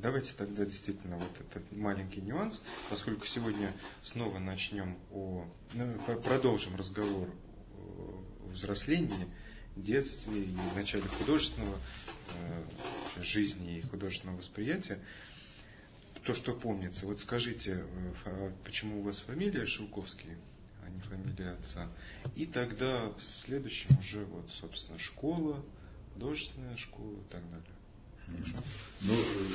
давайте тогда действительно вот этот маленький нюанс, поскольку сегодня снова продолжим разговор о взрослении, детстве и начале художественного жизни и художественного восприятия. То, что помнится. Вот скажите, почему у вас фамилия Шелковский, а не фамилия отца? И тогда в следующем уже, вот, собственно, школа, художественная школа и так далее. Ну,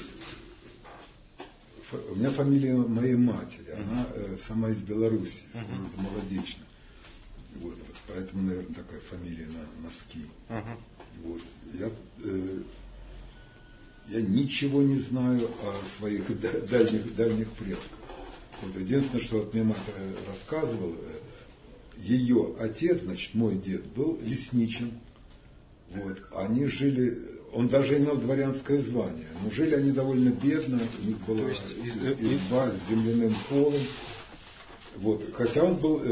у меня фамилия моей матери, она сама из Беларуси, из города Молодечно. Вот, поэтому, наверное, такая фамилия на носки. Вот. Я ничего не знаю о своих дальних предках. Вот. Единственное, что вот мне мать рассказывала, ее отец, значит, мой дед, был лесничим. Вот. Они жили, он даже имел дворянское звание, но жили они довольно бедно, у них была изба с земляным полом. Вот. Хотя он был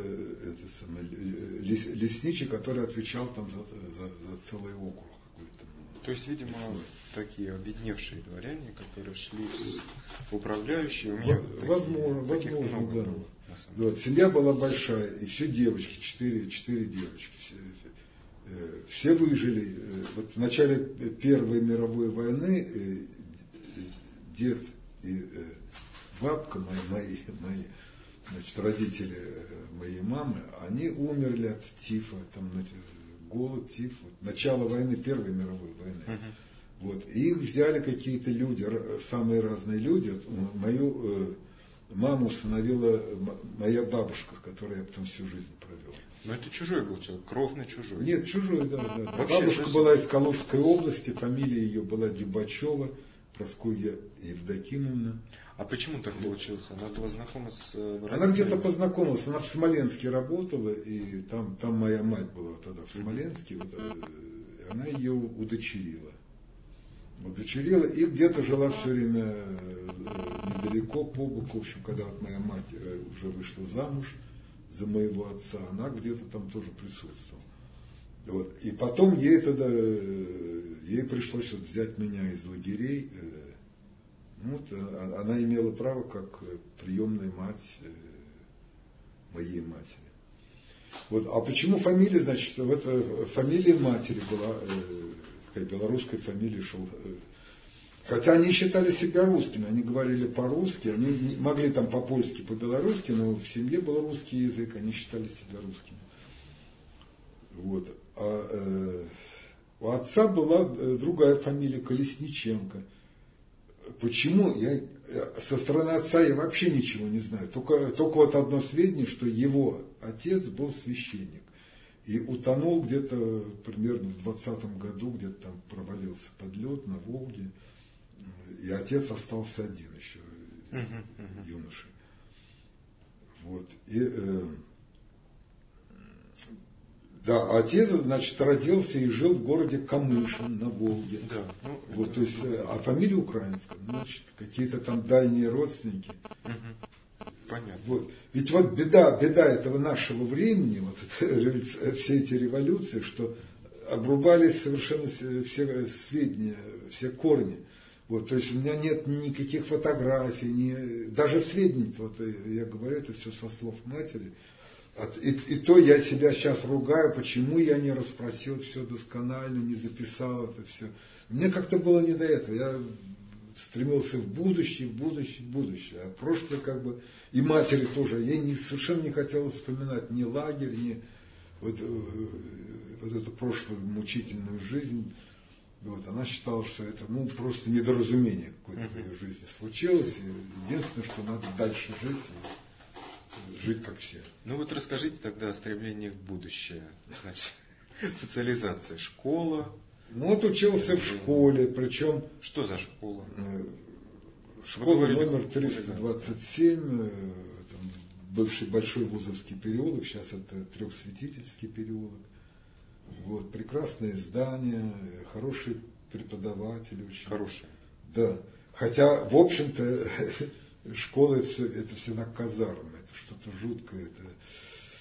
лесничий, который отвечал там за целый округ какой-то. То есть, видимо, такие обедневшие дворяне, которые шли в управляющие. У меня возможно, да. Вот. Семья была большая, и все девочки, четыре девочки. Все выжили. Вот в начале Первой мировой войны дед и бабка мои, значит, родители моей мамы, они умерли от тифа, там, голод, тиф, вот, начало войны, Первой мировой войны. Вот, и их взяли какие-то люди, самые разные люди. Вот, мою маму усыновила моя бабушка, с которой я потом всю жизнь провел. Но это чужой был человек, кровно чужой. Нет, чужой, да. Бабушка была из Калужской области, фамилия ее была Дюбачева, Прасковья Евдокимовна. А почему так получилось? Она была знакома с родителями? Она где-то познакомилась, она в Смоленске работала, и там моя мать была тогда в Смоленске, вот, она ее удочерила. И где-то жила все время недалеко, по боку. В общем, когда вот моя мать уже вышла замуж за моего отца, она где-то там тоже присутствовала. Вот. И потом ей пришлось вот взять меня из лагерей. Вот, она имела право как приемная мать моей матери. Вот. А почему фамилия? Значит, фамилия матери была, такая белорусская фамилия. Хотя они считали себя русскими, они говорили по-русски, они могли там по-польски, по-белорусски, но в семье был русский язык, они считали себя русскими. Вот. А у отца была другая фамилия, Колесниченко. Почему? Со стороны отца я вообще ничего не знаю. Только вот одно сведение, что его отец был священник. И утонул где-то примерно в 20-м году, где-то там провалился под лед на Волге. И отец остался один еще, юношей. Вот. Да, отец, значит, родился и жил в городе Камышин на Волге. Да, вот, то есть, а фамилия украинская, значит, какие-то там дальние родственники. Понятно. Вот. Ведь вот беда этого нашего времени, вот все эти революции, что обрубались совершенно все сведения, все корни. Вот, то есть у меня нет никаких фотографий, даже сведений, вот я говорю, это все со слов матери. И то я себя сейчас ругаю, почему я не расспросил все досконально, не записал это все. Мне как-то было не до этого. Я стремился в будущее. А прошлое как бы... И матери тоже. Ей совершенно не хотелось вспоминать ни лагерь, ни вот эту прошлую мучительную жизнь. Вот, она считала, что это просто недоразумение какое-то в ее жизни случилось. И единственное, что надо дальше жить как все. Ну вот расскажите тогда о стремлениях в будущее. Значит, социализация, школа. Ну вот учился в школе, причем... Что за школа? Школа номер 327, бывший Большой Вузовский переулок, сейчас это Трехсвятительский переулок. Вот, прекрасное здание, хорошие преподаватели. Очень. Хорошие. Да. Хотя, в общем-то, школа это всегда казарма, это что-то жуткое.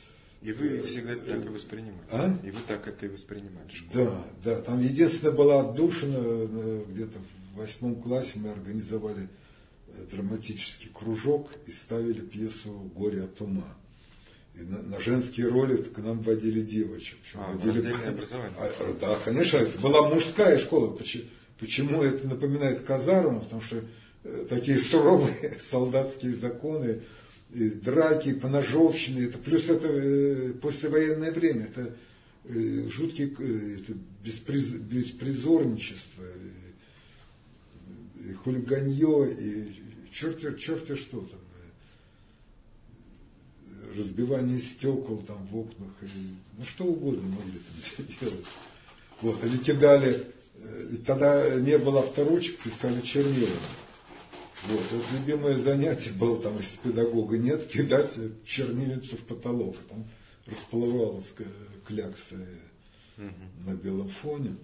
И вы всегда так и воспринимали? И вы так это и воспринимали? Да. Там единственное была отдушина, где-то в 8 классе мы организовали драматический кружок и ставили пьесу «Горе от ума». И на женские роли к нам водили девочек. Раздельное образование. Да, конечно, это была мужская школа. Почему это напоминает казарму? Потому что такие суровые солдатские законы, и драки, и поножовщины, плюс это послевоенное время, это жуткие это беспризорничество, и хулиганье, и черти что там. Разбивание стекол там в окнах, что угодно могли там делать. Вот, или кидали, тогда не было авторучек, писали чернилами. Вот, это любимое занятие было, там, если педагога нет, кидать чернильницу в потолок, там расплывалась клякса на белом фоне.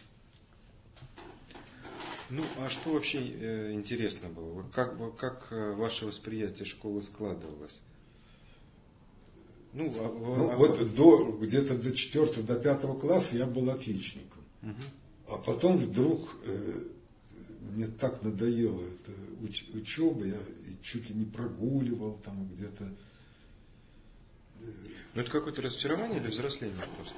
А что вообще интересно было? Как ваше восприятие школы складывалось? Где-то до 4 до 5 класса я был отличником. А потом вдруг мне так надоело эта учеба, я чуть ли не прогуливал там где-то. Это какое-то разочарование или взросление просто?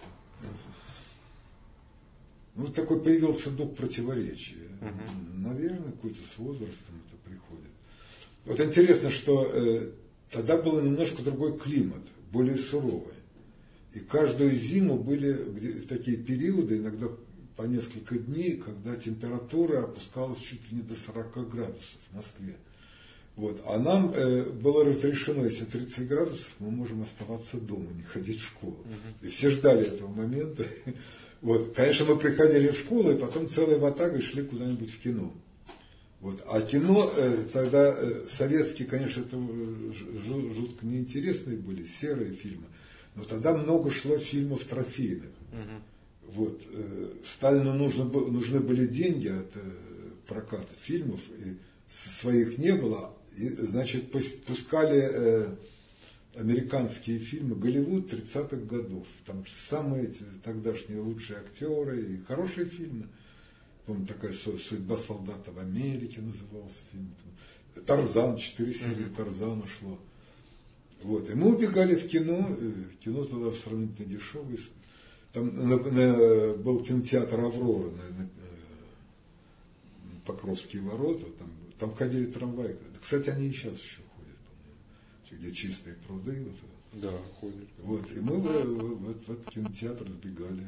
Такой появился дух противоречия. Наверное, какой-то с возрастом это приходит. Вот интересно, что тогда был немножко другой климат, более суровый. И каждую зиму были такие периоды, иногда по несколько дней, когда температура опускалась чуть ли не до 40 градусов в Москве. Вот. А нам было разрешено, если 30 градусов, мы можем оставаться дома, не ходить в школу. И все ждали этого момента. Вот. Конечно, мы приходили в школу, и потом целой ватагой шли куда-нибудь в кино. Вот. А кино тогда советские, конечно, это жутко неинтересные были, серые фильмы. Но тогда много шло фильмов трофейных. Вот. Сталину нужны были деньги от проката фильмов, и своих не было. И, значит, пускали американские фильмы, Голливуд 30-х годов. Там самые тогдашние лучшие актеры и хорошие фильмы. Помню, такая «Судьба солдата в Америке» назывался фильм. «Тарзан», 4 серии Тарзана шло. Вот. И мы убегали в кино. Кино тогда сравнительно дешевое. Там был кинотеатр «Аврора» на Покровские ворота. Там ходили трамваи. Кстати, они и сейчас еще ходят, по-моему. Где чистые пруды. Вот. Да, ходят. Вот. И мы в этот кинотеатр сбегали.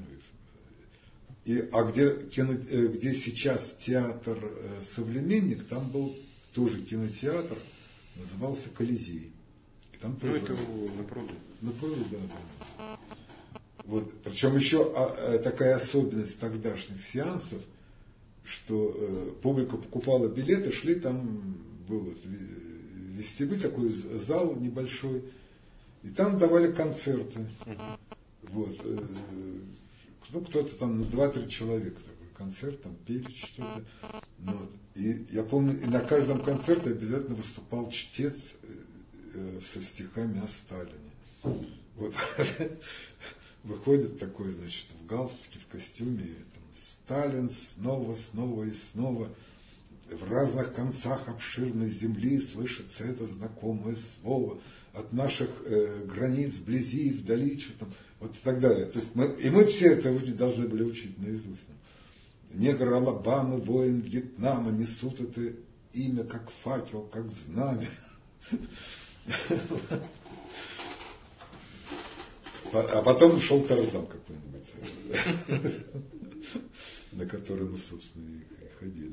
Где сейчас театр «Современник», там был тоже кинотеатр, назывался «Колизей». Там тоже, это на пруду. На пруду, да. Вот. Причем еще такая особенность тогдашних сеансов, что публика покупала билеты, шли, там был вестибюль, такой зал небольшой, и там давали концерты. Вот. Кто-то там, 2-3 человека такой концерт, там пели что-то. Вот. И я помню, и на каждом концерте обязательно выступал чтец со стихами о Сталине. Вот. Выходит такой, значит, в галстуке, в костюме, там, Сталин снова и снова. В разных концах обширной земли слышится это знакомое слово. От наших границ вблизи и вдали, что там, вот и так далее. То есть мы все это должны были учить наизусть. Негр Алабамы, воин Вьетнама несут это имя как факел, как знамя. А потом шел Тарзан какой-нибудь, на который мы, собственно, и ходили.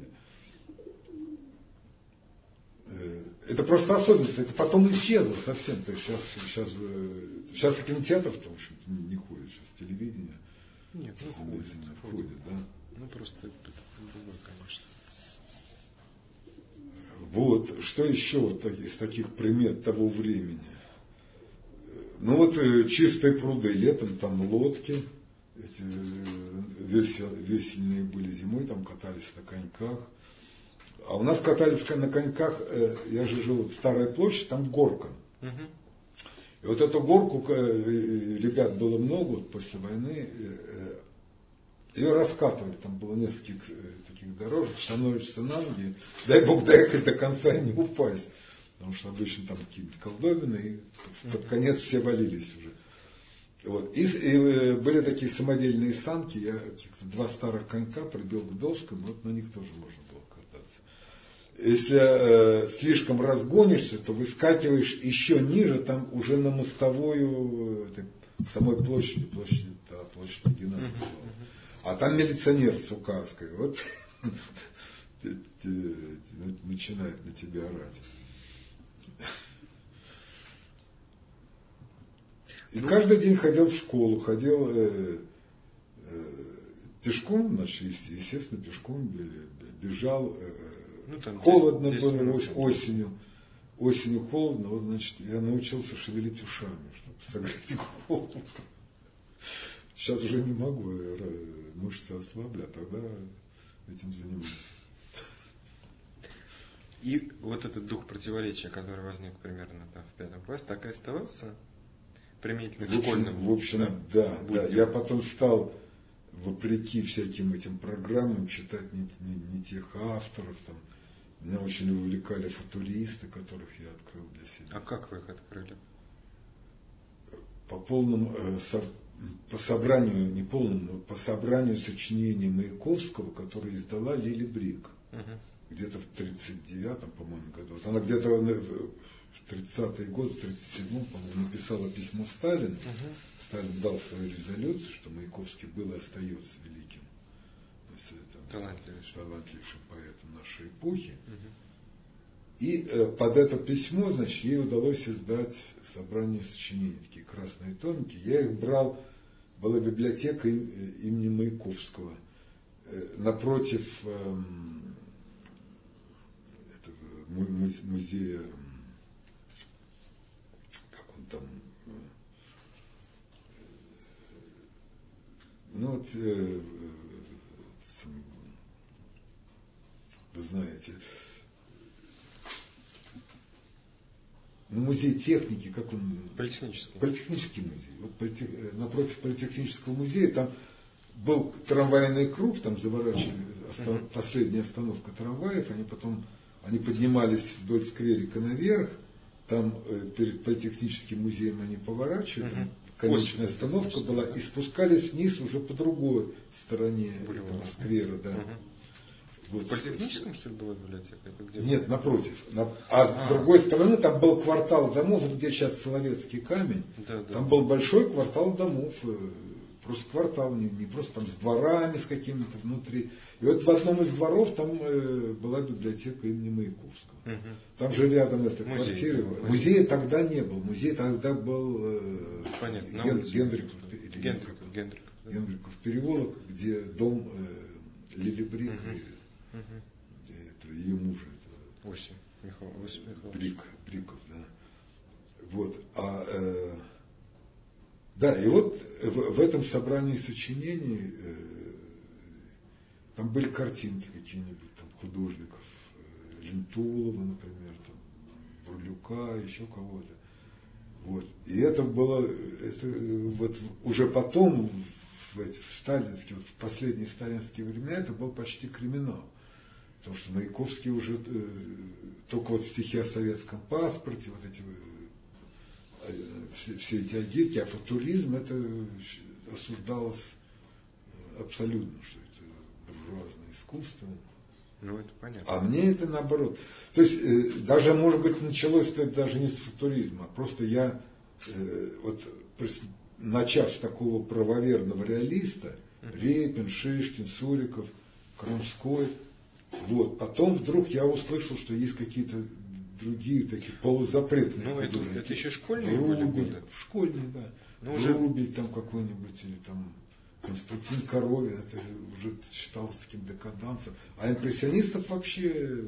Это просто особенность, это потом исчезло совсем. То есть сейчас кинотеатров-то, в общем-то, не ходит, сейчас телевидение. Нет, ходит, да. Просто это другое, конечно. Вот, что еще вот из таких примет того времени? Чистые пруды, летом там лодки, эти весельные были, зимой там катались на коньках. А у нас катались на коньках, я же жил в Старой площади, там горка. И И вот эту горку, ребят было много вот после войны, ее раскатывали, там было несколько таких дорожек, становишься на ноги, дай Бог доехать до конца и не упасть. Потому что обычно там какие-нибудь колдобины, и под конец все валились уже. Вот. И были такие самодельные санки, я каких-то 2 старых конька прибил к доскам, вот на них тоже можно было кататься. Если слишком разгонишься, то выскакиваешь еще ниже, там уже на мостовую самой площади Геннадия. А там милиционер с указкой, вот начинает на тебя орать. И каждый день ходил в школу, ходил пешком, значит, естественно, пешком бежал. Холодно было осенью. Осенью холодно, вот, значит, я научился шевелить ушами, чтобы согреть голову. Сейчас уже не могу, мышцы ослабли, а тогда этим занимался. И вот этот дух противоречия, который возник примерно там в 5 классе, так и оставался применительно к школьным. В общем, да. Я потом стал, вопреки всяким этим программам, читать не тех авторов. Там. Меня очень увлекали футуристы, которых я открыл для себя. А как вы их открыли? По собранию, не полному, но по собранию сочинений Маяковского, которое издала Лили Брик. Где-то в 1939, по-моему, году. Вот она где-то в 30-й год, в 1937, по-моему, написала письмо Сталину. Сталин дал свою резолюцию, что Маяковский был и остается великим, талантливейшим поэтом нашей эпохи. И под это письмо, значит, ей удалось издать собрание сочинений, такие красные томики. Я их брал, была библиотека имени Маяковского, напротив музея, как он там, вы знаете, музей техники, как он? Политехнический музей. Вот напротив политехнического музея там был трамвайный круг, там заворачивали, последняя остановка трамваев, они поднимались вдоль скверика наверх, там перед политехническим музеем они поворачивали, там конечная остановка была, и спускались вниз уже по другой стороне этого сквера. Да. Вот. В политехническом, что ли, была библиотека? Нет, напротив. С другой стороны там был квартал домов, вот где сейчас Соловецкий камень, там был большой квартал домов, просто квартал, не просто там с дворами, с какими-то внутри. И вот в одном из дворов там была библиотека имени Маяковского. Там же рядом эта квартира. Музея тогда не был. Музей тогда был Гендриков переулок, где дом Лили Брик и ее мужа. Осип Михайлович. Бриков, да. Вот. Да, и вот в этом собрании сочинений там были картинки какие-нибудь там художников, Лентулова, например, там, Бурлюка, еще кого-то. Вот. И это было, вот уже потом, в сталинские, в последние сталинские времена, это был почти криминал. Потому что Маяковский уже только вот стихи о советском паспорте, вот эти все эти агитки, а футуризм это осуждалось абсолютно, что это буржуазное искусство. Ну, это понятно. А мне это наоборот. То есть, даже, может быть, началось это даже не с футуризма, а просто я, вот, начав с такого правоверного реалиста, Репин, Шишкин, Суриков, Крамской, вот, потом вдруг я услышал, что есть какие-то другие такие полузапретные художники. Это еще школьные были годы? Школьные, да. Рубель там какой-нибудь, или там Константин Коровин, это уже считалось таким декадансом. А импрессионистов вообще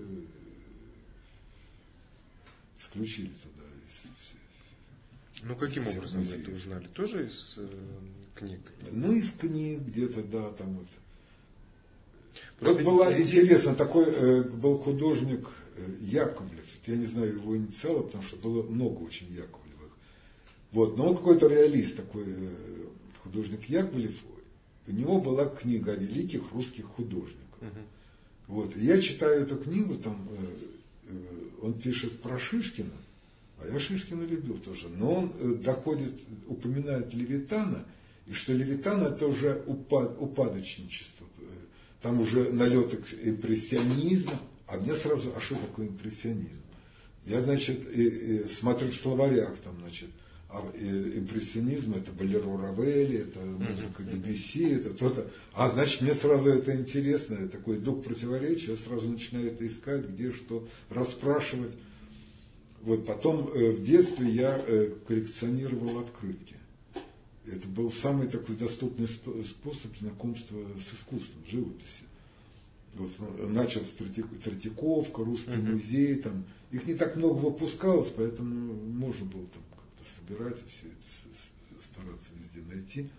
исключили туда. Ну, каким образом вы это узнали? Тоже из книг? Ну, из книг где-то, да, там вот. Вот была интересно, такой был художник Яковлев, я не знаю его инициала, потому что было много очень Яковлевых. Вот, но он какой-то реалист такой, художник Яковлев. У него была книга о великих русских художниках. Вот, и я читаю эту книгу, там он пишет про Шишкина, а я Шишкина любил тоже, но он упоминает Левитана, и что Левитан это уже упадочничество, там уже налеты импрессионизма, а мне сразу, а что такое импрессионизм? Я, значит, смотрю в словарях, там, значит, импрессионизм это Болеро Равелли, это музыка Дебюсси, это то-то. А значит, мне сразу это интересно, такой дух противоречия, я сразу начинаю это искать, где что, расспрашивать. Вот потом в детстве я коллекционировал открытки. Это был самый такой доступный способ знакомства с искусством, живописи. Вот, начал с Третьяковка, Русский музей, там, их не так много выпускалось, поэтому можно было там собирать и все это, стараться везде найти.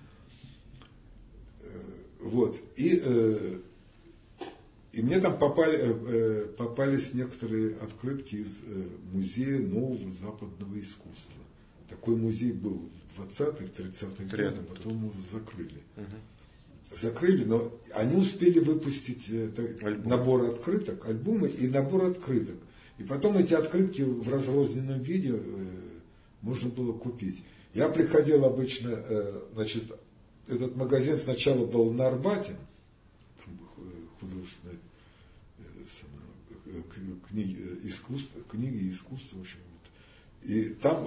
Вот. И мне там попались некоторые открытки из музея нового западного искусства. Такой музей был в 20-х, 30-х годах, потом его закрыли. Закрыли, но они успели выпустить набор открыток, альбомы и набор открыток. И потом эти открытки в разрозненном виде можно было купить. Я приходил обычно, значит, этот магазин сначала был на Арбате, художественные книги искусства, в общем. И там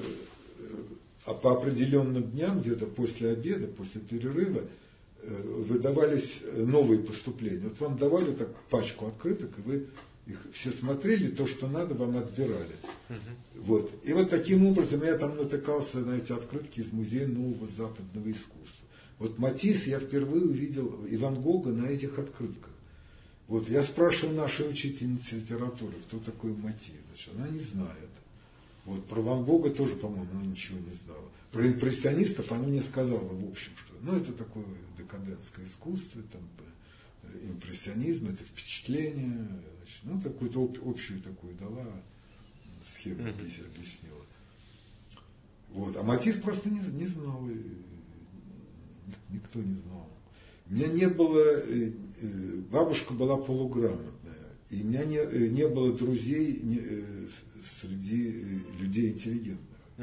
по определенным дням, где-то после обеда, после перерыва, выдавались новые поступления. Вот вам давали так пачку открыток, и вы их все смотрели, то, что надо, вам отбирали. Вот. И вот таким образом я там натыкался на эти открытки из Музея нового западного искусства. Вот Матисс я впервые увидел, и Ван Гога на этих открытках. Вот. Я спрашивал нашей учительницы литературы, кто такой Матисс. Значит, она не знает. Вот. Про Ван Гога тоже, по-моему, она ничего не знала. Про импрессионистов она мне сказала, в общем, что это такое декадентское искусство, там, импрессионизм, это впечатление, значит, какую-то общую такую дала схему, объяснила. Вот. А Матисс просто не знал, никто не знал. У меня не было, бабушка была полуграмотная, и у меня не было друзей среди людей интеллигентных.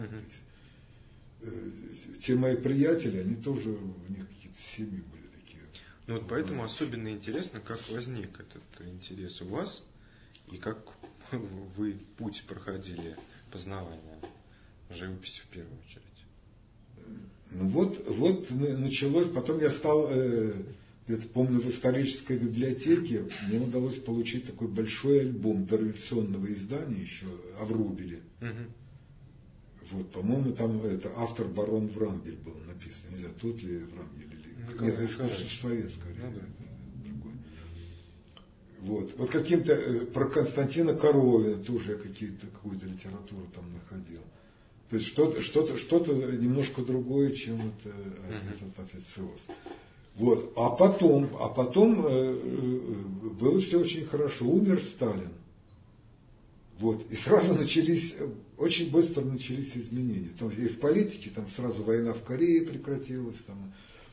Те мои приятели, они тоже, у них какие-то семьи были такие. Ну вот поэтому особенно интересно, как возник этот интерес у вас, и как вы путь проходили познавания живописи в первую очередь. Ну вот началось, потом я стал, где-то помню, в исторической библиотеке, мне удалось получить такой большой альбом дореволюционного издания еще о Врубеле. Вот, по-моему, там это автор барон Врангель был написан. Не знаю, тот ли Врангель или... Нет, искусствовед, скорее. Это другой. Вот каким-то... Про Константина Коровина тоже я какую-то литературу там находил. То есть что-то немножко другое, чем этот официоз. Вот. А потом было все очень хорошо. Умер Сталин. Вот. И сразу очень быстро начались изменения. И в политике там сразу война в Корее прекратилась, там,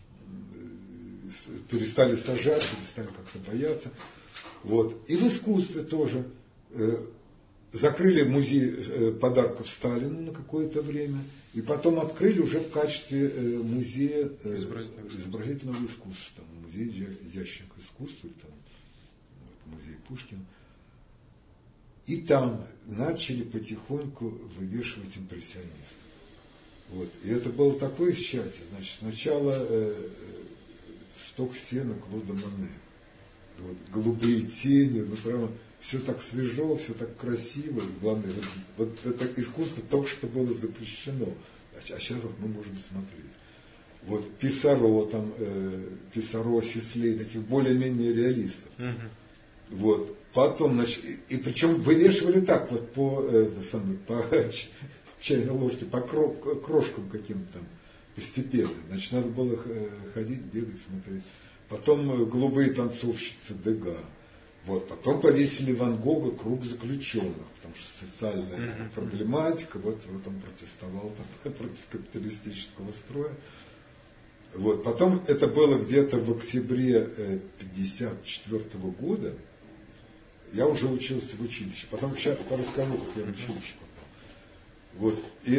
перестали сажать, перестали как-то бояться. Вот. И в искусстве тоже закрыли музей подарков Сталину на какое-то время, и потом открыли уже в качестве музея изобразительного искусства, там, музей изящных искусств, там, музей Пушкина. И там начали потихоньку вывешивать импрессионистов. Вот. И это было такое счастье. Значит, сначала сток стенок Клода Моне. Вот, голубые тени, прямо все так свежо, все так красиво. И главное, вот это искусство только что было запрещено. А сейчас вот мы можем смотреть. Вот Писаро, Писаро, Сислей, таких более-менее реалистов. Вот. Потом, значит, и причем вывешивали так вот по чайной ложке, по крошкам каким-то там постепенно. Значит, надо было ходить, бегать, смотреть. Потом голубые танцовщицы Дега. Вот, потом повесили Ван Гога «Круг заключенных», потому что социальная проблематика, вот он протестовал против капиталистического строя. Вот, потом это было где-то в октябре 1954 года, я уже учился в училище, потом сейчас расскажу, как я в училище попал. Вот, и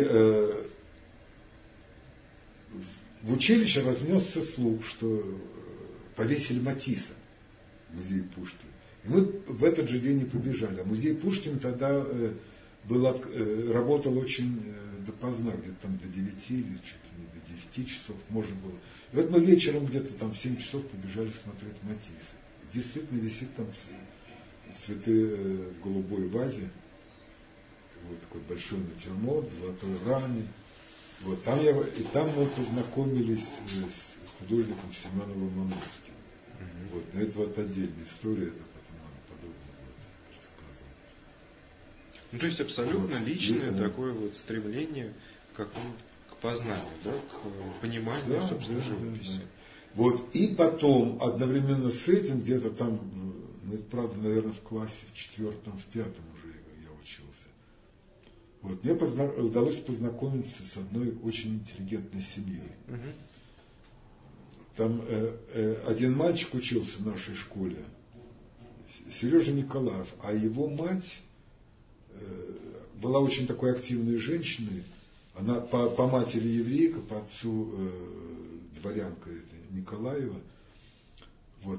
в училище разнесся слух, что повесили Матисса в музее Пушкина. И мы в этот же день и побежали. А музей Пушкина тогда работал очень допоздна, где-то там до 9 или чуть ли не до 10 часов можно было. И вот мы вечером где-то там в 7 часов побежали смотреть Матисса. И действительно висит там цветы в голубой вазе. Вот такой большой натюрморт в золотой раме. Вот, там мы познакомились с художником Семеновым Маморским. Вот, но это вот отдельная история, это потом нам подробно будет рассказывать. Ну, то есть абсолютно вот, личное такое вот стремление к познанию, да, к пониманию, собственно, живописи. Да. Вот, и потом, одновременно с этим, где-то там, ну, это, правда, наверное, в классе в 4-м, в 5-м уже я учился. Вот, мне удалось познакомиться с одной очень интеллигентной семьей. Там один мальчик учился в нашей школе, Сережа Николаев, а его мать была очень такой активной женщиной. Она по матери еврейка, по отцу дворянка это Николаева. Вот,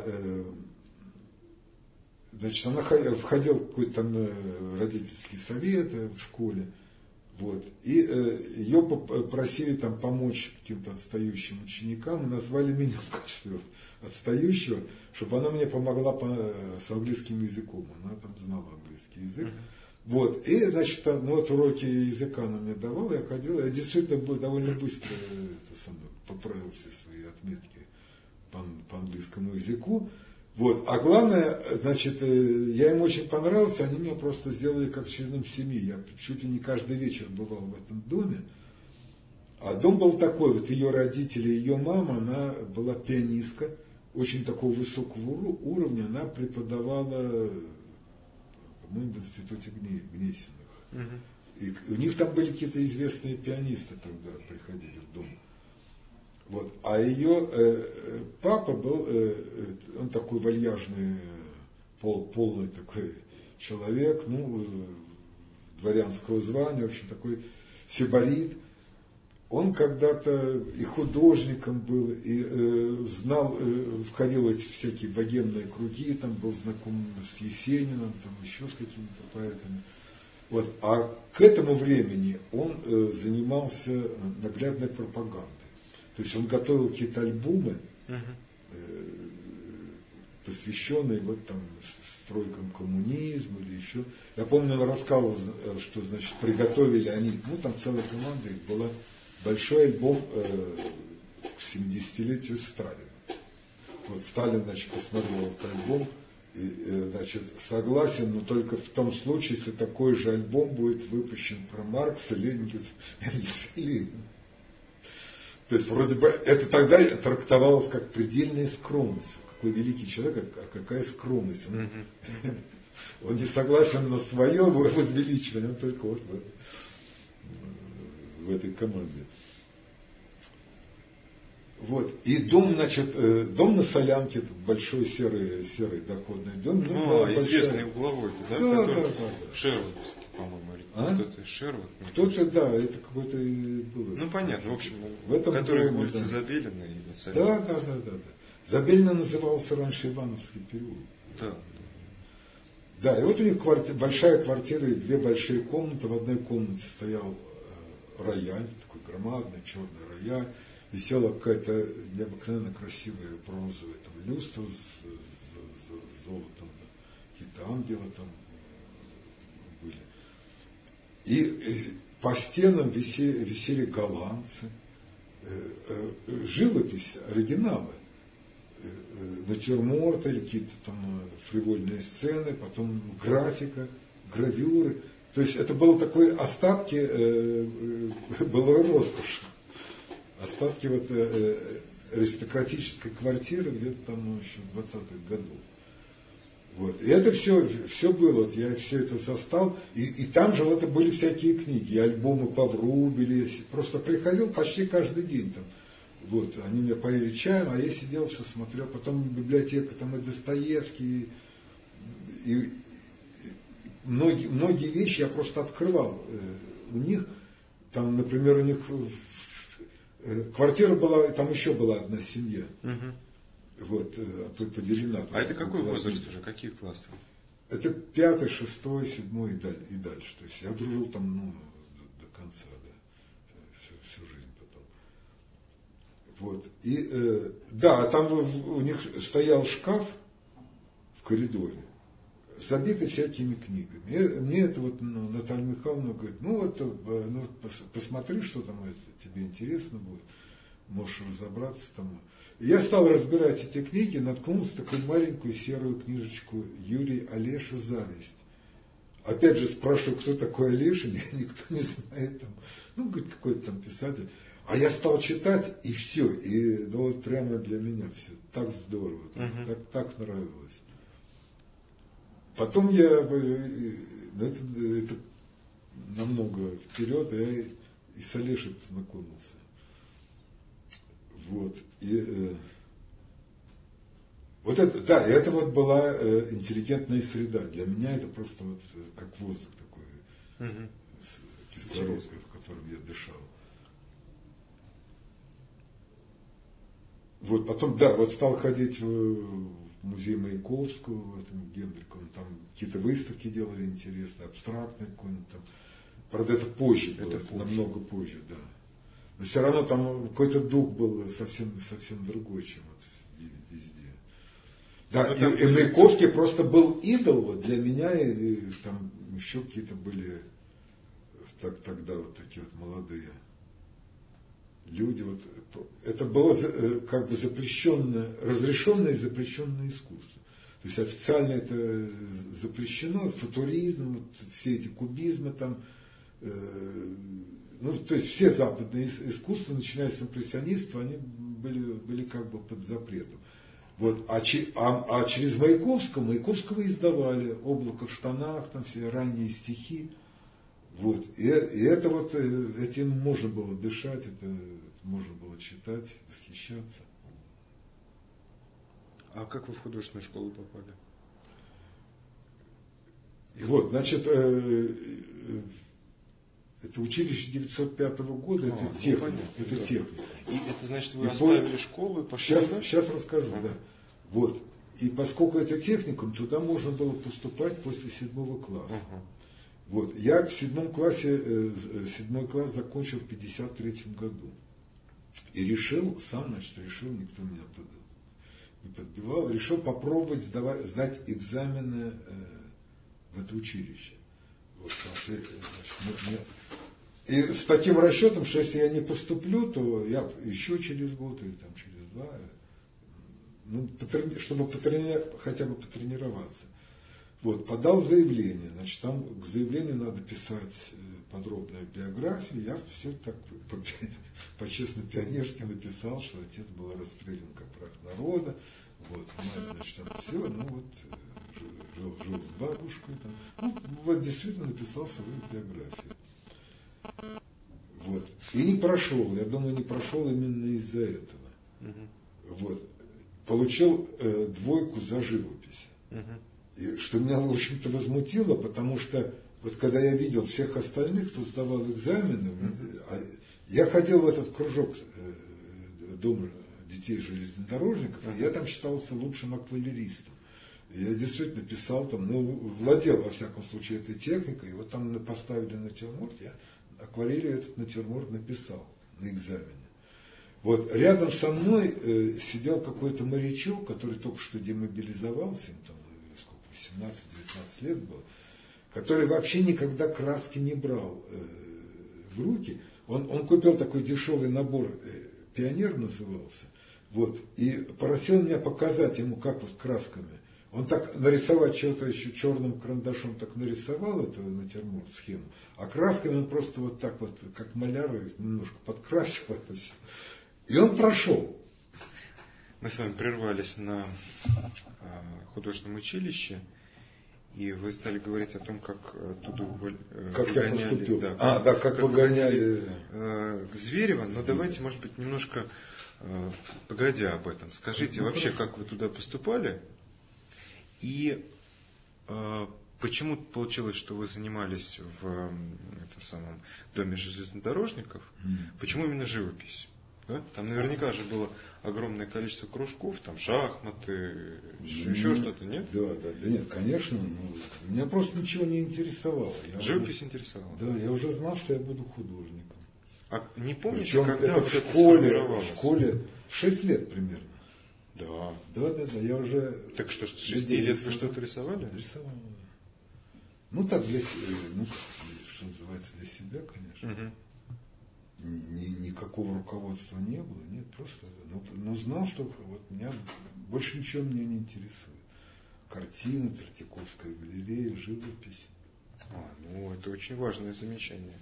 значит, она входила в какой-то там родительский совет в школе. Вот, и ее попросили там помочь каким-то отстающим ученикам, назвали меня в качестве отстающего, чтобы она мне помогла с английским языком. Она там знала английский язык. Вот, и, значит, ну вот уроки языка она мне давала, я ходил, я действительно довольно быстро поправил все свои отметки по английскому языку. Вот, а главное, значит, я им очень понравился, они меня просто сделали как членом семьи. Я чуть ли не каждый вечер бывал в этом доме. А дом был такой, вот ее родители, ее мама, она была пианистка, очень такого высокого уровня, она преподавала, по-моему, в институте Гнесиных. И у них там были какие-то известные пианисты тогда, приходили в дом. Вот. А ее папа был, он такой вальяжный, полный такой человек, ну, дворянского звания, в общем, такой сибарит. Он когда-то и художником был, и знал, входил в эти всякие богемные круги, там был знаком с Есениным, там еще с какими-то поэтами. Вот. А к этому времени он занимался наглядной пропагандой. То есть он готовил какие-то альбомы, посвященные вот там стройкам коммунизма или еще. Я помню, он рассказывал, что, значит, приготовили они, ну там целая команда их была, большой альбом к 70-летию Сталина. Вот Сталин, значит, посмотрел этот альбом и, значит, согласен, но только в том случае, если такой же альбом будет выпущен про Маркса, Ленина и Ленина. То есть, вроде бы, это тогда трактовалось как предельная скромность. Какой великий человек, а какая скромность. Он не согласен на свое возвеличивание, он только вот в этой команде. Вот. И дом, значит, дом на Солянке, большой серый доходный дом. Известный угловой, да? Да. Шерлоковский, по-моему, или кто-то из Шерлок. Кто-то, да, это какой-то было. Ну, понятно, в общем, в этом который доме, улица да. Забелина и на Солянке. Да. Забелина назывался раньше Ивановский переулок. Да, и вот у них большая квартира и две большие комнаты. В одной комнате стоял рояль, такой громадный черный рояль. Висела какая-то необыкновенно красивая бронзовая там люстра с золотом, какие-то ангелы там были. И по стенам висели голландцы, живопись, оригиналы, натюрморты или какие-то там фривольные сцены, потом графика, гравюры. То есть это было такой остатки былой роскоши. Остатки вот аристократической квартиры где-то там еще в 20-х годов. Вот. И это все было, вот я все это застал, и там же вот были всякие книги, и альбомы по Врубелю, просто приходил почти каждый день там. Вот, они мне поили чаем, а я сидел, все смотрел, потом библиотека, там и Достоевский, и многие вещи я просто открывал у них, там, например, у них квартира была, там еще была одна семья. Вот, поделена. А это какой возраст уже, какие классы? Это 5, 6, 7 и дальше. То есть я дружил там до конца, да, всю жизнь потом. Вот. И да, там у них стоял шкаф в коридоре, забитый всякими книгами. Мне это вот Наталья Михайловна говорит, посмотри, что там тебе интересно будет, можешь разобраться там. Я стал разбирать эти книги, наткнулся на такую маленькую серую книжечку Юрий Олеша «Зависть». Опять же спрашиваю, кто такой Олеша, никто не знает. Там. Ну, говорит, какой-то там писатель. А я стал читать, и все. И вот прямо для меня все так здорово, так нравилось. Потом это намного вперед, я и с Олешей познакомился. Вот. И вот это, да, это вот была интеллигентная среда. Для меня это просто вот как воздух такой, кислород, в котором я дышал. Вот потом, да, вот стал ходить в музей Маяковского, в этом Гендрика, он там какие-то выставки делали интересные, абстрактные какой-нибудь там. Правда, это позже было, намного позже, да. Но все равно там какой-то дух был совсем другой, чем вот везде. Да, и Маяковский просто был идол вот для меня, и там еще какие-то были тогда вот такие вот молодые люди. Вот, это было как бы запрещенное, разрешенное и запрещенное искусство. То есть официально это запрещено, футуризм, вот, все эти кубизмы там, ну, то есть все западные искусства, начиная с импрессионистов, они были как бы под запретом. Вот. А через Маяковского издавали «Облако в штанах», там все ранние стихи. Вот. И это вот, этим можно было дышать, это можно было читать, восхищаться. А как вы в художественную школу попали? Вот, значит, это училище 905 года, это техника. Это техника. И это значит, вы оставили школу и пошли? Сейчас расскажу, да. Вот. И поскольку это техникум, туда можно было поступать после 7 класса. Вот. Я в 7 классе, 7 класс закончил в 1953 году. И решил, никто меня туда не подбивал, решил попробовать сдать экзамены в это училище. Вот, и с таким расчетом, что если я не поступлю, то я еще через год или там через 2, чтобы хотя бы потренироваться. Вот, подал заявление. Значит, там к заявлению надо писать подробную биографию. Я все так по-честно-пионерски написал, что отец был расстрелян как враг народа. Вот, мать, значит, там все, ну вот, жил с бабушкой. Там. Ну, вот действительно написал свою биографию. Вот. И не прошел. Я думаю, не прошел именно из-за этого. Вот. Получил 2 за живопись. И что меня, в общем-то, возмутило, потому что вот когда я видел всех остальных, кто сдавал экзамены, я ходил в этот кружок Дома детей железнодорожников, и я там считался лучшим акварелистом. Я действительно писал там, владел, во всяком случае, этой техникой, и вот там поставили натюрморт, я акварелью этот натюрморт написал на экзамене. Вот, рядом со мной сидел какой-то морячок, который только что демобилизовался, ему там, 18-19 лет было, который вообще никогда краски не брал в руки. Он купил такой дешевый набор, «Пионер» назывался, вот, и просил меня показать ему, как вот красками. Он так нарисовать что-то еще черным карандашом так нарисовал эту натюрморт схему, а красками он просто вот так вот, как маляр, немножко подкрасил это все. И он прошел. Мы с вами прервались на художественном училище, и вы стали говорить о том, как оттуда как выгоняли, я поступил. Да, как выгоняли Зверева. Но давайте, может быть, немножко погодя об этом. Скажите, вообще, как вы туда поступали? И почему получилось, что вы занимались в этом самом доме железнодорожников? Почему именно живопись? Да? Там наверняка же было огромное количество кружков, там шахматы, еще что-то, нет? Да, нет, конечно. Меня просто ничего не интересовало. Живопись интересовала? Да, я уже знал, что я буду художником. А не помните, причем когда это вот в это школе, сформировалось? в школе 6 лет примерно. Да. Да, я уже... Так что, с 6 лет вы что-то рисовали? Рисовал. Ну так, что называется, для себя, конечно. Никакого руководства не было, нет, просто, знал, что вот меня больше ничего меня не интересует. Картина, Третьяковская галерея, живопись. Это очень важное замечание.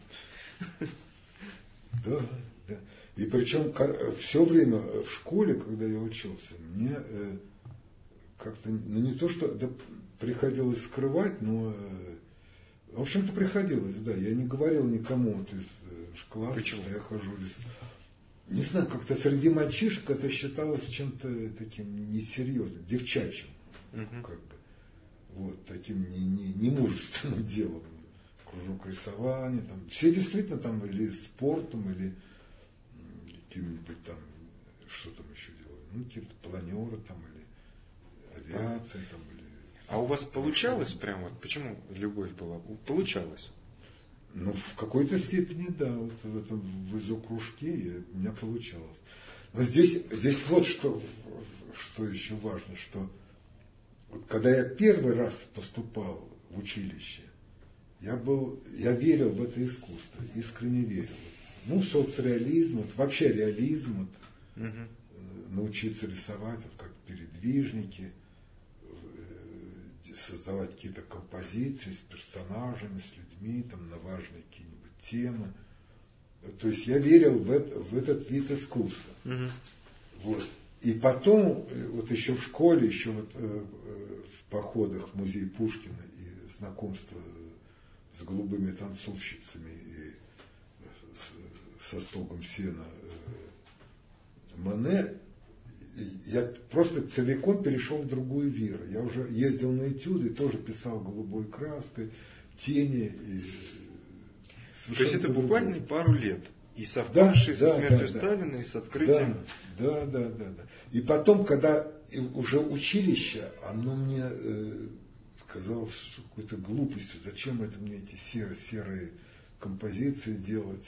Да. И причем все время в школе, когда я учился, мне как-то, не то что приходилось скрывать, но, в общем-то, приходилось, да. Я не говорил никому из класса, что я хожу в лес. Не знаю, как-то среди мальчишек это считалось чем-то таким несерьезным, девчачьим, как бы. Вот, таким не мужественным делом. Кружок рисования, там. Все действительно там или спортом, или каким-нибудь там, что там еще делали, какие-то планеры там, или авиация там, или... А у вас получалось прямо? Почему любовь была? Получалось? В какой-то степени, да, вот в изо-кружке у меня получалось. Но здесь вот что еще важно, что вот когда я первый раз поступал в училище, я верил в это искусство, искренне верил. Соцреализм, вообще реализм, научиться рисовать, как передвижники, создавать какие-то композиции с персонажами, с людьми, там, на важные какие-нибудь темы. То есть я верил в этот вид искусства. Вот. И потом, вот еще в школе, еще вот в походах в музей Пушкина и знакомство с голубыми танцовщицами и со стогом сена Мане, я просто целиком перешел в другую веру. Я уже ездил на этюды, тоже писал голубой краской, тени. То есть это буквально пару лет. И совпавшие со смертью Сталина, и с открытием. Да. И потом, когда уже училище, оно мне казалось какой-то глупостью. Зачем это мне эти серые композиции делать?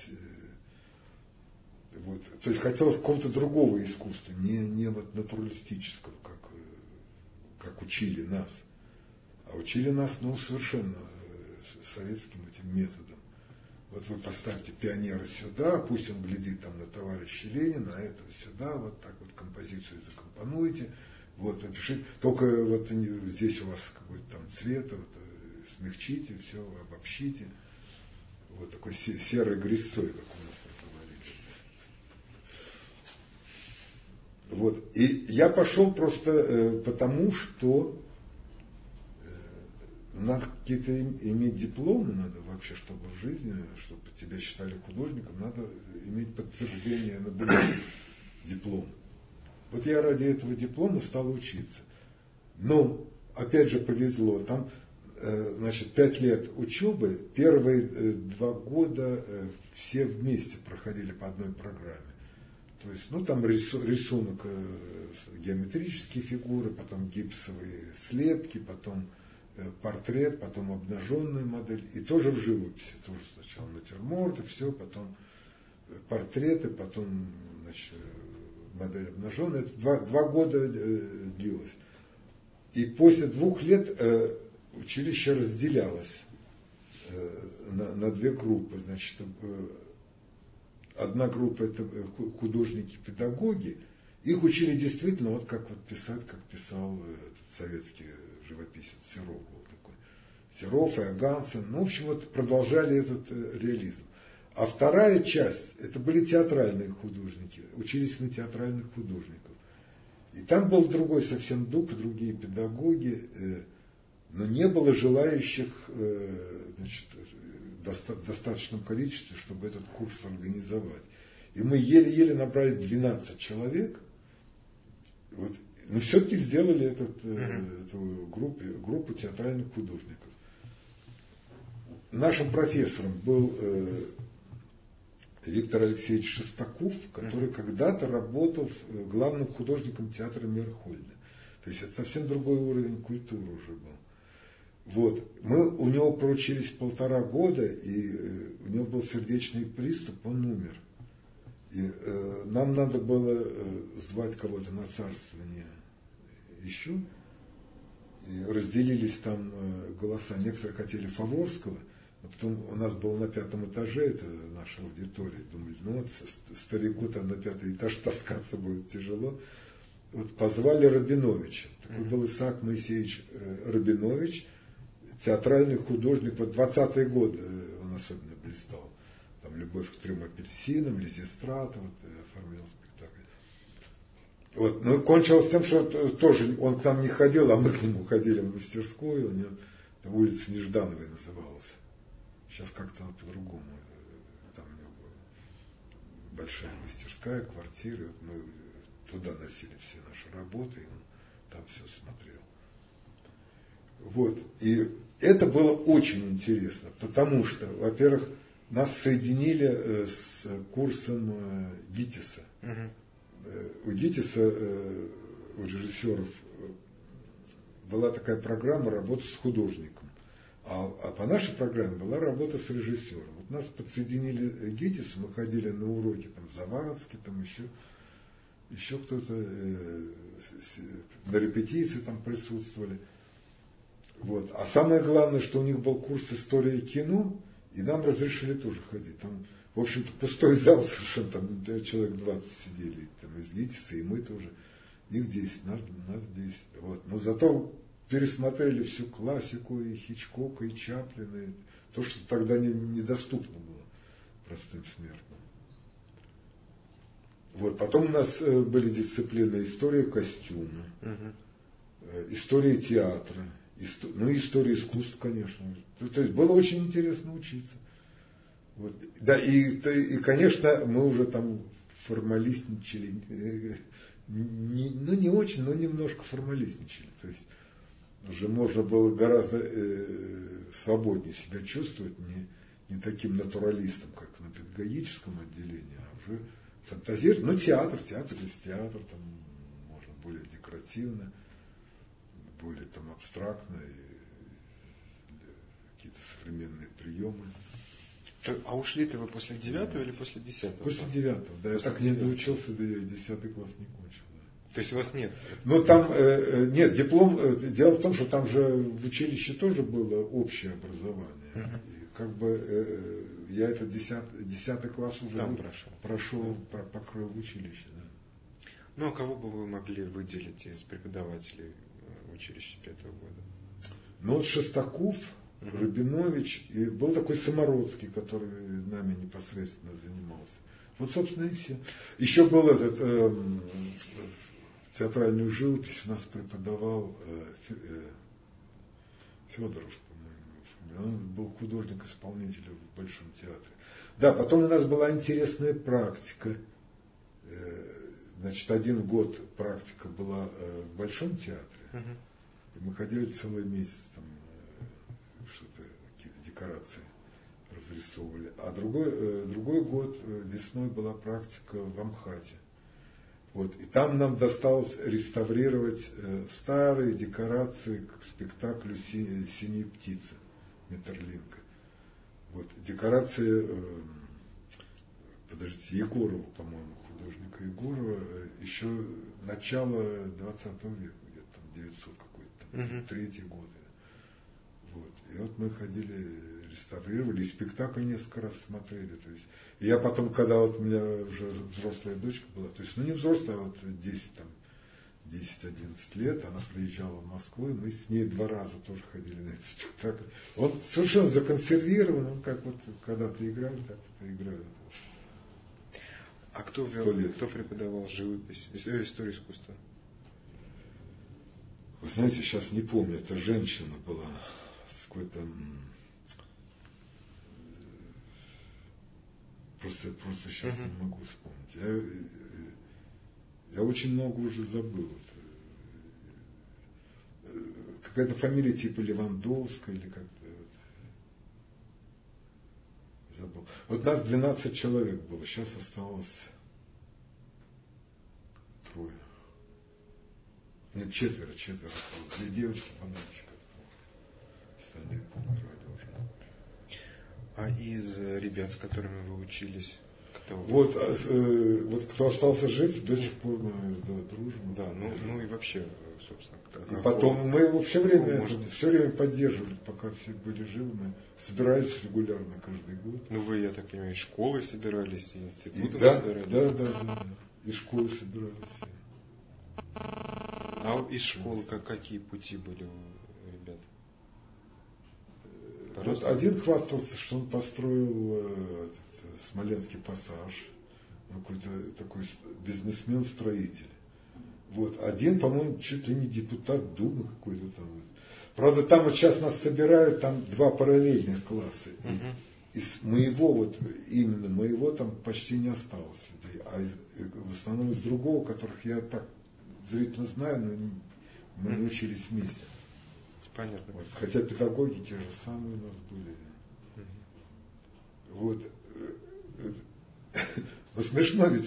Вот. То есть хотелось какого-то другого искусства, не вот натуралистического, как учили нас. А учили нас, совершенно советским этим методом. Вот вы поставьте пионера сюда, пусть он глядит там на товарища Ленина, а этого сюда, вот так вот композицию закомпонуйте, вот напишите. Только вот здесь у вас какой-то там цвет, вот, смягчите, все, обобщите. Вот такой серой грязцой, как у нас говорили. Вот. И я пошел просто потому, что надо какие-то иметь дипломы, надо вообще, чтобы в жизни, чтобы тебя считали художником, надо иметь подтверждение на бумаге, диплом. Вот я ради этого диплома стал учиться. Но, опять же, повезло. Там, 5 лет учебы, первые 2 года все вместе проходили по одной программе. То есть, там рисунок, геометрические фигуры, потом гипсовые слепки, потом портрет, потом обнаженная модель, и тоже в живописи, тоже сначала натюрморты, все, потом портреты, потом, модель обнаженная. Это 2 года длилось. И после 2 лет училище разделялось на 2 группы. Одна группа — это художники-педагоги. Их учили действительно как писать, как писал этот советский живописец Серов был такой. Серов и Агансен. В общем, продолжали этот реализм. А вторая часть — это были театральные художники. Учились на театральных художников. И там был другой совсем дух, другие педагоги, но не было желающих, значит, в достаточном количестве, чтобы этот курс организовать. И мы еле-еле набрали 12 человек, вот, но все-таки сделали эту группу театральных художников. Нашим профессором был Виктор Алексеевич Шестаков, который когда-то работал главным художником театра Мейерхольда. То есть это совсем другой уровень культуры уже был. Вот. Мы у него проучились 1,5 года, и у него был сердечный приступ, он умер. И нам надо было звать кого-то на царствование еще. И разделились там голоса. Некоторые хотели Фаворского, но потом у нас было на 5-м этаже, это наша аудитория. Думали, ну вот старику там на 5-й этаж таскаться будет тяжело. Вот позвали Рабиновича. Такой был Исаак Моисеевич Рабинович, театральный художник. Вот 20-й год он особенно блистал. Там «Любовь к 3 апельсинам», «Лизистрата», вот оформлял спектакль. Вот. Но кончилось тем, что тоже он к нам не ходил, а мы к нему ходили в мастерскую. У него улица Неждановой называлась. Сейчас как-то по-другому. Там у него была большая мастерская, квартира. Вот мы туда носили все наши работы, и он там все смотрел. Вот. И это было очень интересно, потому что, во-первых, нас соединили с курсом ГИТИСа. У ГИТИСа, у режиссеров, была такая программа «Работа с художником». А по нашей программе была работа с режиссером. Вот нас подсоединили к ГИТИСу, мы ходили на уроки, там, Завадский, там еще кто-то, на репетиции там присутствовали. Вот. А самое главное, что у них был курс истории кино, и нам разрешили тоже ходить. Там, в общем-то, пустой зал совершенно, там человек 20 сидели, там из ГИТИСа, и мы тоже. Их 10, нас 10. Вот. Но зато пересмотрели всю классику, и Хичкока, и Чаплина, и то, что тогда недоступно было простым смертным. Вот. Потом у нас были дисциплины история костюма, история театра, история искусства, конечно. То есть было очень интересно учиться. Вот. Да, и, конечно, мы уже там формалистничали, не очень, но немножко формалистничали. То есть уже можно было гораздо свободнее себя чувствовать, не таким натуралистом, как на педагогическом отделении, а уже фантазировать. Ну, театр есть театр, там можно более декоративно, более там абстрактно, какие-то современные приемы. А ушли-то вы после 9-го или после 10-го? После 9-го, да. Я так не доучился, да я 10-й класс не кончил. Да. То есть у вас нет? Ну, там, нет, диплом, дело в том, что там же в училище тоже было общее образование. И как бы я этот 10-й класс уже прошел, покрыл в училище. Да. Ну, а кого бы вы могли выделить из преподавателей училища 5-го года? Ну, вот Шестаков, Рабинович, и был такой Самородский, который нами непосредственно занимался. Вот, собственно, и все. Еще был этот театральную живопись у нас преподавал Федоров, по-моему. Он был художник-исполнитель в Большом театре. Да, потом у нас была интересная практика. Значит, 1 год практика была в Большом театре. И мы ходили целый месяц там, что-то, какие-то декорации разрисовывали. А другой год весной была практика в Амхате. Вот. И там нам досталось реставрировать старые декорации к спектаклю «Синяя птица» Метерлинка. Вот. Декорации, Егорова, по-моему, художника Егорова, еще начало 20 века, где-то там 900 какой-то, 3-й год. Вот. И вот мы ходили, реставрировали, и спектакль несколько раз смотрели. То есть, и я потом, когда вот у меня уже взрослая дочка была, то есть, ну не взрослая, а вот 10-11 лет, она приезжала в Москву, и мы с ней 2 раза тоже ходили на этот спектакль. Он совершенно законсервирован, он как вот когда-то играли, так вот и играют. А кто преподавал живопись, историю искусства? Вы знаете, сейчас не помню, это женщина была с какой-то... Просто сейчас не могу вспомнить. Я очень много уже забыл. Какая-то фамилия типа Левандовская или как-то. Забыл. Вот нас 12 человек было, сейчас осталось 3. Нет, 4 осталось. 2 девочки, 2 мальчика осталось. Остальные померли уже. А из ребят, с которыми вы учились, кто? Вот кто остался жив, до сих пор мы дружим. Да, ну и вообще, собственно. И потом мы его все время поддерживали, пока все были живы, мы собирались регулярно каждый год. Ну вы, я так понимаю, из школы собирались, и институты собирались? Да. Из школы собирались. А из школы какие пути были у ребят? Вот один хвастался, что он построил Смоленский пассаж, какой-то такой бизнесмен-строитель. Вот. Один, по-моему, чуть ли не депутат Думы какой-то там. Правда, там вот сейчас нас собирают, там 2 параллельных класса. Из моего, именно моего, там почти не осталось людей. А в основном из другого, которых я так зрительно знаю, но мы не учились вместе. Понятно. Вот. Хотя педагоги те же самые у нас были. Вот. Ну, смешно, ведь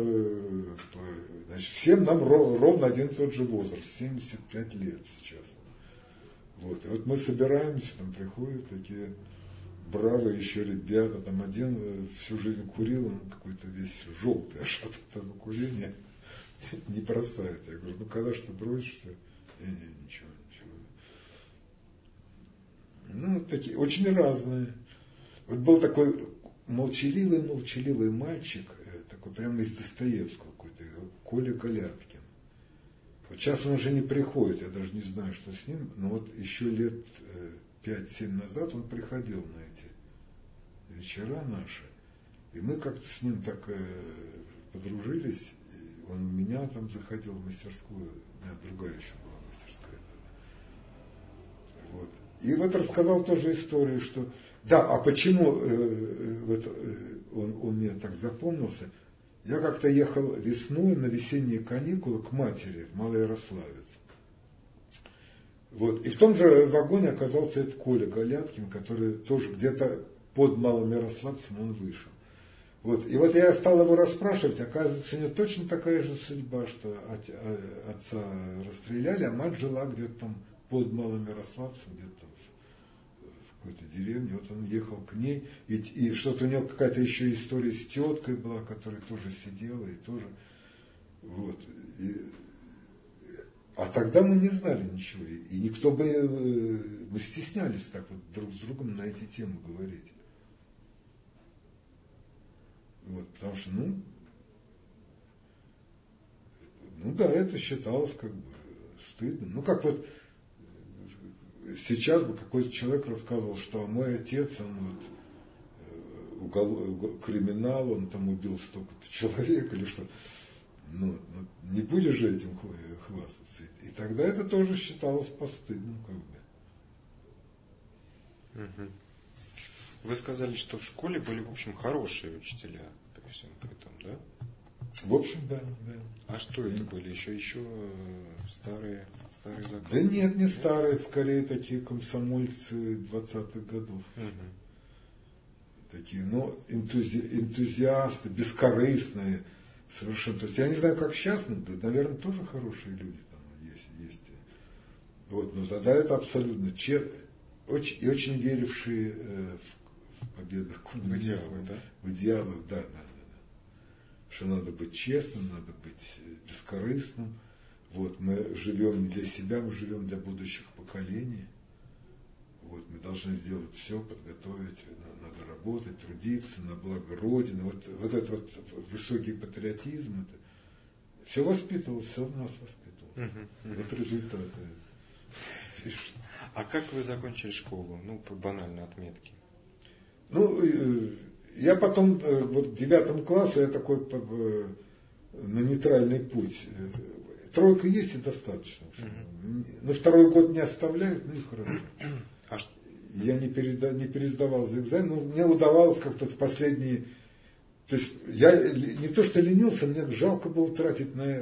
всем нам ровно один и тот же возраст, 75 лет сейчас. Вот. И вот мы собираемся, там приходят такие бравые еще ребята, там один всю жизнь курил, он какой-то весь желтый, аж от этого курения не бросает. Я говорю, ну когда ж ты бросишься? Ничего. Ну, такие, очень разные. Вот был такой молчаливый мальчик, такой прямо из Достоевского какой-то, Коля Галяткин. Вот сейчас он уже не приходит, я даже не знаю, что с ним, но вот еще лет 5-7 назад он приходил на эти вечера наши, и мы как-то с ним так подружились, он у меня там заходил в мастерскую, у меня другая еще была мастерская. Вот. И вот рассказал тоже историю, что... Да, а почему он мне так запомнился? Я как-то ехал весной на весенние каникулы к матери в Малоярославец. Вот. И в том же вагоне оказался этот Коля Галяткин, который тоже где-то под Малым Ярославцем он вышел. Вот. И вот я стал его расспрашивать, оказывается, у него точно такая же судьба, что отца расстреляли, а мать жила где-то там под Малым Ярославцем, где-то там в какой-то деревне. Вот он ехал к ней, и что-то у него какая-то еще история с теткой была, которая тоже сидела и тоже. Вот. А тогда мы не знали ничего, и никто бы, мы стеснялись так вот друг с другом на эти темы говорить. Вот, потому что, да, это считалось как бы стыдно. Ну, как вот сейчас бы какой-то человек рассказывал, что мой отец, он вот криминал, он там убил столько-то человек или что. Ну, не будешь же этим хвастаться. И тогда это тоже считалось постыдным, как бы. Вы сказали, что в школе были, в общем, хорошие учителя, при всем при этом, да? В общем, да. А что это были? Еще старые законы? Да нет, не старые, скорее такие комсомольцы 20-х годов. Такие, энтузиасты, бескорыстные совершенно. То есть я не знаю, как сейчас, но, наверное, тоже хорошие люди там есть. Вот, но тогда это абсолютно очень верившие в победу коммунизма. В идеалы, да. Что надо быть честным, надо быть бескорыстным. Вот, мы живем не для себя, мы живем для будущих поколений. Вот, мы должны сделать все, подготовить, надо работать, трудиться на благо Родины. Вот этот вот высокий патриотизм, это все воспитывалось, все в нас воспитывалось. Вот результаты. А как вы закончили школу? По банальной отметке. Я потом, вот в 9 классе, я такой на нейтральный путь. тройка есть и достаточно. На второй год не оставляют, ну и хорошо. Я не пересдавал за экзамен, но мне удавалось как-то в последние... То есть я не то что ленился, мне жалко было тратить на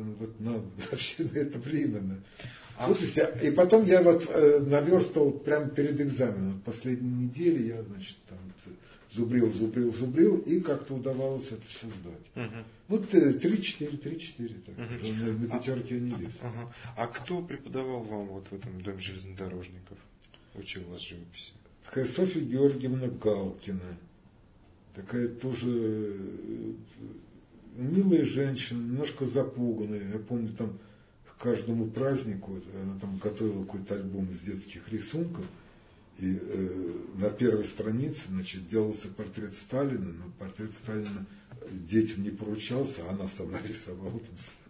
это время. И потом я наверстывал прямо перед экзаменом. Последние недели я, значит, там зубрил, и как-то удавалось это все сдать. Вот 3-4, так. На пятерке я не лез. А кто преподавал вам вот в этом доме железнодорожников? Учил вас живописи? Такая Софья Георгиевна Галкина. Такая тоже милая женщина, немножко запуганная. Я помню, там к каждому празднику она там готовила какой-то альбом из детских рисунков. И на первой странице, значит, делался портрет Сталина, но портрет Сталина детям не поручался, а она сама рисовала.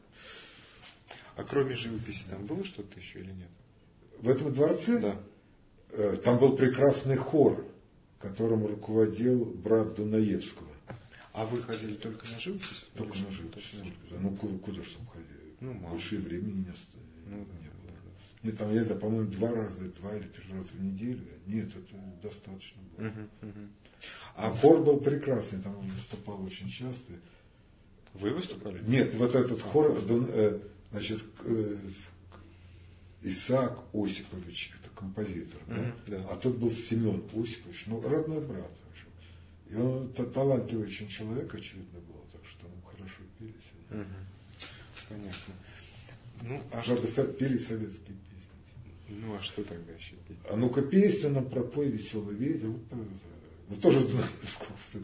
А кроме живописи там было что-то еще или нет? В этом дворце? Да. Там был прекрасный хор, которым руководил брат Дунаевского. А вы ходили только на живопись? Только на живопись. Ну, куда же там ходили? Ну, мало. Больше времени не было. Нет, там, я знаю, по-моему, 2 или 3 раза в неделю. Нет, это достаточно было. А хор был прекрасный, там он выступал очень часто. Вы выступали? Нет, вот этот хор, значит, Исаак Осипович, это композитор, да? А тот был Семен Осипович, ну, родной брат. И он талантливый очень человек, очевидно, был, так что ему хорошо пели сегодня. Понятно. Ну, правда, пели советские песни. Ну, а что тогда еще петь? А ну-ка, песню нам пропой, веселый ветер. Вот тоже искусство.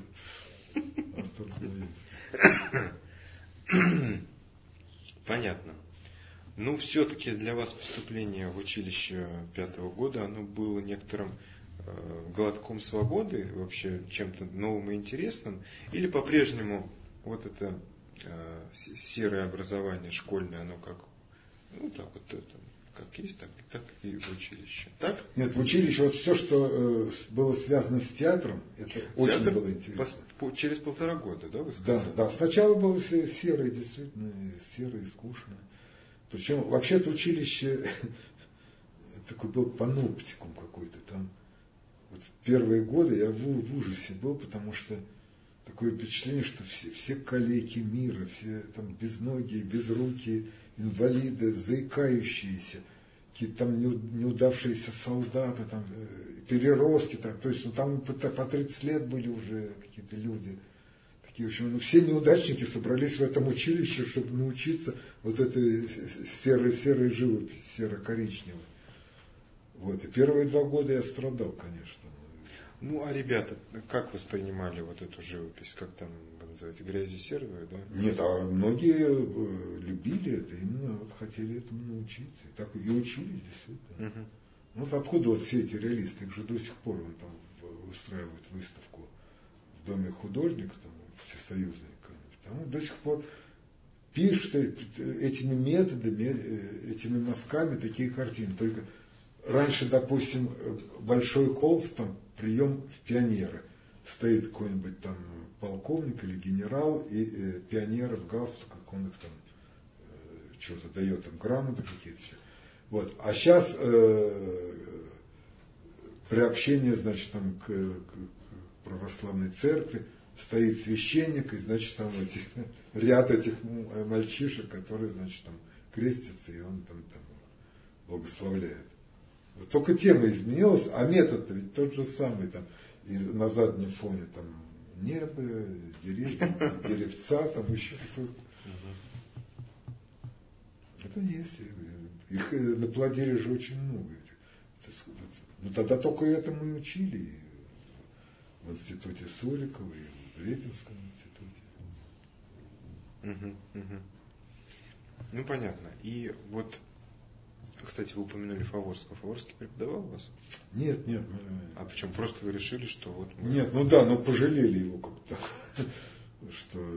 Понятно. Ну, все-таки для вас поступление в училище 5-го года, оно было некоторым глотком свободы, вообще чем-то новым и интересным, или по-прежнему вот это серое образование школьное, оно как, ну, так вот это, как есть, так и в училище. Так? Нет, в училище вот все, что было связано с театром, это очень было интересно. Через 1,5 года, да, вы сказали? Да. Сначала было все серое, действительно, серое и скучно. Причем вообще-то училище такой был паноптикум какой-то там. Вот в первые годы я в ужасе был, потому что такое впечатление, что все калеки мира, все там безногие, безрукие, инвалиды, заикающиеся, какие-то там неудавшиеся солдаты, там, переростки, там, то есть там по 30 лет были уже какие-то люди. Такие, в общем, все неудачники собрались в этом училище, чтобы научиться вот этой серой живописи, серо-коричневой. Вот. И первые 2 года я страдал, конечно. Ну, а ребята, как воспринимали вот эту живопись? Как там, вы называете, грязи серую, да? Нет, а многие любили это, именно вот хотели этому научиться. И так и учились, действительно. Вот откуда вот все эти реалисты, их же до сих пор там устраивают выставку в Доме художника, там, всесоюзной, там до сих пор пишут этими методами, этими мазками такие картины. Только раньше, допустим, большой холст, там, прием в пионеры. Стоит какой-нибудь там полковник или генерал, и пионеры в галстуках, он их там что-то дает, им грамоты какие-то. Вот. А сейчас приобщение, значит, там, к православной церкви стоит священник, и, значит, там ряд этих мальчишек, которые, значит, там крестятся, и он там благословляет. Вот только тема изменилась, а метод-то ведь тот же самый, там, и на заднем фоне там небо, деревья, деревца, там еще что-то. Это есть. Их наплодили же очень много. Ну тогда только этому и учили. В институте Сурикова, и в Репинском институте. Ну понятно. И вот, кстати, вы упомянули Фаворского. Фаворский преподавал у вас? Нет. А почему? Просто вы решили, что вот... Нет, ну да, но пожалели его как-то. Что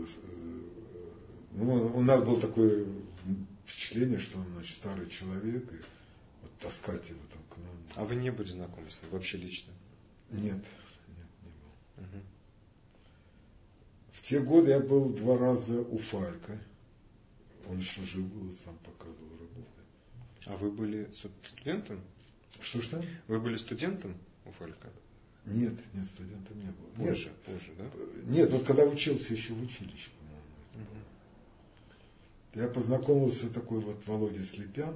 у нас было такое впечатление, что он, значит, старый человек, и вот таскать его там к нам. А вы не были знакомы с ним вообще лично? Нет, не был. В те годы я был 2 раза у Фалька. Он еще жив был, сам показывал работы. А вы были студентом? Что? Вы были студентом у Фалька? Нет, студентом не был. Позже, да? Нет, вот когда учился еще в училище, по-моему. Я познакомился такой вот Володя Слепян,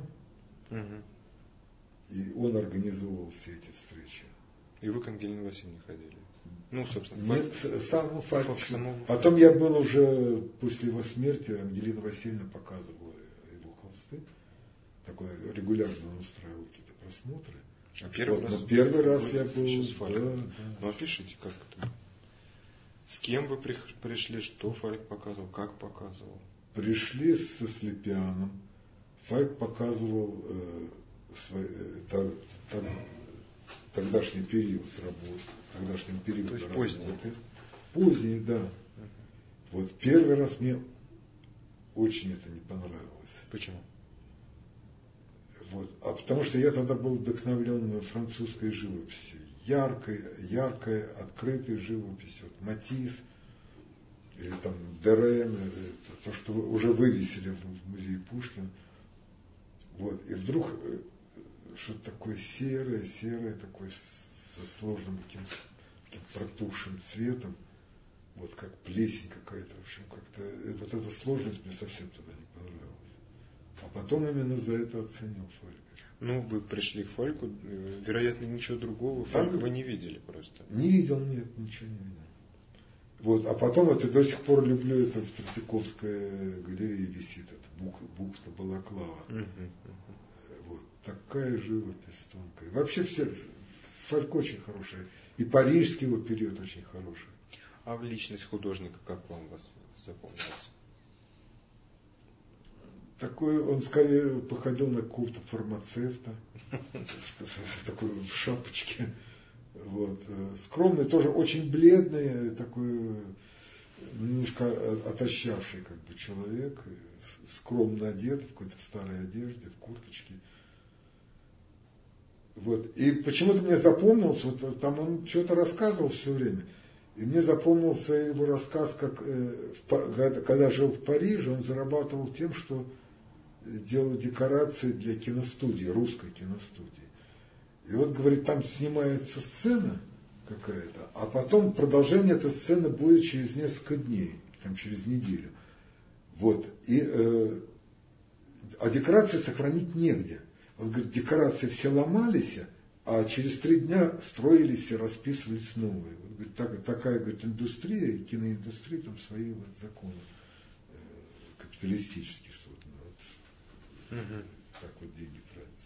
и он организовывал все эти встречи. И вы к Ангелине Васильевне ходили? Ну, собственно, нет, сам Фальк. самому... Потом я был уже после его смерти, Ангелина Васильевна показывала его холсты. Такое регулярно он устраивал какие-то просмотры. А первый раз? Первый раз я был. Да. Ну, опишите, как это. С кем вы пришли, что Фальк показывал, как показывал? Пришли со Слепяном. Фальк показывал тогдашний период работы. То есть поздний. Поздний, да. Вот первый раз мне очень это не понравилось. Почему? Вот. А потому что я тогда был вдохновлен французской живописью. Яркой, открытой живописью. Вот Матисс, или там Дерен, то, что уже вывесили в музее Пушкина. Вот. И вдруг что-то такое серое, такое со сложным каким-то протухшим цветом, вот как плесень какая-то, в общем, как-то, вот эта сложность мне совсем тогда не понравилась. А потом именно за это оценил Фалька. Ну, вы пришли к Фальку, вероятно, ничего другого Фалька вы не видели просто. Не видел, нет, ничего не видел. Вот, а потом вот и до сих пор люблю, это в Третьяковской галерее висит, это бухта Балаклава. Вот, такая живопись тонкая. Вообще все, Фальк очень хороший. И парижский его период очень хороший. А личность художника, как вам вас запомнилась? Такой, он скорее походил на какого-то фармацевта, такой в шапочке. Вот. Скромный, тоже очень бледный, такой немножко отощавший как бы человек, скромно одет, в какой-то старой одежде, в курточке. Вот. И почему-то мне запомнился, вот там он что-то рассказывал все время, и мне запомнился его рассказ, как когда жил в Париже, он зарабатывал тем, что делал декорации для киностудии, русской киностудии. И вот, говорит, там снимается сцена какая-то, а потом продолжение этой сцены будет через несколько дней, там через неделю. Вот. А декорации сохранить негде. Он говорит, декорации все ломались, а через 3 дня строились и расписывались новые. Вот, говорит, такая, говорит, индустрия, киноиндустрия, там свои вот законы капиталистические, что вот, так вот деньги тратятся.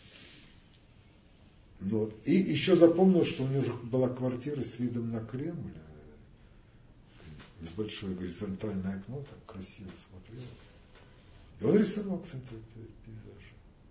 Вот. И еще запомнил, что у него уже была квартира с видом на Кремль, небольшое горизонтальное окно, так красиво смотрелось. И он рисовал, кстати, этот пейзаж.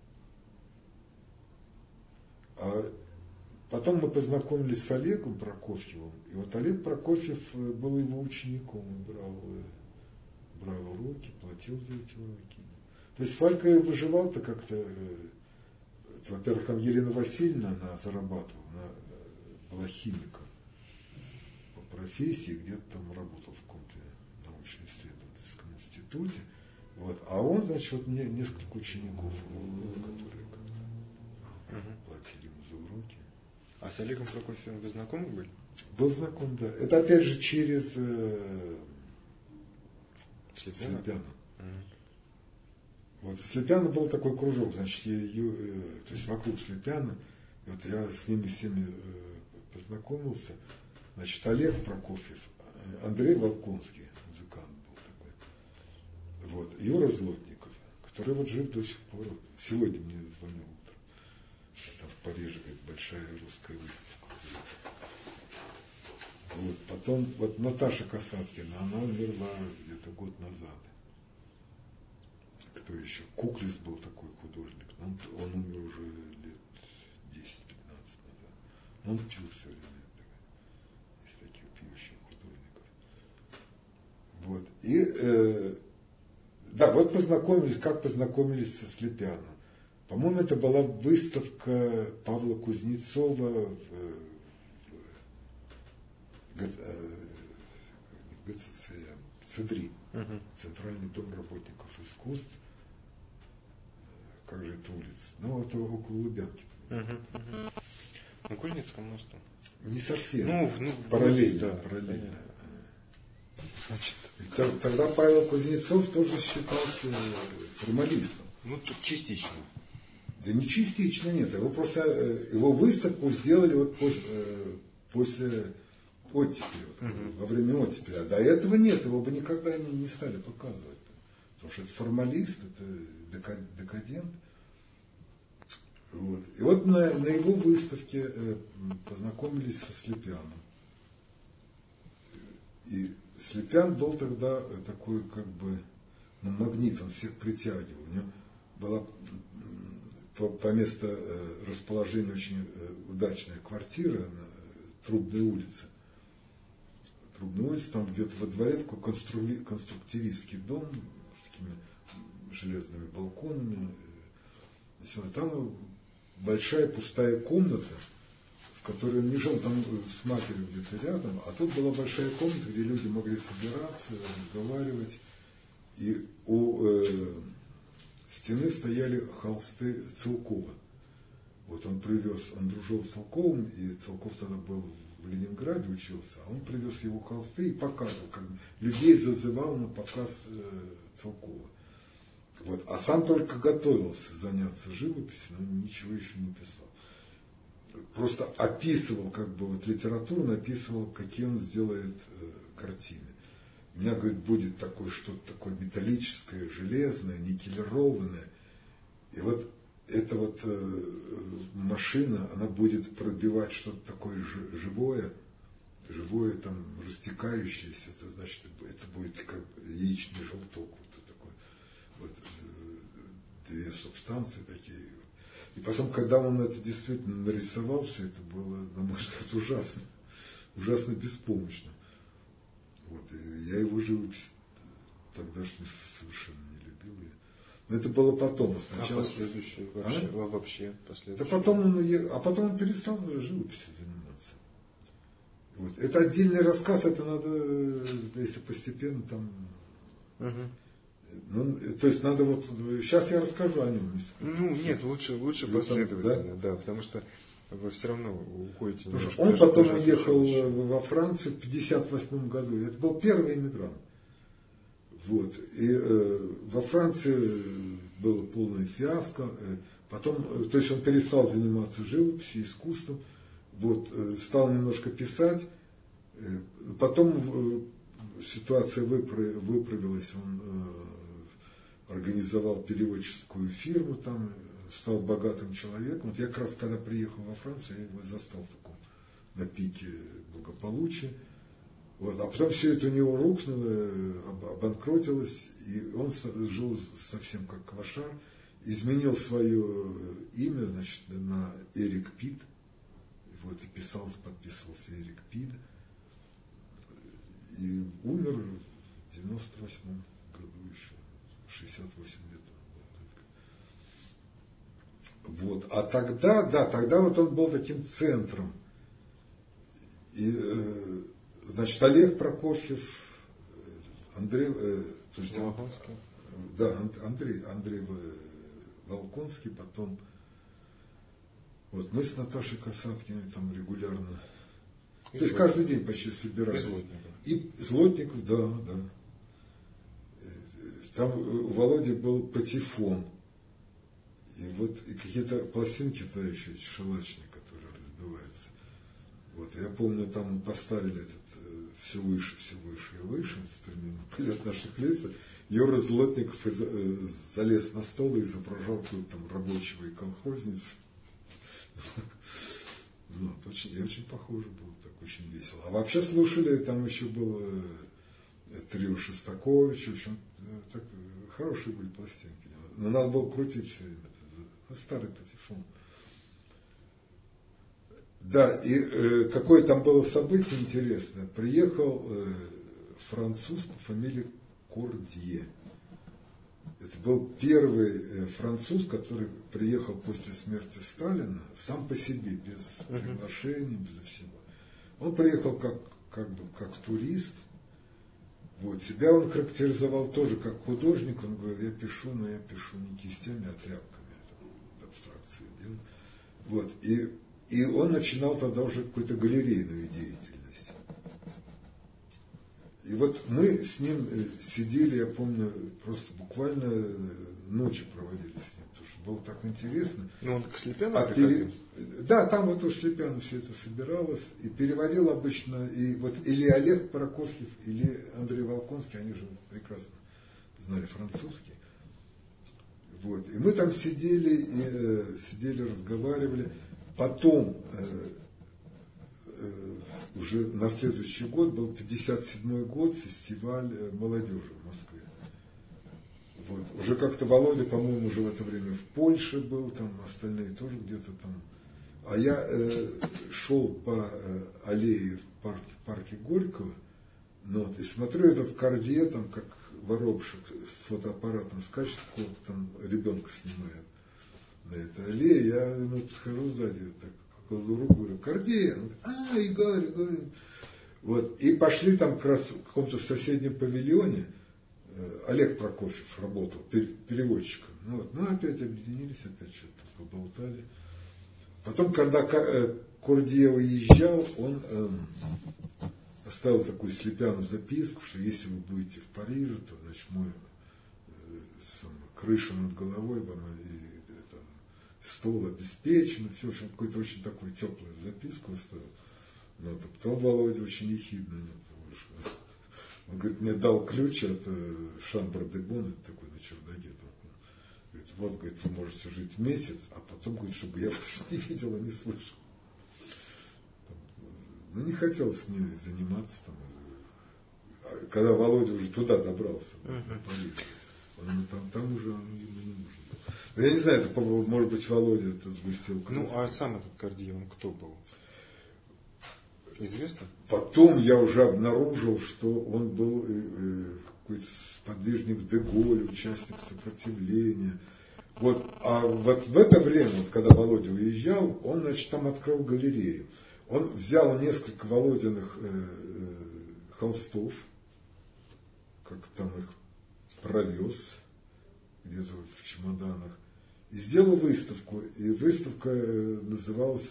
А потом мы познакомились с Олегом Прокофьевым, и вот Олег Прокофьев был его учеником, он брал уроки, платил за эти уроки. То есть Фалька выживал-то как-то, во-первых, Ангелина Васильевна, она зарабатывала, она была химиком по профессии, где-то там работал в каком-то научно-исследовательском институте. Вот. А он, значит, вот мне несколько учеников, которые платили ему за уроки. А с Олегом Прокофьевым вы знакомы были? Был знаком, да. Это опять же через Слепяна. Вот. У Слепяна был такой кружок, значит, то есть вокруг Слепяна, и вот я с ними всеми познакомился. Значит, Олег Прокофьев, Андрей Волконский, музыкант был такой. Вот. Юра Злотников, который вот жив до сих пор. Сегодня мне звонил утром. Там в Париже, говорит, большая русская выставка. Вот. Потом вот Наташа Касаткина, она умерла где-то год назад. Кто еще? Куклис был такой художник. Он умер уже лет 10-15 назад. Он пил все время. Из таких пьющих художников. Вот. И да, вот познакомились со Слепяном. По-моему, это была выставка Павла Кузнецова в ГЦЦ, ЦДРИ, Центральный дом работников искусств. Как же это улица? Ну, это около Лубянки. На Кузнецком мосту. Не совсем. Ну, параллельно. Да, параллельно. Значит, Тогда Павел Кузнецов тоже считался формалистом. ну, тут частично. Да не частично, нет. Его выставку сделали вот после оттепели, во время оттепели. А до этого нет, его бы никогда не стали показывать. Потому что это формалист, это декадент. Вот. И вот на его выставке познакомились со Слепяном. И Слепян был тогда такой как бы магнит, он всех притягивал. У него была по месту расположения очень удачная квартира на Трубной улице. Трубная улица, там где-то во дворе такой конструктивистский дом с такими железными балконами. Там большая пустая комната, в которой он не жил, там с матерью где-то рядом, а тут была большая комната, где люди могли собираться, разговаривать. И у стены стояли холсты Целкова. Вот он дружил с Целковым, и Целков тогда был в Ленинграде, учился, а он привез его холсты и показывал, как людей зазывал на показ Целкова. Вот. А сам только готовился заняться живописью, но ничего еще не писал. Просто описывал, как бы вот литературно описывал, какие он сделает картины. У меня, говорит, будет что-то такое металлическое, железное, никелированное. И вот эта вот машина, она будет пробивать что-то такое живое, там растекающееся. Это значит, это будет как яичный желток. Вот две субстанции такие. И потом, когда он это действительно нарисовал, все это было, на мой взгляд, ужасно. Ужасно беспомощно. Вот. И я его живопись тогдашний совершенно не любил. Но это было потом. Сначала последующее вообще последующее. Да потом он перестал живописью заниматься. Вот. Это отдельный рассказ, это надо, если постепенно там. Ну, то есть надо вот. Сейчас я расскажу о нем. Ну, нет, лучше последовательно, да, потому что вы все равно уходите немножко. Он потом уехал во Францию в 1958 году. Это был первый эмигрант. Вот. И во Франции было полное фиаско. Потом, то есть он перестал заниматься живописью, искусством. Вот, стал немножко писать. Потом ситуация выправилась. Он организовал переводческую фирму, там стал богатым человеком. Вот я как раз когда приехал во Францию, я его застал в таком на пике благополучия. Вот. А потом все это у него рухнуло, обанкротилось, и он жил совсем как клошар, изменил свое имя, значит, на Эрик Пид. Вот, и подписывался Эрик Пид. И умер в 98 году еще. 68 лет он был только. Вот. А тогда вот он был таким центром. И, значит, Олег Прокофьев, Андрей, то есть, да, Андрей Волконский, потом вот мы с Наташей Касаткиной там регулярно, то есть каждый день почти собирались. И Злотников, да. Там у Володи был патефон. И вот и какие-то пластинки тогда еще шелачные, которые разбиваются. Вот, я помню, там поставили все выше и выше, полет наших лиц. Юра Злотников залез на стол и изображал какого-то там рабочего и колхозницу. Я очень похож был, так очень весело. А вообще слушали, там еще было трио Шостаковича, в общем, так, хорошие были пластинки. Но надо было крутить все время. Старый патефон. Да, и какое там было событие интересное. Приехал француз по фамилии Кордье. Это был первый француз, который приехал после смерти Сталина сам по себе, без приглашений, без всего. Он приехал как турист. Вот. Себя он характеризовал тоже как художник. Он говорил, я пишу, но я пишу не кистями, а тряпками. Это абстракции делаю. Вот. И он начинал тогда уже какую-то галерейную деятельность. И вот мы с ним сидели, я помню, просто буквально ночи проводили с ним, потому что было так интересно. Ну, он к Слепяну приходил? Да, там вот у Слепяна все это собиралось, и переводил обычно, и вот или Олег Прокофьев, или Андрей Волконский, они же прекрасно знали французский. Вот. И мы там сидели, разговаривали. Потом, уже на следующий год, был 57-й год, фестиваль молодежи в Москве. Вот. Уже как-то Володя, по-моему, уже в это время в Польше был, там остальные тоже где-то там. А я шел по аллее в парке Горького, ну, вот, и смотрю, этот Кордье, там, как воробушек с фотоаппаратом скачет, какого-то там ребенка снимает на этой аллее. Я ему подхожу сзади, так, кладу руку, говорю, Кордье. Он говорит, Игорь. Вот. И пошли там как раз в каком-то соседнем павильоне. Олег Прокофьев работал переводчиком. Ну, вот. Мы опять объединились, опять что-то поболтали. Потом, когда Кордье уезжал, он оставил такую Слепяну записку, что если вы будете в Париже, то, значит, мой крыша над головой вам и стол обеспечен. Все, в общем, какую-то очень такую теплую записку оставил. Ну, а потом Володя очень ехидно вышел. Он говорит, мне дал ключ от Шамбр-де-Бон, это такой на чердаке. Говорит, вот, говорит, вы можете жить месяц, а потом, говорит, чтобы я вас не видел и не слышал. Ну, не хотел с ней заниматься. Когда Володя уже туда добрался, на Париж, там уже ему не нужно было. Но я не знаю, это, может быть, Володя это сгустил краску. Ну, а сам этот Кордье, он кто был? Известно? Потом я уже обнаружил, что он был какой-то сподвижник Де-Голля, участник сопротивления. Вот. А вот в это время, вот, когда Володя уезжал, он, значит, там открыл галерею. Он взял несколько Володиных холстов, как там их провез, где-то в чемоданах, и сделал выставку. И выставка называлась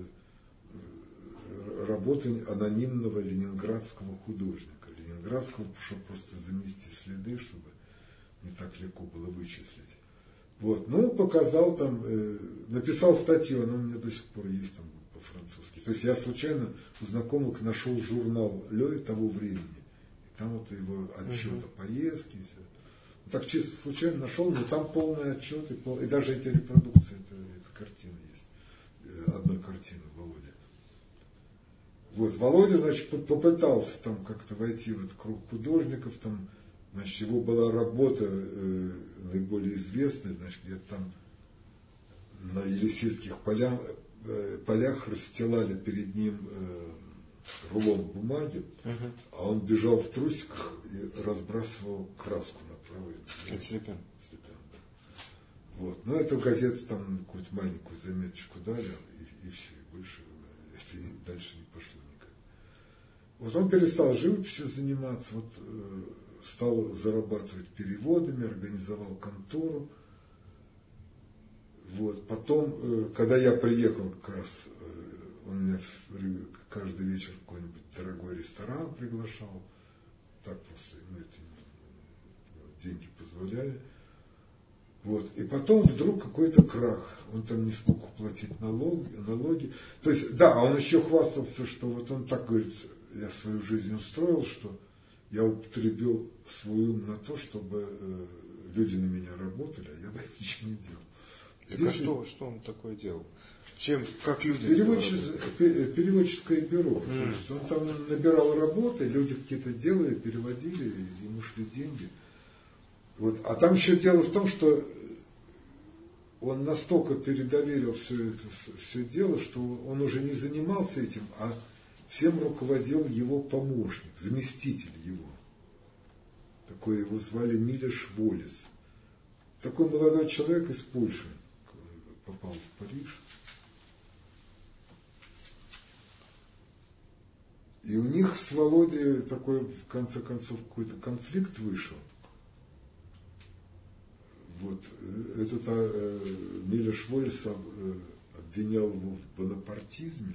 «Работы анонимного ленинградского художника». Ленинградского, чтобы просто замести следы, чтобы не так легко было вычислить. Вот. Ну, показал там, написал статью, она у меня до сих пор есть там по-французски. То есть я случайно у знакомых нашел журнал «Лёй» того времени. И там вот его отчет о поездке. И все. Так чисто случайно нашел, но там полный отчет. И даже эти репродукции, это картина есть. Одной картины Володя. Вот. Володя, значит, попытался там как-то войти в этот круг художников. Там, значит, его была работа наиболее известная, значит, где-то там на Елисейских полях расстилали перед ним рулон бумаги, а он бежал в трусиках и разбрасывал краску направо. Это Слепян. Да. Вот. Ну, эту газету там какую-то маленькую заметочку дали, и все, и больше дальше не пошло никак. Вот он перестал живописью заниматься, вот стал зарабатывать переводами, организовал контору. Вот. Потом, когда я приехал как раз, он меня каждый вечер в какой-нибудь дорогой ресторан приглашал. Так просто ему это деньги позволяли. Вот. И потом вдруг какой-то крах. Он там не смог уплатить налоги. То есть, да, он еще хвастался, что вот он так говорит, я свою жизнь устроил, что я употребил свой ум на то, чтобы люди на меня работали, а я бы ничего не делал. Так а что он такое делал? Как люди? Переводческое бюро. То есть он там набирал работы, люди какие-то делали, переводили, ему шли деньги. Вот. А там еще дело в том, что он настолько передоверил все дело, что он уже не занимался этим, а всем руководил его помощник, заместитель его. Такой его звали Милеш Волес. Такой молодой человек из Польши попал в Париж. И у них с Володей такой, в конце концов, какой-то конфликт вышел. Вот. Этот Милош Вольс обвинял его в бонапартизме,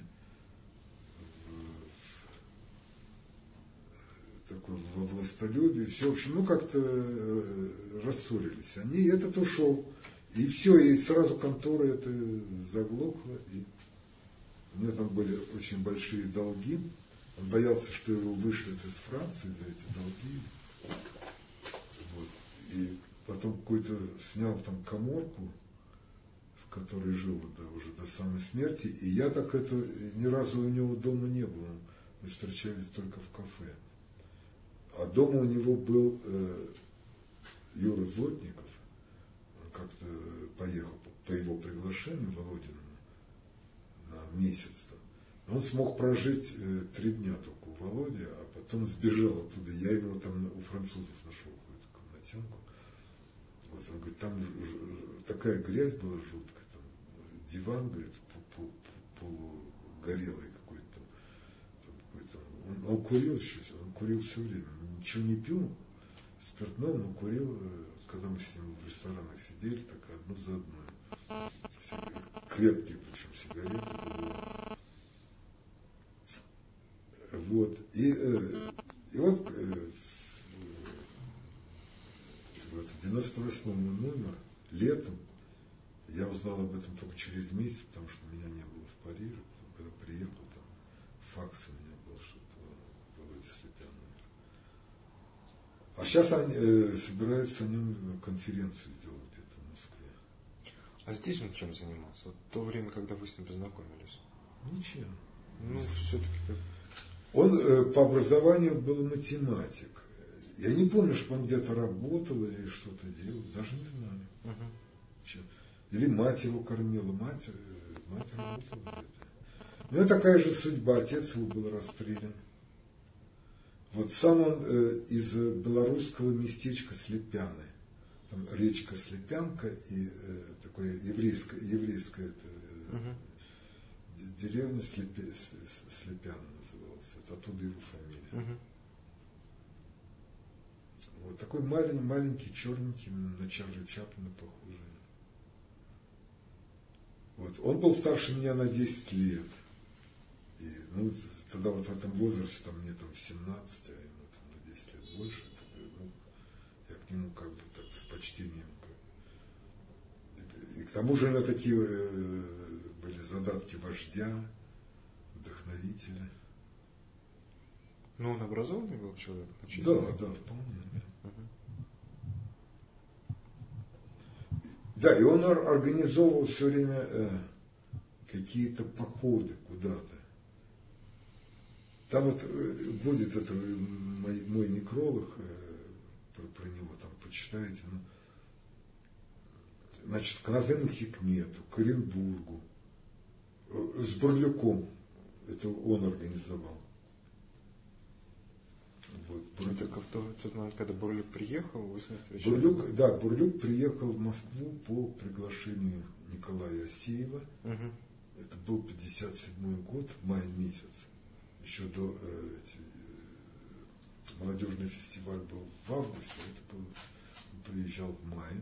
такой во властолюбии, все, в общем, как-то рассорились они, и этот ушел. И все, и сразу контора это заглохла, и у него там были очень большие долги. Он боялся, что его вышлют из Франции за эти долги. Вот. И потом какой-то снял там каморку, в которой жил уже до самой смерти. И я так ни разу у него дома не был. Мы встречались только в кафе. А дома у него был Юра Злотников. Он как-то поехал по его приглашению Володиному на месяц там. Он смог прожить 3 дня только у Володи, а потом сбежал оттуда. Я его там у французов нашел какую-то комнатенку. Вот он говорит, там такая грязь была жуткая, там диван, говорит, полугорелый какой-то. Он курил еще, он курил все время. Он ничего не пил, спиртного, но курил, когда мы с ним в ресторанах сидели, так одну за одной. Крепкие, причем сигареты были. Вот. И вот в 98-м номер, летом, я узнал об этом только через месяц, потому что меня не было в Париже. Когда приехал, там факс у меня был, что Володя Слепян умер. А сейчас они собираются о нем конференцию сделать где-то в Москве. А здесь он чем занимался? Вот то время, когда вы с ним познакомились? Ничем. Ну, все-таки как... Он по образованию был математик. Я не помню, что он где-то работал или что-то делал, даже не знаю. Или мать его кормила, мать работала где-то. У него такая же судьба, отец его был расстрелян. Вот сам он из белорусского местечка Слепяны. Там речка Слепянка и такое еврейская деревня Слепяна называлась. Это оттуда его фамилия. Вот такой маленький, черненький, на Чарли Чаплина похожий. Вот. Он был старше меня на 10 лет. И, тогда вот в этом возрасте, там, мне там 17, а ему там на 10 лет больше. Я к нему как бы так с почтением. И к тому же у него такие были задатки вождя, вдохновителя. Ну, он образованный был человек? Да, вполне. Да, и он организовывал все время какие-то походы куда-то. Там вот будет это мой некролог, про него там почитаете. Значит, к Назым Хикмету, к Оренбургу, с Бурлюком. Это он организовал. Вот, это в тот момент, когда Бурлюк приехал, вы с ним встречались? Бурлюк приехал в Москву по приглашению Николая Асеева. Это был 57 год, май месяц. Еще до молодежный фестиваль был в августе, он приезжал в мае.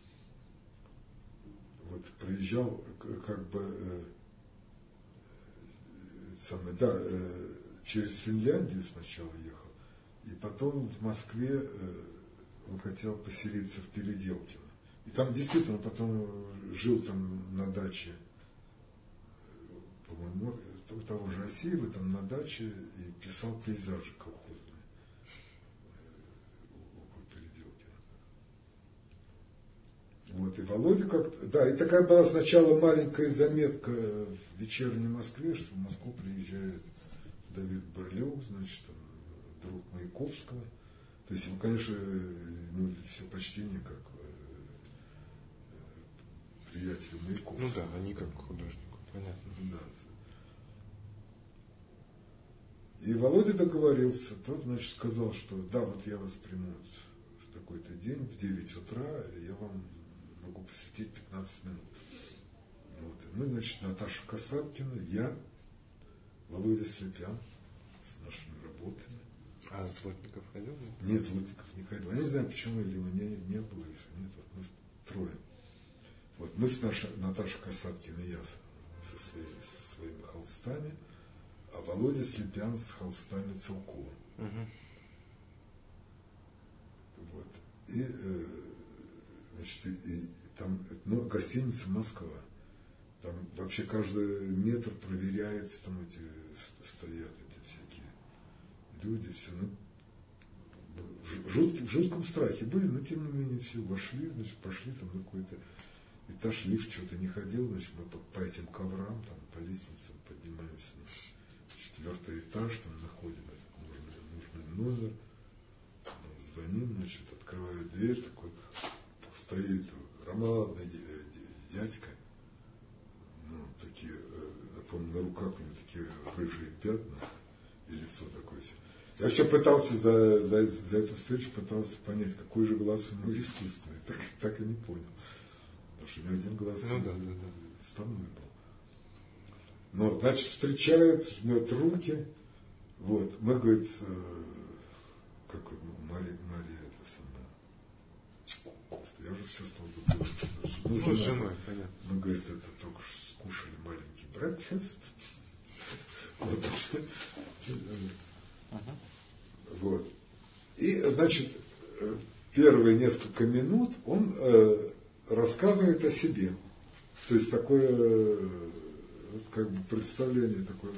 Вот приезжал как бы через Финляндию сначала ехал. И потом в Москве он хотел поселиться в Переделкино. И там действительно потом жил там на даче, по-моему, у того же Асеева, там на даче, и писал пейзажи колхозные около Переделкина. Вот, и Володя как-то... Да, и такая была сначала маленькая заметка в «Вечерней Москве», что в Москву приезжает Давид Бурлюк, значит, там, друг Маяковского. То есть ему, конечно, все почтение как приятелю Маяковского. Ну да, они как художнику, понятно. Да. И Володя договорился. Тот, значит, сказал, что да, вот я вас приму в такой-то день, в 9 утра, я вам могу посвятить 15 минут. Вот. И мы, значит, Наташа Касаткина, я, Володя Слепян, нашими работами. А Злотников ходил? Нет, Злотников не ходил. Я не знаю, почему, или его не было, или нет. Вот мы трое. Вот мы с Наташей Касаткиной и я со своими холстами, а Володя Слепян с холстами Целкова. Вот. И, значит, и там, ну, гостиница Москва. Там вообще каждый метр проверяется, там эти стоят эти всякие люди, все. Ну, в жутком страхе были, но тем не менее все вошли, значит, пошли там на какой-то этаж, лифт что-то не ходил, значит, мы по этим коврам, там, по лестницам поднимаемся на 4-й этаж, там находим нужный номер, звоним, значит, открывает дверь, такой стоит громадный дядька, ну, такие, я помню, на руках у него такие рыжие пятна, и лицо такое все. Я все пытался за эту встречу пытался понять, какой же глаз у него искусственный, так и не понял. Потому что ни один глаз вставной был. Но, значит, встречают, жмет руки, вот, мы, говорит, как Мария это самая, я уже все стал забывать. Ну, с женой, понятно. Мы, говорит, это только что скушали маленький брекфаст. Вот. И, значит, первые несколько минут он рассказывает о себе. То есть такое, как бы, представление такое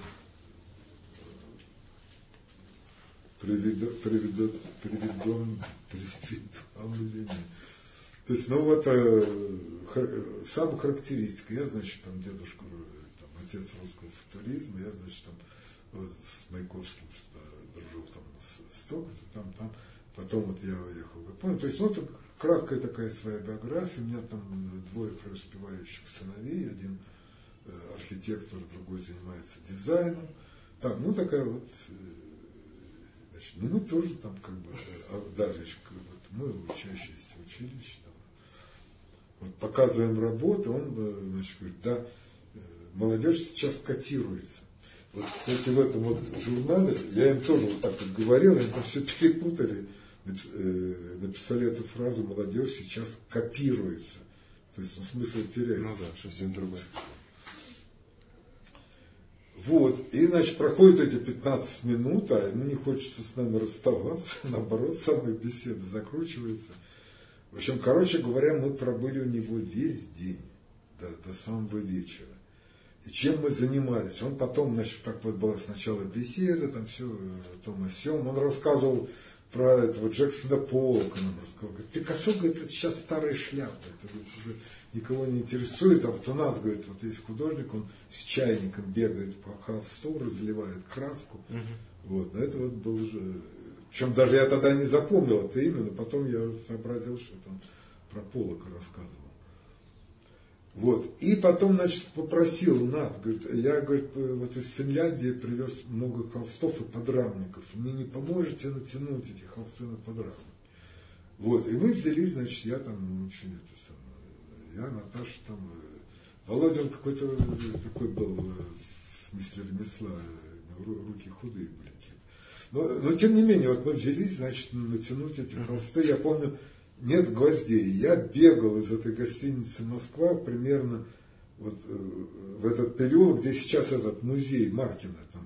приведомление. То есть, ну вот, самая характеристика. Я, значит, там дедушка, там, отец русского футуризма, я, значит, там с Маяковским дружил там там. Потом вот я уехал в Японию. То есть, ну, это краткая такая своя биография. У меня там двое преуспевающих сыновей. Один архитектор, другой занимается дизайном. Там, ну, такая вот, значит, ну, мы тоже там, как бы, даже вот мы, учащиеся училища, там, вот показываем работу, он, значит, говорит, да, молодежь сейчас котируется. Вот, кстати, в этом вот журнале, я им тоже вот так вот говорил, они там все перепутали, написали эту фразу «молодежь сейчас копируется». То есть, смысл теряется. Ну да, совсем другое. Вот, и, значит, проходят эти 15 минут, а ему не хочется с нами расставаться, наоборот, самая беседа закручивается. В общем, короче говоря, мы пробыли у него весь день, до самого вечера. И чем мы занимались? Он потом, значит, так вот была сначала беседа, там все, о том о сём. Он рассказывал про этого Джексона Поллока, нам рассказал. Говорит, Пикассо, говорит, это сейчас старая шляпа, это уже никого не интересует. А вот у нас, говорит, вот есть художник, он с чайником бегает по холсту, разливает краску. Вот, но это вот был же... Причем даже я тогда не запомнил это имя, но потом я сообразил, что это он про Поллока рассказывал. Вот. И потом, значит, попросил нас, говорит, я, говорит, вот из Финляндии привез много холстов и подрамников. Мне не поможете натянуть эти холсты на подрамник? Вот. И мы взялись, значит, я там, очень это самое, я, Наташа там, Володин какой-то такой был, в смысле ремесла, руки худые были. Но тем не менее, вот мы взялись, значит, натянуть эти холсты. Я помню, нет гвоздей. Я бегал из этой гостиницы «Москва» примерно вот в этот период, где сейчас этот музей Маркина, там,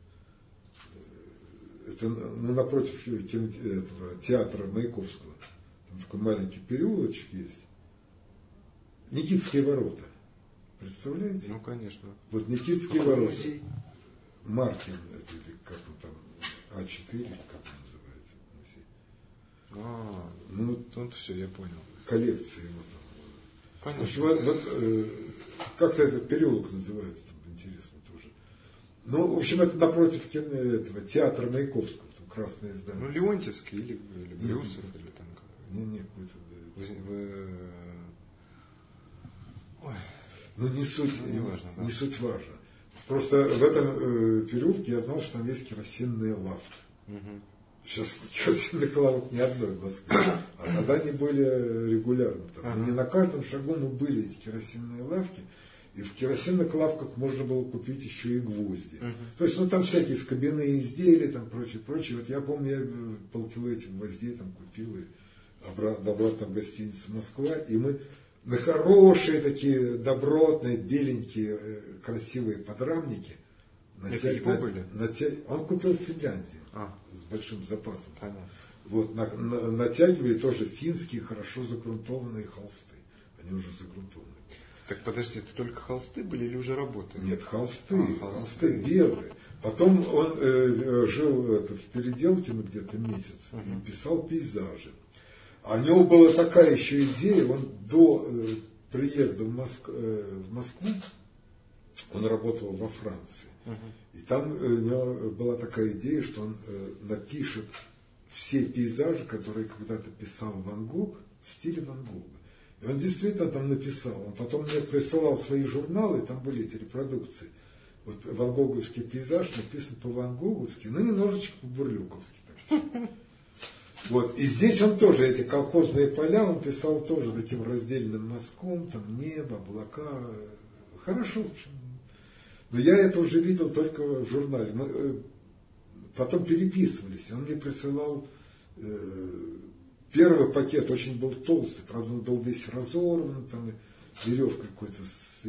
это, ну, напротив этого театра Маяковского. Там такой маленький переулочек есть. Никитские ворота. Представляете? Ну, конечно. Вот Никитские ворота. Музей? Маркин, или как он там, А4, как он называется, музей. Ну, тут все, я понял. Коллекции его там. Конечно. Вот как-то этот переулок называется, там интересно тоже. Ну, в общем, это напротив этого театра Маяковского, там красное здание. Ну, Леонтьевский или Брюсов, или там как. Не, какой-то. Ой. Ну, не суть, не важно, да. Не суть важно. Просто в этом переулке я знал, что там есть керосинные лавки. Сейчас керосинных лавок ни одной в Москве. А тогда они были регулярно. Там. Не на каждом шагу, но были эти керосинные лавки. И в керосинных лавках можно было купить еще и гвозди. То есть, ну там всякие скобяные изделия, там прочее. Вот я помню, я полкило этих гвоздей там купил и обратно в гостиницу Москва. И мы на хорошие такие добротные, беленькие, красивые подрамники. Это его были? Он купил в Финляндии с большим запасом. Понятно. Вот, натягивали тоже финские, хорошо загрунтованные холсты. Они уже загрунтованы. Так подожди, это только холсты были или уже работы? Нет, холсты белые. Потом он жил в Переделке где-то месяц и писал пейзажи. А у него была такая еще идея, он до приезда в Москву, он работал во Франции. И там у него была такая идея, что он напишет все пейзажи, которые когда-то писал Ван Гог, в стиле Ван Гога. И он действительно там написал. Он потом мне присылал свои журналы, и там были эти репродукции. Вот ван Гоговский пейзаж написан по-ван Гоговски, но немножечко по-бурлюковски. Вот. И здесь он тоже, эти колхозные поля, он писал тоже таким раздельным мазком, там небо, облака. Хорошо, в общем. Но я это уже видел только в журнале. Мы потом переписывались. Он мне присылал первый пакет, очень был толстый, правда он был весь разорван, там веревкой какой-то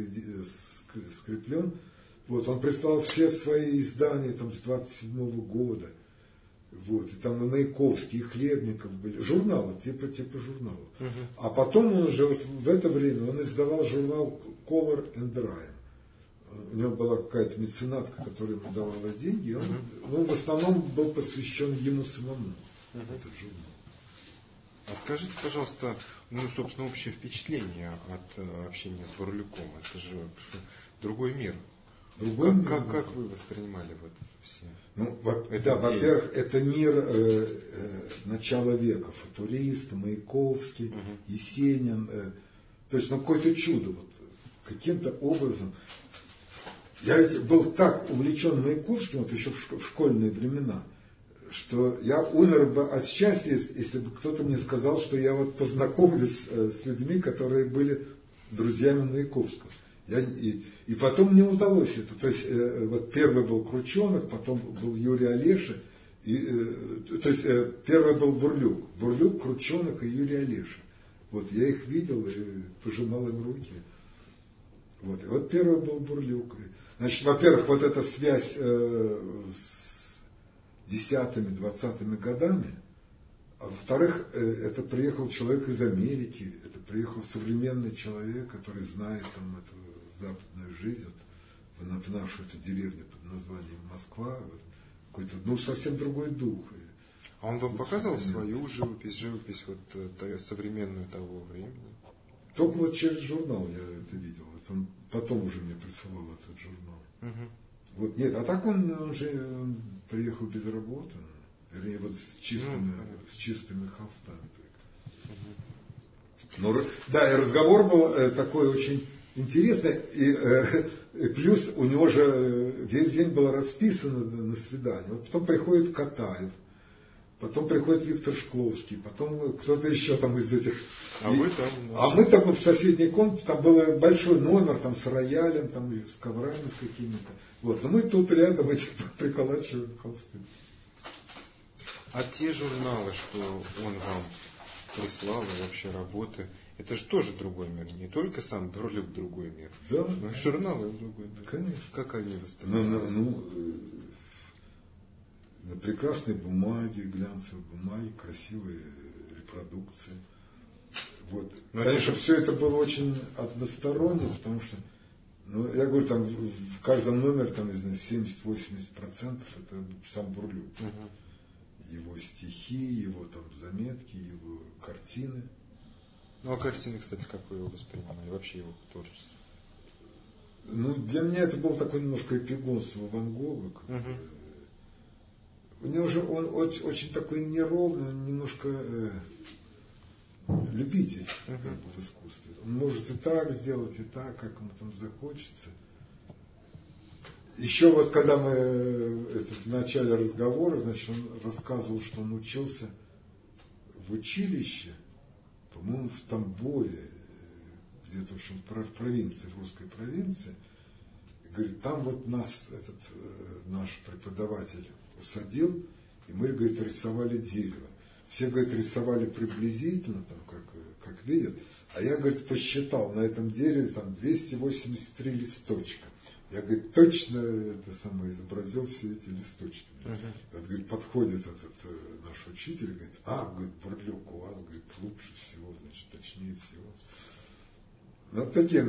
скреплен. Вот, он прислал все свои издания там, с 27 года. Вот, и там и Маяковский, и Хлебников были. Журналы, типа журнала. А потом он уже вот в это время он издавал журнал Color and Rhyme. У него была какая-то меценатка, которая ему давала деньги. И он, ну, в основном был посвящен ему самому, этот журнал. А скажите, пожалуйста, ну, собственно, общее впечатление от общения с Бурлюком. Это же другой мир. Как вы воспринимали вот все? Ну, во-первых, это мир начала века. Футурист, Маяковский, Есенин. То есть, ну, какое-то чудо. Вот, каким-то образом. Я ведь был так увлечен Маяковским, вот еще в школьные времена, что я умер бы от счастья, если бы кто-то мне сказал, что я вот познакомлюсь с людьми, которые были друзьями Маяковского. И потом мне удалось это. То есть вот первый был Крученых, потом был Юрий Олеша. То есть первый был Бурлюк. Бурлюк, Крученых и Юрий Олеша. Вот я их видел и пожимал им руки. Вот. И вот первый был Бурлюк. Значит, во-первых, вот эта связь с 10-ми, 20-ми годами. А во-вторых, это приехал человек из Америки, это приехал современный человек, который знает там эту западную жизнь, вот, в нашу эту деревню под названием Москва, вот, какой-то, ну, совсем другой дух. А он вам показывал свою живопись вот современную того времени? Только вот через журнал я это видел. Это он потом уже мне присылал этот журнал. Вот, нет, а так он приехал без работы. Вернее, вот с чистыми холстами. Но, да, и разговор был такой очень интересный. И плюс у него же весь день было расписано на свидание. Вот потом приходит Катаев, потом приходит Виктор Шкловский, потом кто-то еще там из этих. А мы там в соседней комнате, там был большой номер там с роялем, там с коврами с какими-то. Вот, но мы тут рядом эти приколачиваем холсты. А те журналы, что он вам прислал, и вообще работы, это же тоже другой мир. Не только сам Бурлюк другой мир, да, но и журналы другой мир. Конечно. Как они воспринимались? На прекрасной бумаге, глянцевой бумаге, красивые репродукции. Вот. Конечно, все это было очень односторонне, потому что, ну, я говорю, там в каждом номере, там, не знаю, 70-80% это сам Бурлюк. Его стихи, его там заметки, его картины. Ну, а картины, кстати, как вы его воспринимали? Вообще его творчество? Ну, для меня это было такое немножко эпигонство Ван Гога. У него же он очень такой неровный, немножко любитель как бы, в искусстве. Он может и так сделать, и так, как ему там захочется. Еще вот когда мы в начале разговора, значит, он рассказывал, что он учился в училище, по-моему, в Тамбове, где-то в провинции, в русской провинции. И говорит, там вот нас этот наш преподаватель усадил, и мы, говорит, рисовали дерево. Все, говорит, рисовали приблизительно, там, как видят, а я, говорит, посчитал на этом дереве там 283 листочка. Я, говорит, точно это самое изобразил все эти листочки. Вот, говорит, подходит этот наш учитель, говорит, говорит, Бурдюк, у вас, говорит, лучше всего, значит, точнее всего. Ну, такие,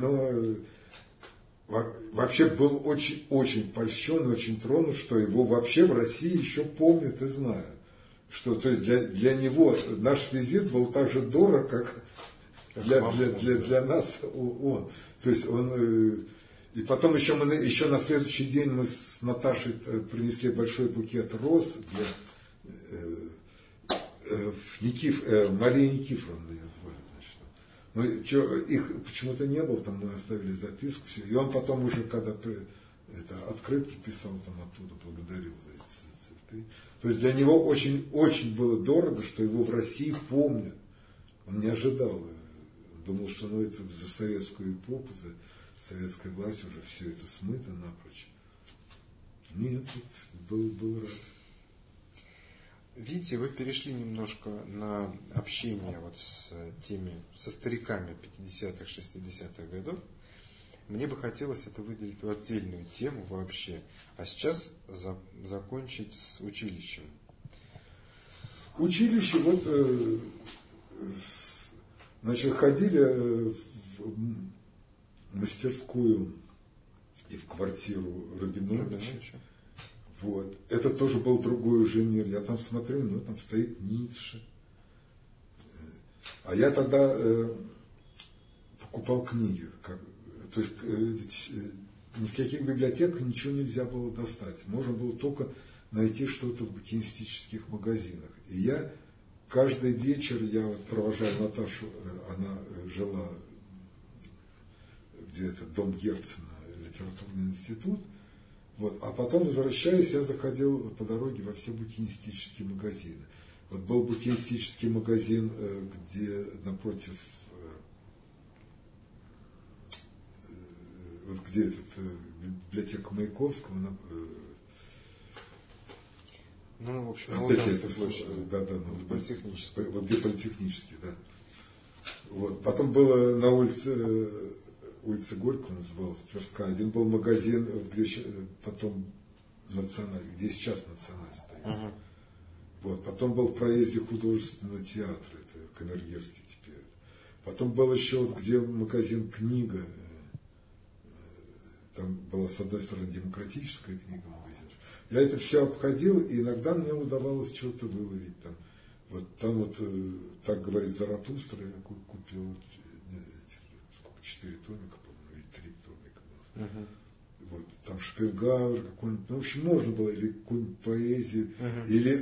вообще был очень польщен, очень тронут, что его вообще в России еще помнят и знают. Что, то есть для него наш визит был так же дорог, как для нас он. То есть он... И потом еще на следующий день мы с Наташей принесли большой букет роз Марии Никифоровны ее звали, значит. Их почему-то не было, там мы оставили записку, все. И он потом уже, когда открытки писал, там оттуда благодарил за эти цветы. То есть для него очень было дорого, что его в России помнят. Он не ожидал. Думал, что это за советскую эпоху, за советской власть уже все это смыто напрочь. Нет, был рад. Видите, вы перешли немножко на общение вот со стариками 50-х, 60-х годов. Мне бы хотелось это выделить в отдельную тему вообще. А сейчас закончить с училищем. Училище, значит, ходили в мастерскую и в квартиру Рабиновича. Вот. Это тоже был другой уже мир. Я там смотрю, у него там стоит Ницше. А я тогда покупал книги. То есть ни в каких библиотеках ничего нельзя было достать. Можно было только найти что-то в букинистических магазинах. И я каждый вечер, провожаю Наташу, она жила где-то дом Герцена, литературный институт. Вот. А потом, возвращаясь, я заходил по дороге во все букинистические магазины. Вот был букинистический магазин, где напротив, где библиотека Маяковского, в общем, Молдавская площадь. Да, Политехнический. Вот где Политехнический, да. Вот. Потом было на улице Горького, называлась Тверская. Один был магазин, где потом Националь, где сейчас Националь стоит. Вот. Потом был в проезде художественного театра, это Камергерский теперь. Потом был еще где магазин «Книга». Там была, с одной стороны, демократическая книга, магазин. Я это все обходил, и иногда мне удавалось что-то выловить там. Так говорит Заратустра, я купил 4 томика, по-моему, или 3 томика. Вот, там Шпильгауэр какой-нибудь, в общем, можно было, или какую-нибудь поэзию, или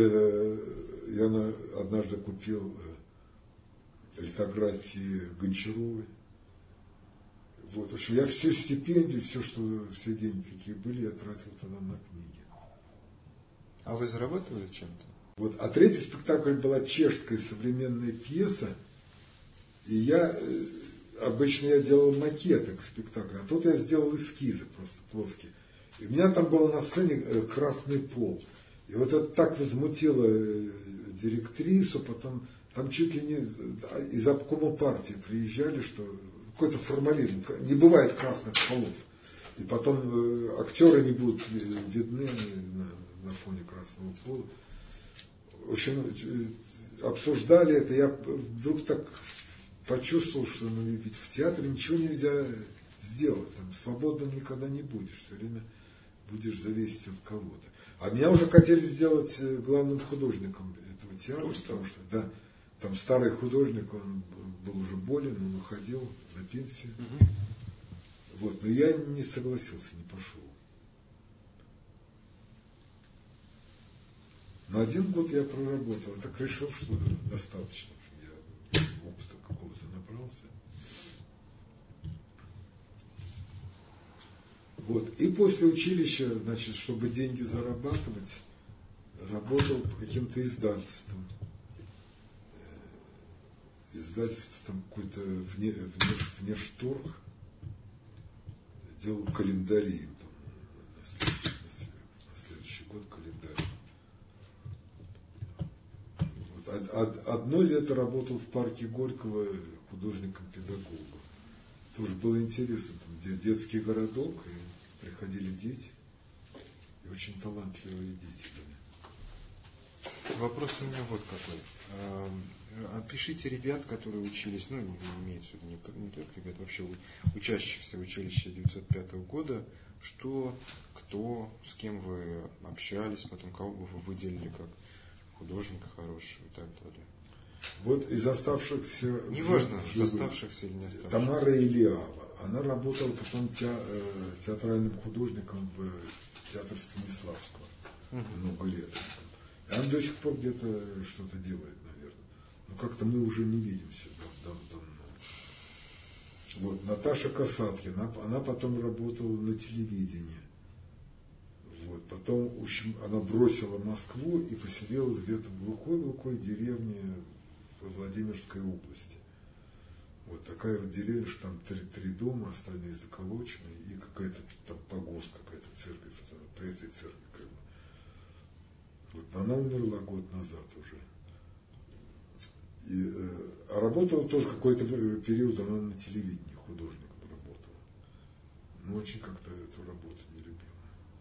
я однажды купил литографии Гончаровой. Вот, в общем, я всю стипендию, все деньги, какие были, я тратил тогда на книги. А вы зарабатывали чем-то? Вот, а третий спектакль была чешская современная пьеса, и обычно я делал макеты к спектаклю, а тут я сделал эскизы просто плоские. И у меня там был на сцене красный пол. И вот это так возмутило директрису, потом там чуть ли не из обкома партии приезжали, что какой-то формализм, не бывает красных полов. И потом актеры не будут видны на фоне красного пола. В общем, обсуждали это, я вдруг так почувствовал, что ведь в театре ничего нельзя сделать, там свободным никогда не будешь, все время будешь зависеть от кого-то. А меня уже хотели сделать главным художником этого театра, потому что, там старый художник, он был уже болен, он уходил на пенсию. Вот, но я не согласился, не пошел. На 1 год я проработал, так решил, что достаточно, что я опыта какого-то набрался. Вот. И после училища, значит, чтобы деньги зарабатывать, работал по каким-то издательствам. издательство там какой-то внешторг делал календари им там, на следующий год календарь. Вот. Одно лето работал в парке Горького художником-педагогом. Тоже было интересно, там детский городок, и приходили дети, и очень талантливые дети были. Вопрос у меня вот какой. Опишите ребят, которые учились, ну, имеется в виду не только ребят, вообще учащихся в училище 1905 года, что, кто, с кем вы общались, потом кого бы вы выделили как художника хорошего и так далее. Вот из оставшихся... Неважно, из оставшихся или не оставшихся. Тамара Илиава. Она работала потом театральным художником в театре Станиславского много лет. И она до сих пор где-то что-то делает, наверное. Но как-то мы уже не видимся давно. Вот. Наташа Касаткина, она потом работала на телевидении. Вот. Потом, в общем, она бросила Москву и поселилась где-то в глухой деревне во Владимирской области. Вот такая вот деревня, что там три дома, остальные заколочены, и какая-то там погост, какая-то церковь, при этой церкви как бы. Вот, она умерла год назад уже. А работала тоже какой-то период, она на телевидении художником работала. Но очень как-то эту работу не любила.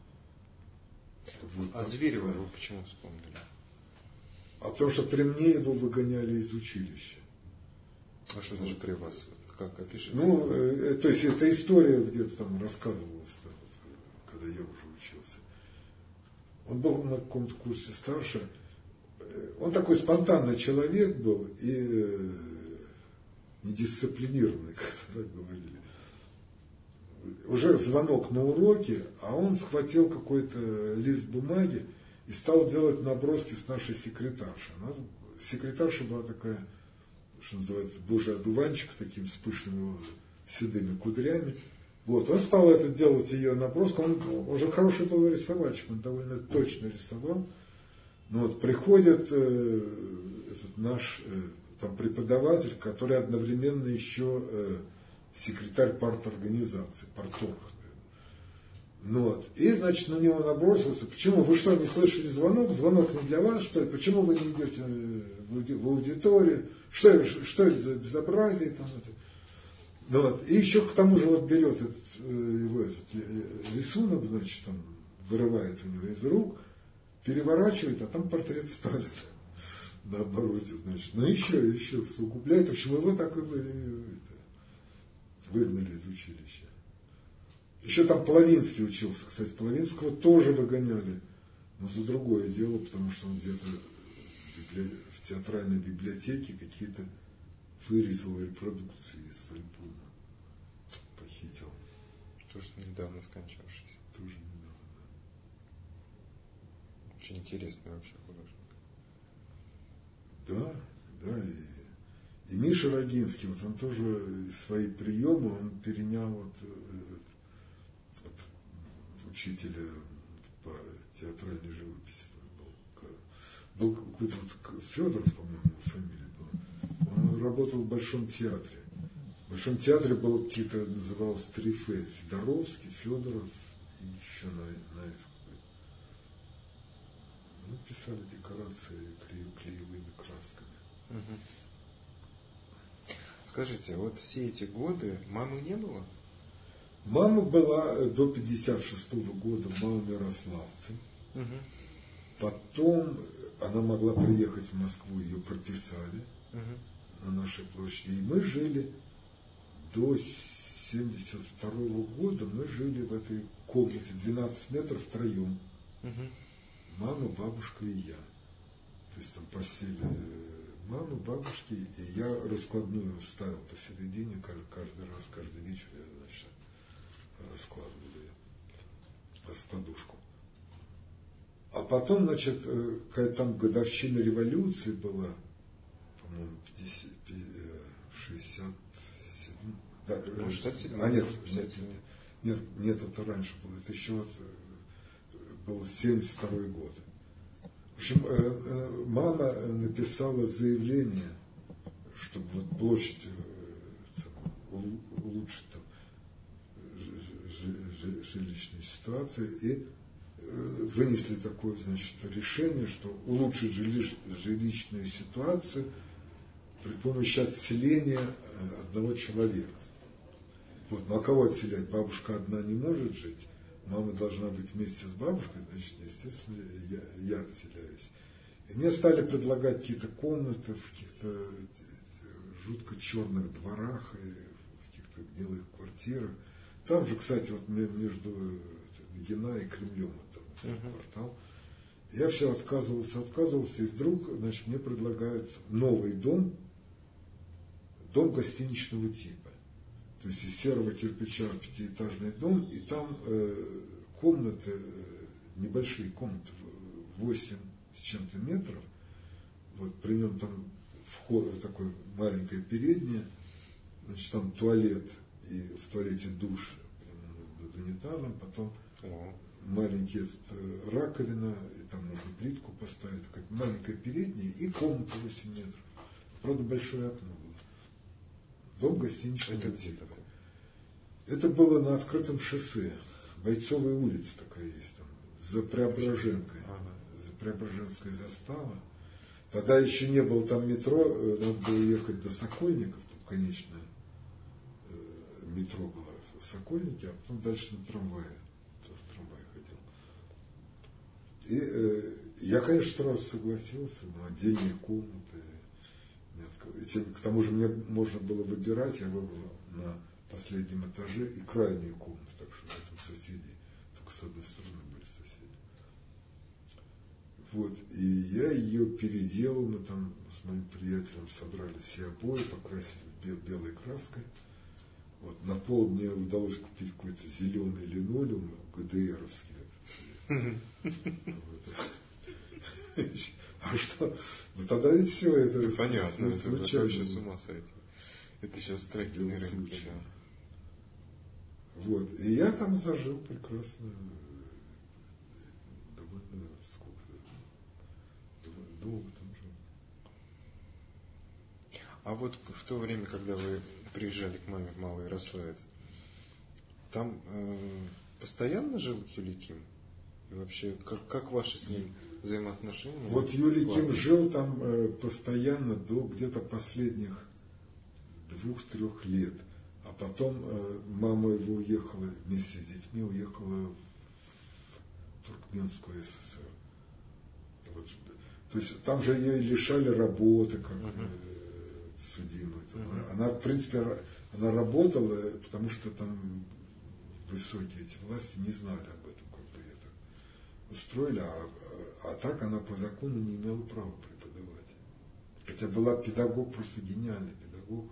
Вот, а Зверева вы почему вспомнили? А потому что при мне его выгоняли из училища. А что значит при вас? Как опишите? Ну, то есть эта история где-то там рассказывалась, когда я уже учился. Он был на каком-то курсе старше. Он такой спонтанный человек был и недисциплинированный, как так говорили. Уже звонок на уроке, а он схватил какой-то лист бумаги и стал делать наброски с нашей секретаршей. Секретарша была такая, что называется, божий одуванчик, с такими пышными седыми кудрями. Вот, он стал это делать ее наброску. Он уже хороший был рисовальщик, он довольно точно рисовал. Но вот приходит этот наш там преподаватель, который одновременно еще секретарь парторганизации, парторг. Ну вот. И, значит, на него набросился. Почему? Вы что, не слышали звонок? Звонок не для вас, что ли? Почему вы не идете в аудиторию? Что это за безобразие? Там, это? Ну вот. И еще к тому же вот берет этот рисунок, значит, там, вырывает у него из рук, переворачивает, а там портрет Сталина на обороте, значит. Ну еще усугубляет. В общем, его так и выгнали из училища. Еще там Половинский учился, кстати. Половинского тоже выгоняли, но за другое дело, потому что он где-то в театральной библиотеке какие-то вырезал репродукции из альбома. Похитил. Тоже недавно скончавшийся. Тоже недавно, да. Очень интересный вообще художник. Да, и Миша Рогинский, вот он тоже свои приемы, он перенял от учителя по театральной живописи. Был какой-то Федоров, по-моему, фамилия была. Он работал в Большом театре. В Большом театре было какие-то, называлось 3Ф. Федоровский, Федоров и еще наверное, ну, писали декорации клеевыми красками. Угу. Скажите, вот все эти годы мамы не было? Мама была до 1956 года в Малом Ярославце. Угу. Потом она могла приехать в Москву, ее прописали на нашей площади. И мы жили до 1972 года, мы жили в этой комнате 12 метров втроем. Мама, бабушка и я. То есть там постели мамы, бабушки, и я раскладную ставил посередине, каждый раз, каждый вечер я, значит, раскладывал ее, раскладушку. А потом, значит, какая-то там годовщина революции была, по-моему, 67, да, 67. А нет, это раньше было, это еще вот был 72 год. В общем, мама написала заявление, чтобы вот площадь улучшить там, жилищную ситуацию, и вынесли такое, значит, решение, что улучшить жилищную ситуацию при помощи отселения одного человека. Вот, ну а кого отселять? Бабушка одна не может жить, мама должна быть вместе с бабушкой, значит, естественно, я отселяюсь. И мне стали предлагать какие-то комнаты в каких-то жутко черных дворах и в каких-то гнилых квартирах. Там же, кстати, вот между Гина и Кремлем там квартал. Я все отказывался, и вдруг, значит, мне предлагают новый дом гостиничного типа. То есть из серого кирпича пятиэтажный дом, и там комнаты, небольшие комнаты, 8 с чем-то метров. Вот при нем там вход, такой маленькая передняя, значит, там туалет, и в туалете душ над унитазом, потом маленькая раковина, и там можно плитку поставить, такая маленькая передняя, и комната 8 метров. Правда, большое окно было. Дом гостиничного типа. Это было на открытом шоссе. Бойцовая улица такая есть там, за Преображенкой. За Преображенской застава. Тогда еще не было там метро, надо было ехать до Сокольников, там конечное метро было в Сокольнике, а потом дальше на трамвае. В трамвае ходил. И я, конечно, сразу согласился, но отдельные комнаты. К тому же мне можно было выбирать, я выбрал на последнем этаже и крайнюю комнату, так что там соседи, только с одной стороны были соседи. Вот, и я ее переделал, мы там с моим приятелем собрали все обои, покрасили белой краской. Вот, на пол мне удалось купить какой-то зеленый линолеум, ГДРовский. А что? Ну тогда ведь все это... Понятно, это вообще с ума сойти. Это сейчас строительные рынки, да. Вот, и я там зажил прекрасно, довольно долго там жил. А вот в то время, когда вы приезжали к маме в Малый Ярославец, там постоянно жил Юлий Ким? И вообще, как ваши с ним взаимоотношения? Вот Юлий Ким жил там постоянно до где-то последних 2-3 лет. А потом мама его уехала вместе с детьми, уехала в Туркменскую ССР. Вот. То есть там же ее лишали работы, как судимую. Она, в принципе, она работала, потому что там высокие эти власти не знали об этом, как бы ее так устроили, а так она по закону не имела права преподавать. Хотя была педагог, просто гениальный педагог.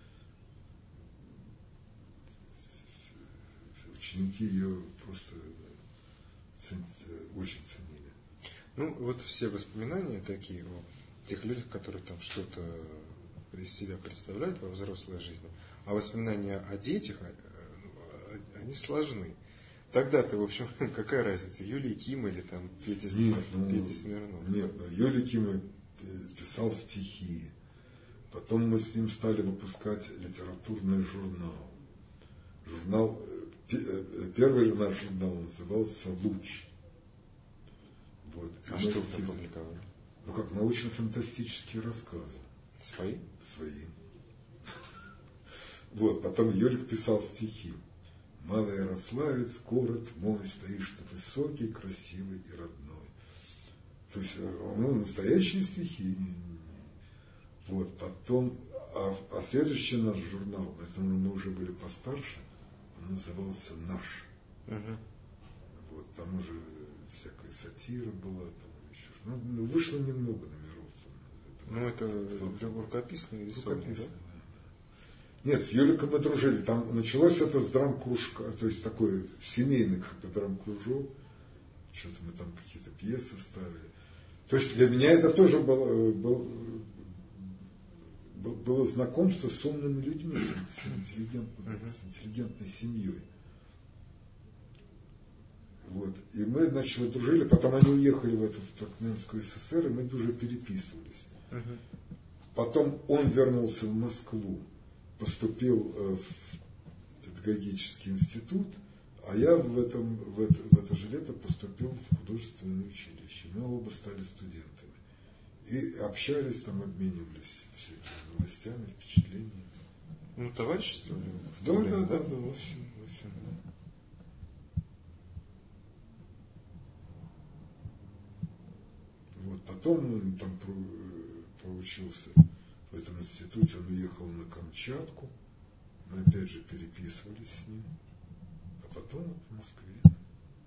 Ученики ее просто очень ценили. Ну, вот все воспоминания такие о тех людях, которые там что-то из себя представляют во взрослой жизни, а воспоминания о детях, они сложны. Тогда-то, в общем, какая разница, Юлий Ким или там Петя Смирнов? Нет, Юлий Ким писал стихи. Потом мы с ним стали выпускать литературный журнал. Первый наш журнал назывался «Луч». Вот. А что вы там публиковали? Ну, как научно-фантастические рассказы. Свои? Свои. Вот, потом Юлик писал стихи. «Малый Ярославец, город мой, стоишь ты высокий, красивый и родной». То есть, настоящие стихи. Вот, потом, а следующий наш журнал, это мы уже были постарше, он назывался «Наш». Вот, там уже всякая сатира была, там еще. Вышло немного номеров. Это рукописные рисунки, да? Нет, с Юликом мы дружили. Там началось это с драм-кружка, то есть такой семейный как-то драм-кружок. Что-то мы там какие-то пьесы ставили. То есть для меня это тоже было знакомство с умными людьми, с интеллигентной семьей. Вот. И мы, значит, дружили, потом они уехали в Туркменскую ССР, и мы уже переписывались. Потом он вернулся в Москву, поступил в педагогический институт, а я в это же лето поступил в художественное училище. Мы оба стали студентами. И общались, там обменивались всякими новостями, впечатлениями. Ну, товарищество? Да, в общем. Вот, потом он там проучился в этом институте, он уехал на Камчатку, мы опять же переписывались с ним, а потом вот в Москве.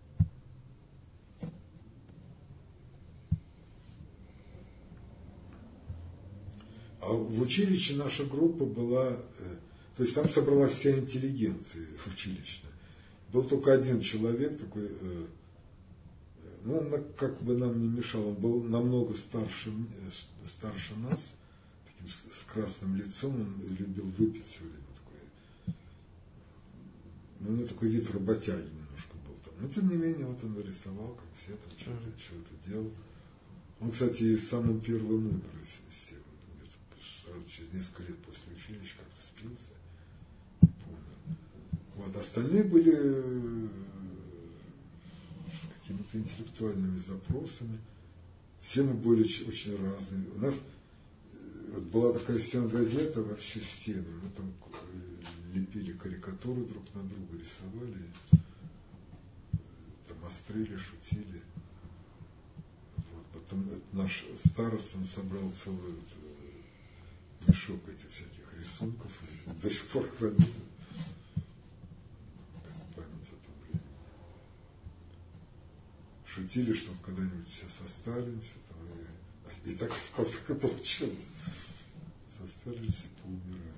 А в училище наша группа была, то есть там собралась вся интеллигенция училищная. Был только один человек такой, ну он как бы нам не мешал, он был намного старше нас, таким с красным лицом, он любил выпить все время такое. Ну, у него такой вид работяги немножко был там. Но тем не менее, вот он рисовал, как все там что-то делал. Он, кстати, самым первым умер из всех. Сразу через несколько лет после училища как-то спился и помер. Вот, остальные были с какими-то интеллектуальными запросами. Все мы были очень разные. У нас вот была такая стенгазета во всю стену. Мы там лепили карикатуры друг на друга, рисовали, там острили, шутили. Вот. Потом наш староста собрал целый мешок этих всяких рисунков и до сих пор хранит память о том времени. Шутили, что когда-нибудь все состаримся, там, и так и получилось. Состарились и поумирали.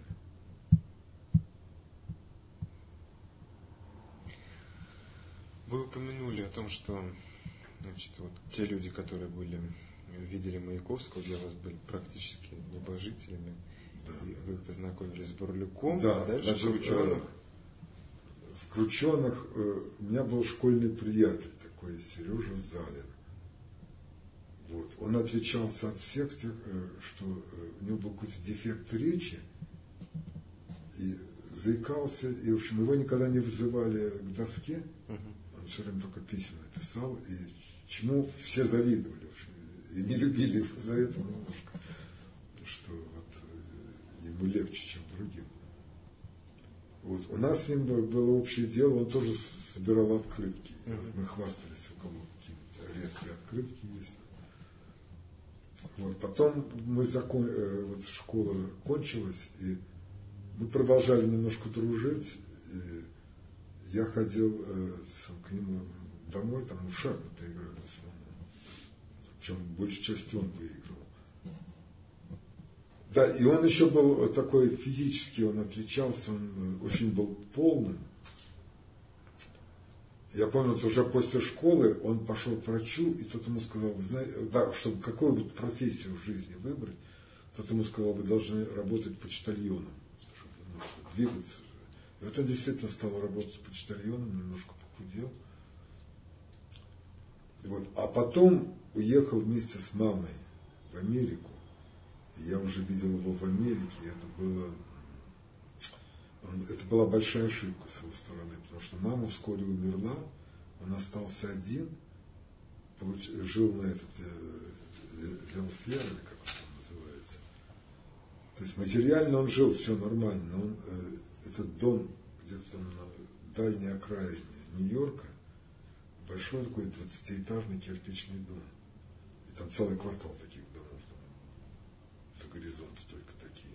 Вы упомянули о том, что, значит, вот те люди, которые видели Маяковского, для вас были практически небожителями. Да, вы познакомились с Бурлюком, да, дальше с Крученых. С Крученых у меня был школьный приятель такой, Сережа Залин. Вот. Он отличался от всех тех, что у него был какой-то дефект речи, и заикался, и, в общем, его никогда не вызывали к доске, он все время только письма писал, и чему все завидовали, в общем, и не любили его за это немножко, что вот ему легче, чем другим. Вот. У нас с ним было общее дело, он тоже собирал открытки, мы хвастались, у кого какие-то редкие открытки есть. Вот. Потом вот школа кончилась, и мы продолжали немножко дружить. И я ходил к нему домой, там в шахматы играли в основном. Причем большей частью он выиграл. Да, и он еще был такой физически, он отличался, он очень был полным. Я помню, вот уже после школы он пошел к врачу, и тот ему сказал, да, чтобы какую бы профессию в жизни выбрать, тот ему сказал, вы должны работать почтальоном, чтобы немножко двигаться. И вот он действительно стал работать почтальоном, немножко похудел. Вот. А потом уехал вместе с мамой в Америку. И я уже видел его в Америке, и это была большая ошибка с его стороны, потому что мама вскоре умерла, он остался один, жил на этот велфер, или как он называется. То есть материально он жил, все нормально, но этот дом где-то там на дальней окраине Нью-Йорка, большой такой 20-этажный кирпичный дом. И там целый квартал таких домов, там до горизонта только такие.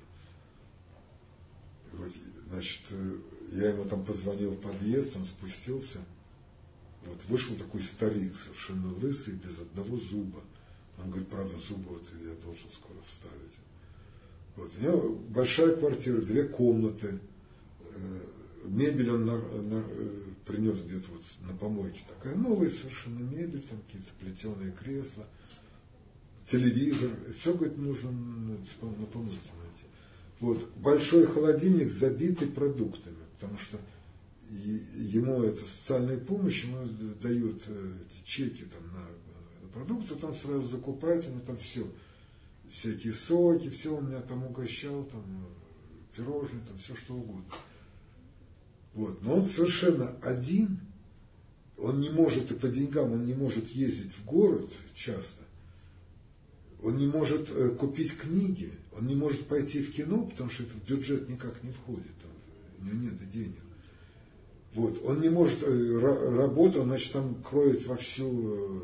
Вот, значит, я ему там позвонил в подъезд, он спустился. Вот вышел такой старик, совершенно лысый, без одного зуба. Он говорит, правда, зубы вот я должен скоро вставить. Вот, у него большая квартира, 2 комнаты. Мебель он принес где-то вот на помойке. Такая новая совершенно мебель, там какие-то плетеные кресла, телевизор. Все, говорит, нужно на помойке найти. Вот, большой холодильник, забитый продуктами, потому что ему это социальная помощь, ему дают эти чеки там, на продукты, там сразу закупают, ему там все. всякие соки, все он меня там угощал, там, пирожные, там, все что угодно. Вот. Но он совершенно один, он не может и по деньгам, он не может ездить в город часто, он не может купить книги, он не может пойти в кино, потому что это в бюджет никак не входит, там, у него нет денег. Вот. Он не может работать, он, значит, там кроет вовсю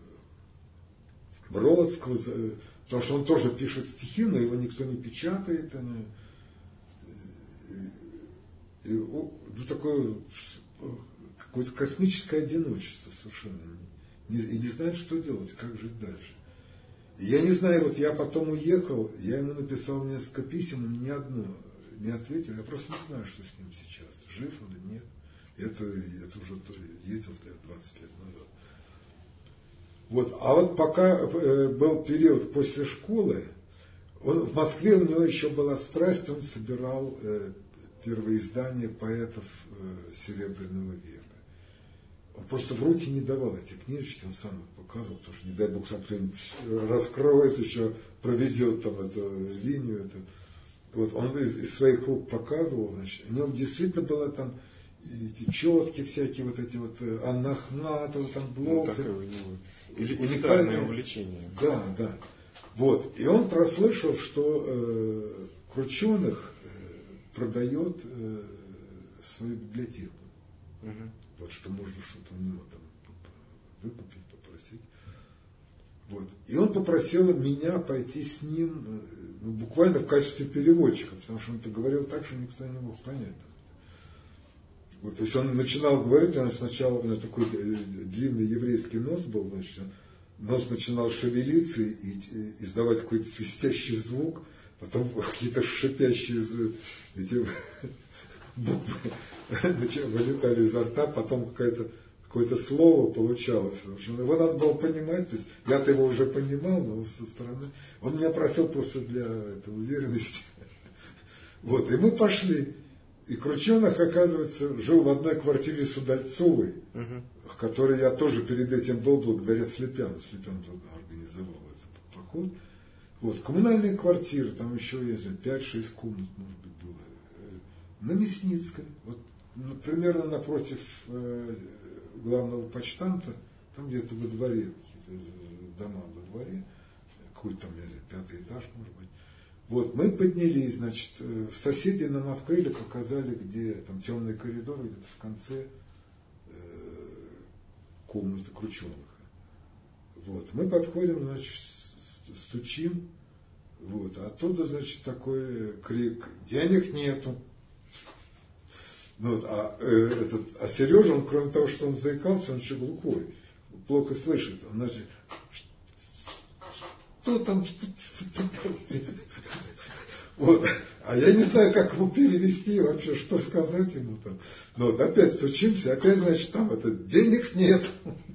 Бродского, потому что он тоже пишет стихи, но его никто не печатает. Такое какое-то космическое одиночество совершенно. И не знает, что делать, как жить дальше. И я не знаю, вот я потом уехал, я ему написал несколько писем, он ни одно не ответил, я просто не знаю, что с ним сейчас, жив он или нет. Это уже ездил 20 лет назад. Вот. А вот пока был период после школы, в Москве у него еще была страсть, он собирал первое издание поэтов Серебряного века. Он просто в руки не давал эти книжечки, он сам их показывал, потому что, не дай бог, сам кто-нибудь раскроет, еще проведет там эту линию. Вот, он из своих рук показывал, значит, у него действительно было там эти четки всякие, вот эти вот Анна Ахматова, там блок. Такое у него элитарное увлечение. Да. Вот. И он прослышал, что Крученых продает свою библиотеку. Вот, что можно что-то у него там выкупить, попросить. Вот. И он попросил меня пойти с ним, буквально в качестве переводчика, потому что он это говорил так, что никто не мог понять. Вот, то есть он начинал говорить, он сначала, у него такой длинный еврейский нос был, значит, нос начинал шевелиться и издавать какой-то свистящий звук, потом какие-то шипящие эти буквы вылетали изо рта, потом какое-то слово получалось. Его надо было понимать, то есть я-то его уже понимал, но со стороны. Он меня просил просто для уверенности. Вот, и мы пошли. И Крученых, оказывается, жил в одной квартире с Удальцовой, в которой я тоже перед этим был благодаря Слепяну. Слепян организовал этот поход. Вот, коммунальные квартиры, там еще есть 5-6 комнат, может быть, было. На Мясницкой, вот, примерно напротив главного почтамта, там где-то во дворе, какие-то дома во дворе, какой-то там 5-й этаж, может быть. Вот, мы поднялись, значит, соседи нам открыли, показали, где там темный коридор, где-то в конце комнаты Крученых. Вот, мы подходим, значит, стучим, вот, а оттуда, значит, такой крик: денег нету. Вот, а Сережа, он, кроме того, что он заикался, он еще глухой, плохо слышит. Он, значит, что там? Вот. А я не знаю, как его перевести вообще, что сказать ему там. Но вот опять стучимся, опять, значит, там денег нет.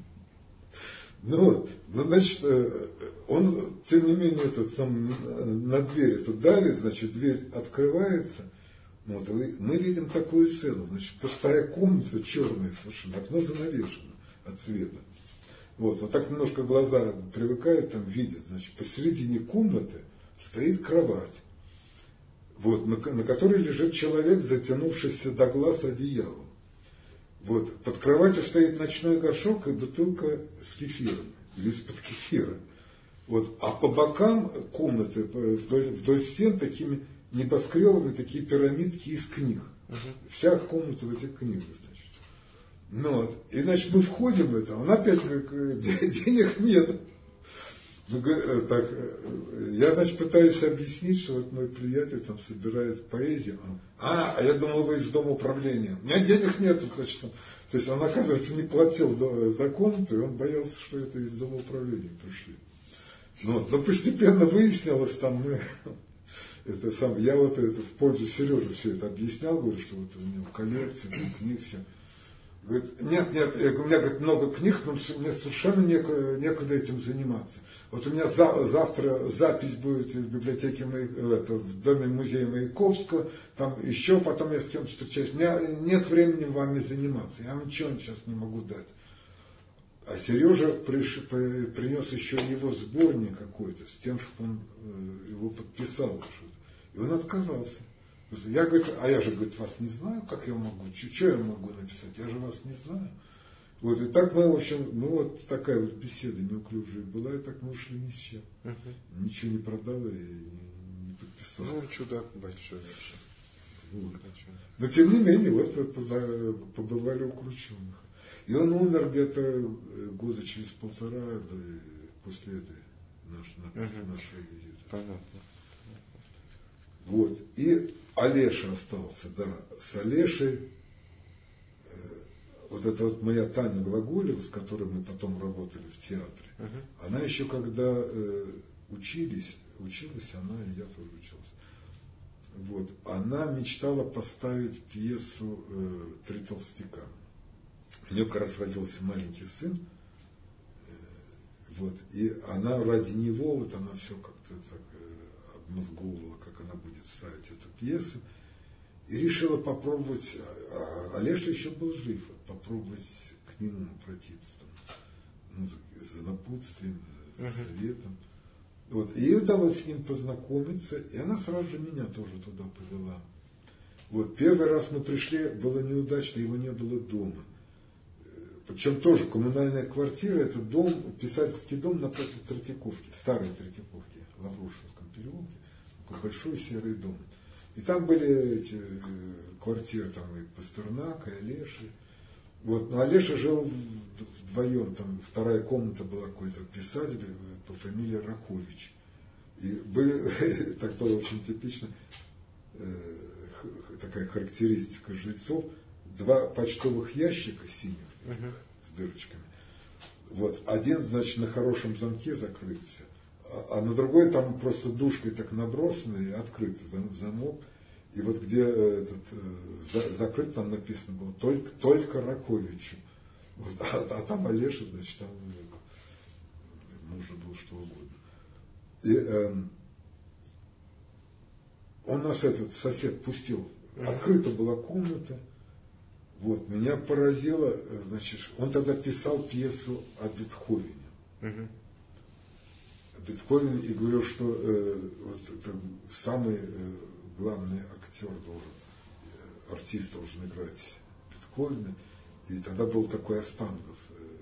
Ну, значит, он, тем не менее, на дверь это давит, значит, дверь открывается. Вот, мы видим такую сцену, значит, пустая комната, черная совершенно, окно занавешено от света. Вот так немножко глаза привыкают, там видят, значит, посередине комнаты стоит кровать, вот, на которой лежит человек, затянувшийся до глаз одеялом. Вот, под кроватью стоит ночной горшок и бутылка с кефиром, или из-под кефира. Вот, а по бокам комнаты, вдоль стен, такими небоскребами, такие пирамидки из книг. Вся комната в этих книгах, значит. Ну, вот. И, значит, мы входим в это, он опять говорит: денег нет. Так, я, значит, пытаюсь объяснить, что вот мой приятель там собирает поэзию. А я думал, вы из дома управления. У меня денег нет, значит. То есть он, оказывается, не платил за комнату, и он боялся, что это из дома управления пришли. Ну, но постепенно выяснилось, там я вот в пользу Сережи все это объяснял, говорю, что вот у него коллекция, книг, все. Говорит, нет, у меня, говорит, много книг, но мне совершенно некогда этим заниматься. Вот у меня завтра запись будет в библиотеке, в доме музея Маяковского, там еще потом я с кем-то встречаюсь. У меня нет времени вами заниматься, я вам ничего сейчас не могу дать. А Сережа принес еще его сборник какой-то, с тем, чтобы он его подписал. И он отказался. Я, говорит, я же, говорит, вас не знаю, как я могу, что я могу написать, я же вас не знаю. Вот, и так мы, в общем, вот такая вот беседа неуклюжая была, и так мы ушли ни с чем. Ничего не продал и не подписал. Ну, он чудак большой вообще. Вот. Но тем не менее, вот побывали у Крученых. И он умер где-то года через 1,5 после этой нашего визита. Понятно. Вот. И Олеша остался, да. С Олешей, вот это вот моя Таня Глаголева, с которой мы потом работали в театре, она еще когда училась она, и я тоже учился. Вот. Она мечтала поставить пьесу «Три толстяка». У нее как раз родился маленький сын, вот, и она ради него, вот она все как-то так обмозговывала, как она будет ставить эту пьесу, и решила попробовать, Олеша еще был жив, попробовать к нему обратиться, там, за напутствием, за советом. Вот, и ей удалось с ним познакомиться, и она сразу же меня тоже туда повела. Вот, первый раз мы пришли, было неудачно, его не было дома. Причем тоже коммунальная квартира, это дом, писательский дом напротив Третьяковки, старой Третьяковки, в Лаврушинском переулке, такой большой серый дом. И там были эти квартиры, там и Пастернака, и Олеши. Вот, но Олеша жил вдвоем, там вторая комната была какой-то писатель по фамилии Ракович. И были, так было очень типично, такая характеристика жильцов, 2 почтовых ящика синих, с дырочками. Вот, один, значит, на хорошем замке закрыт все, а на другой там просто душкой так набросано и открыт замок. И вот где закрыт, там написано было только Раковичу. Вот, а там Олеша, значит, там можно было что угодно. И он нас, этот сосед, пустил. Открыта была комната. Вот, меня поразило, значит, он тогда писал пьесу о Бетховене. Бетховен, и говорил, что вот это самый главный актер артист должен играть Бетховена. И тогда был такой Останков,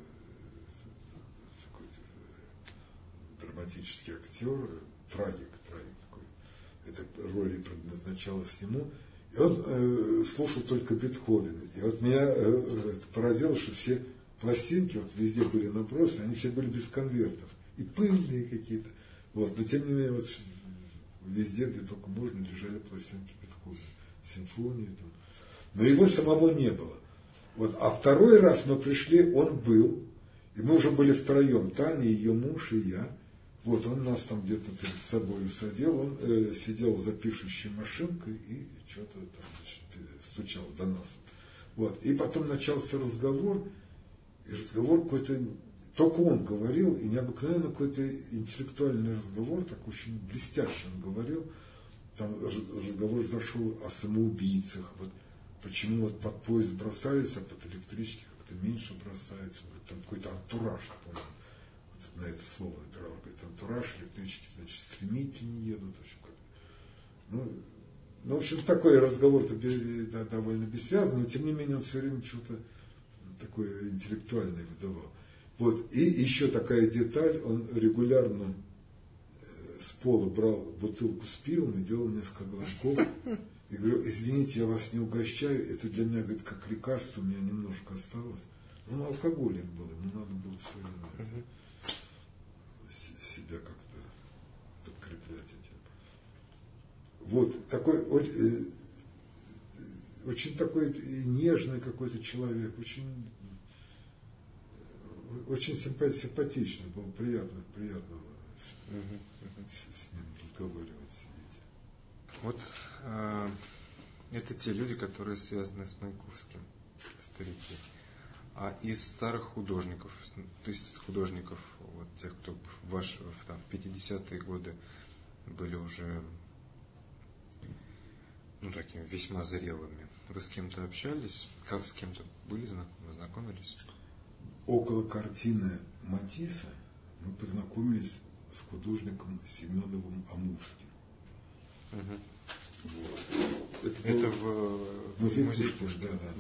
такой драматический актер, трагик такой. Эта роль и предназначалась ему. И он слушал только Бетховена. И вот меня поразило, что все пластинки, вот везде были набросы, они все были без конвертов. И пыльные какие-то. Вот. Но тем не менее, вот везде, где только можно, лежали пластинки Бетховена. Симфонии там. Но его самого не было. Вот. А второй раз мы пришли, он был, и мы уже были втроем, Таня, ее муж и я. Вот, он нас там где-то перед собой усадил, он сидел за пишущей машинкой и что-то там, значит, стучал до нас. Вот. И потом начался разговор, и разговор какой-то, только он говорил, и необыкновенно какой-то интеллектуальный разговор, так очень блестяще он говорил. Там разговор зашел о самоубийцах, вот почему вот под поезд бросались, а под электрички как-то меньше бросаются. Вот там какой-то антураж, помню. На это слово опирал, говорит, антураж, электрички, значит, стремительнее едут. В общем, ну, в общем, такой разговор-то довольно бессвязный, но тем не менее он все время что-то такое интеллектуальное выдавал. Вот, и еще такая деталь, он регулярно с пола брал бутылку с пивом и делал несколько глотков. И говорил, извините, я вас не угощаю, это для меня, говорит, как лекарство, у меня немножко осталось. Ну, алкоголик был, ему надо было все время себя как-то подкреплять этим. Вот, такой, очень такой нежный какой-то человек, очень симпатичный был, приятно с ним разговаривать, сидеть. Вот это те люди, которые связаны с Маяковским, старики. А из старых художников, то есть художников, вот тех, кто в 50-е годы были уже такими весьма зрелыми, вы с кем-то общались? Как с кем-то были знакомы, знакомились? около картины Матисса мы познакомились с художником Семеновым Амурским. Вот. Это в музее Пушкина. Да.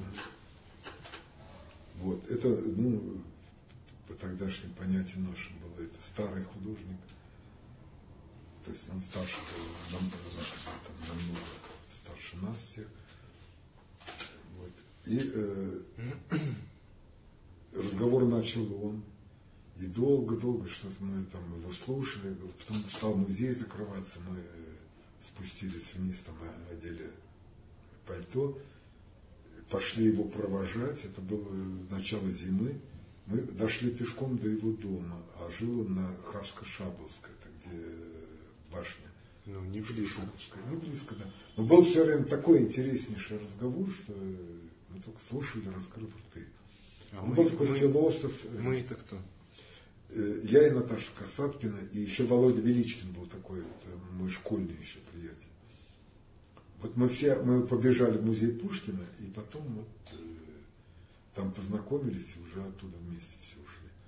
Вот. Это, по тогдашним понятиям нашим было, это старый художник. То есть он старше был, намного старше нас всех. Вот. И разговор начал он. И долго-долго что-то мы там его слушали. Потом стал музей закрываться. Мы спустились вниз, там одели пальто. Пошли его провожать. Это было начало зимы. Мы дошли пешком до его дома. А жил он на Хавско-Шаболской, это где башня. Не близко. Не близко, да. Но был все время такой интереснейший разговор, что мы только слушали, раскрыв рты. Он был такой философ. Мы это кто? Я и Наташа Касаткина, и еще Володя Величкин был такой, это мой школьный еще приятель. Вот мы побежали в музей Пушкина, и потом там познакомились, и уже оттуда вместе все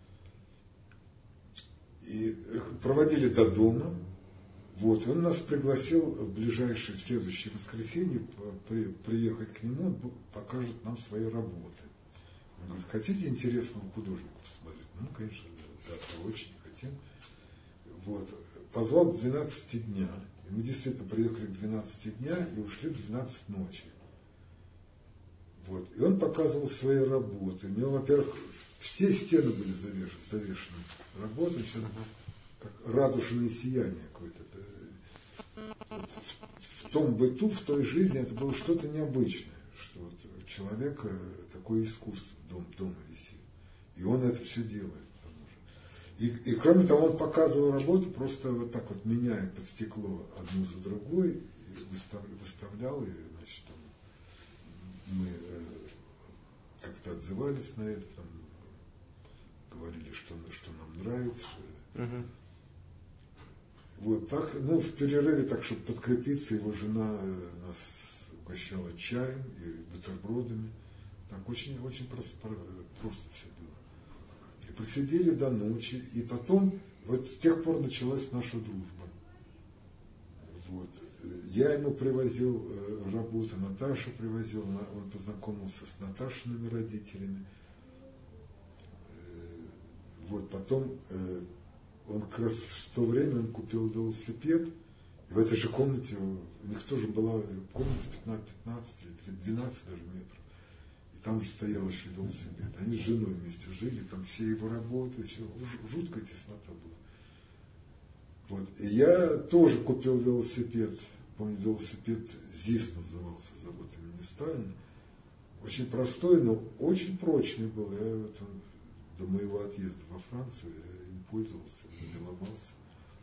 ушли. И проводили до дома. Вот, и он нас пригласил в ближайшее, в следующее воскресенье приехать к нему, он покажет нам свои работы. Он говорит, хотите интересного художника посмотреть? Конечно, да, очень хотим. Вот, позвал к 12 дня. И мы действительно приехали к 12 дня и ушли в 12 ночи. Вот, и он показывал свои работы. У него, во-первых, все стены были завешены работами, все как радужное сияние какое-то. В том быту, в той жизни это было что-то необычное, что вот у человека такое искусство дома висит. И он это все делает. К тому же. И кроме того, он показывал работу, просто вот так вот меняя под стекло одну за другой, и выставлял, и, значит, там, мы как-то отзывались на это, там, говорили, что нам нравится. Вот так, в перерыве, так, чтобы подкрепиться, его жена нас угощала чаем и бутербродами. Так очень просто все было. И просидели до ночи, и потом, вот с тех пор началась наша дружба. Вот. Я ему привозил работу, Наташа привозила, он познакомился с Наташиными родителями. Вот, потом он как раз в то время он купил велосипед, и в этой же комнате, у них тоже была комната 15 или 12 даже метров, и там же стоял еще велосипед. Они с женой вместе жили, там все его работы, все, жуткая теснота была. Вот. И я тоже купил велосипед, помню, велосипед ЗИС назывался, завод имени Сталина. Очень простой, но очень прочный был. Я до моего отъезда во Францию им пользовался, не ломался.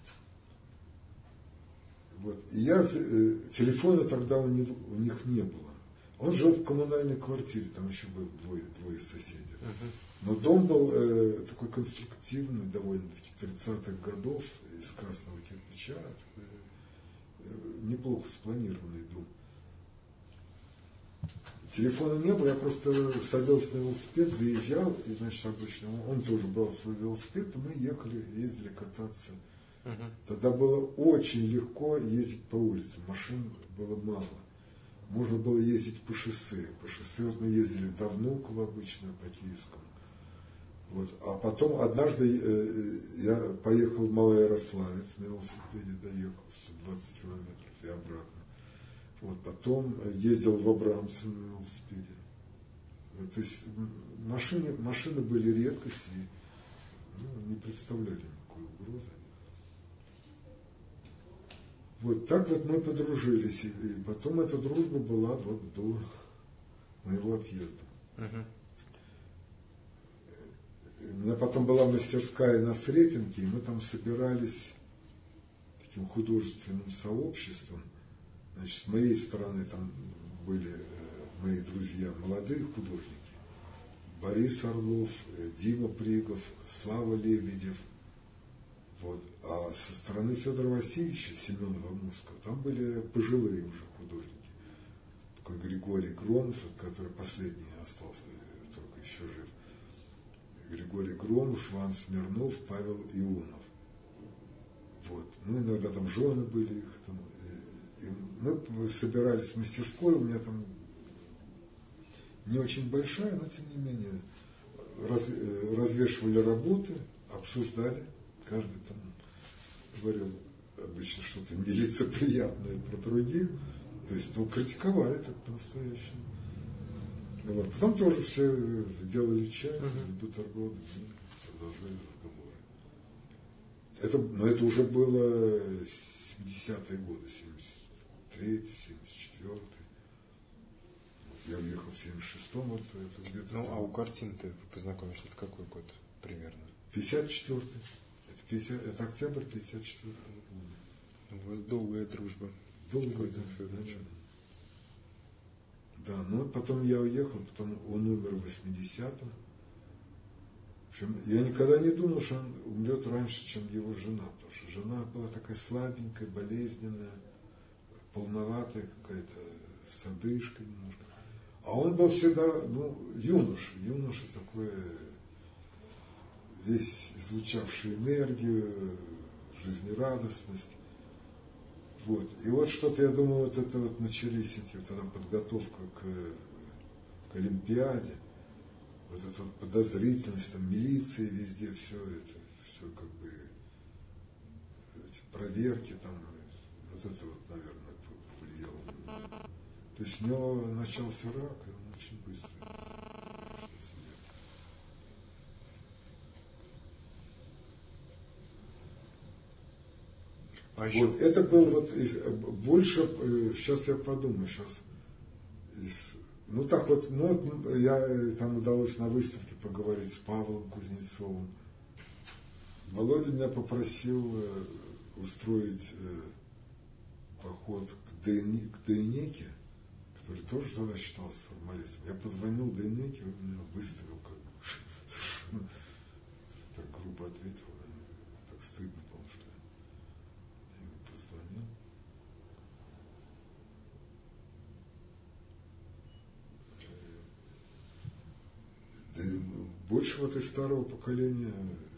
Вот. И телефона тогда у них не было. Он жил в коммунальной квартире, там еще было двое соседей. Но дом был такой конструктивный, довольно-таки 30-х годов, из красного кирпича, неплохо спланированный дом. Телефона не было, я просто садился на велосипед, заезжал, и, значит, обычно он тоже брал свой велосипед, и мы ездили кататься. Тогда было очень легко ездить по улицам, машин было мало. Можно было ездить по шоссе. По шоссе вот мы ездили до Внуково обычно, по Киевскому. Вот. А потом однажды я поехал в Малоярославец на велосипеде, доехал 120 километров и обратно. Вот, потом ездил в Абрамцево на велосипеде. Вот, то есть машины были редкость и не представляли никакой угрозы. Вот так вот мы подружились. И потом эта дружба была вот до моего отъезда. У меня потом была мастерская на Сретенке, и мы там собирались таким художественным сообществом. Значит, с моей стороны там были мои друзья, молодые художники. Борис Орлов, Дима Пригов, Слава Лебедев. Вот. А со стороны Федора Васильевича, Семенова Амурского, там были пожилые уже художники. Такой Григорий Громов, который последний остался, только еще жив. Григорий Громов, Иван Смирнов, Павел Ионов. Вот. Ну, иногда там жены были их там. И мы собирались в мастерской, у меня там не очень большая, но тем не менее развешивали работы, обсуждали, каждый там говорил обычно что-то нелицеприятное про других, то есть критиковали так по-настоящему. Вот. Потом тоже все делали чай, бутерброды, продолжали разговоры. Но это уже было 70-е годы, 73-й, 74-й. Я уехал в 76-м, вот это где-то. Ну, а у картин-то вы познакомились, это какой год примерно? 54-й. Это октябрь 54-го года. У вас долгая дружба. Долгая дружба, да. Ну, потом я уехал, потом он умер в 80-м. В общем, я никогда не думал, что он умрет раньше, чем его жена, потому что жена была такая слабенькая, болезненная, полноватая какая-то, с одышкой немножко. А он был всегда, юноша такой, весь излучавший энергию, жизнерадостность. Вот. И вот что-то, я думаю, вот это вот начались эти, вот эта подготовка к Олимпиаде, вот эта вот подозрительность, там, милиции везде, все это, все как бы, эти проверки, там, вот это вот, наверное, повлияло. То есть у него начался рак, и он очень быстро. А еще... Вот, это был вот больше, сейчас я подумаю, я там удалось на выставке поговорить с Павлом Кузнецовым. Володя меня попросил устроить поход к Дейнеке, который тоже тогда считался формалистом. Я позвонил Дейнеке, он меня выставил, как так грубо ответил, так стыдно было, что я ему позвонил. Да и больше вот из старого поколения,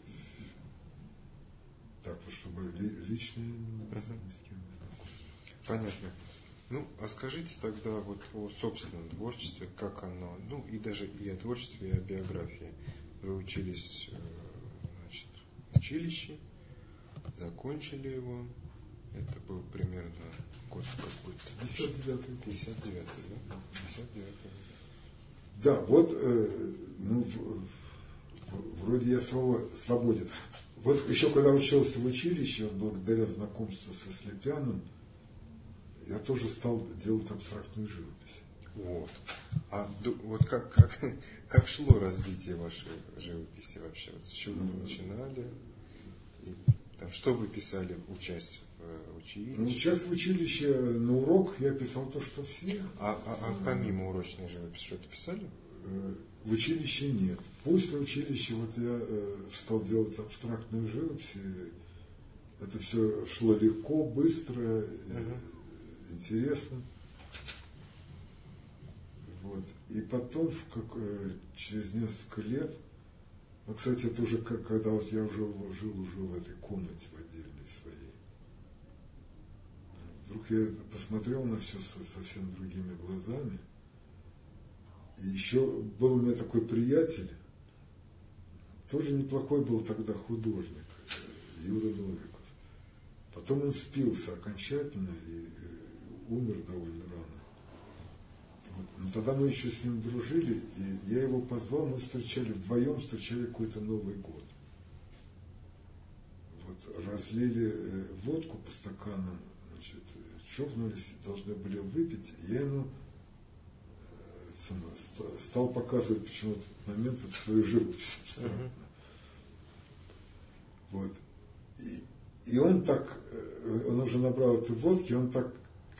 так вот, чтобы лично ни с кем не знаком. Понятно. Ну, а скажите тогда вот о собственном творчестве, как оно, ну и даже и о творчестве, и о биографии. Вы учились, значит, в училище, закончили его, это был примерно год какой-то. 59-й. 59-й, да? 59-й. Да, вот, вроде я свободен. Вот еще когда учился в училище, вот благодаря знакомству со Слепяным, я тоже стал делать абстрактную живопись. Вот. А вот как шло развитие вашей живописи вообще? Вот с чего вы начинали? И, там, что вы писали, учась в училище? Учась в училище, на урок я писал то, что все. А помимо урочной живописи что-то писали? В училище нет. После училища вот я стал делать абстрактную живопись. Это все шло легко, быстро, интересно. Вот. И потом, через несколько лет, кстати, это уже когда вот я уже жил в этой комнате в отдельной своей, вдруг я посмотрел на все совсем другими глазами. И еще был у меня такой приятель, тоже неплохой был тогда художник, Юра Новиков. Потом он спился окончательно и умер довольно рано. Вот. Но тогда мы еще с ним дружили, и я его позвал, мы вдвоем встречали какой-то Новый год. Вот, разлили водку по стаканам, значит, чокнулись, должны были выпить, и я ему стал показывать почему-то в этот момент свою живопись. Вот. И он так, он уже набрал этой водки, он так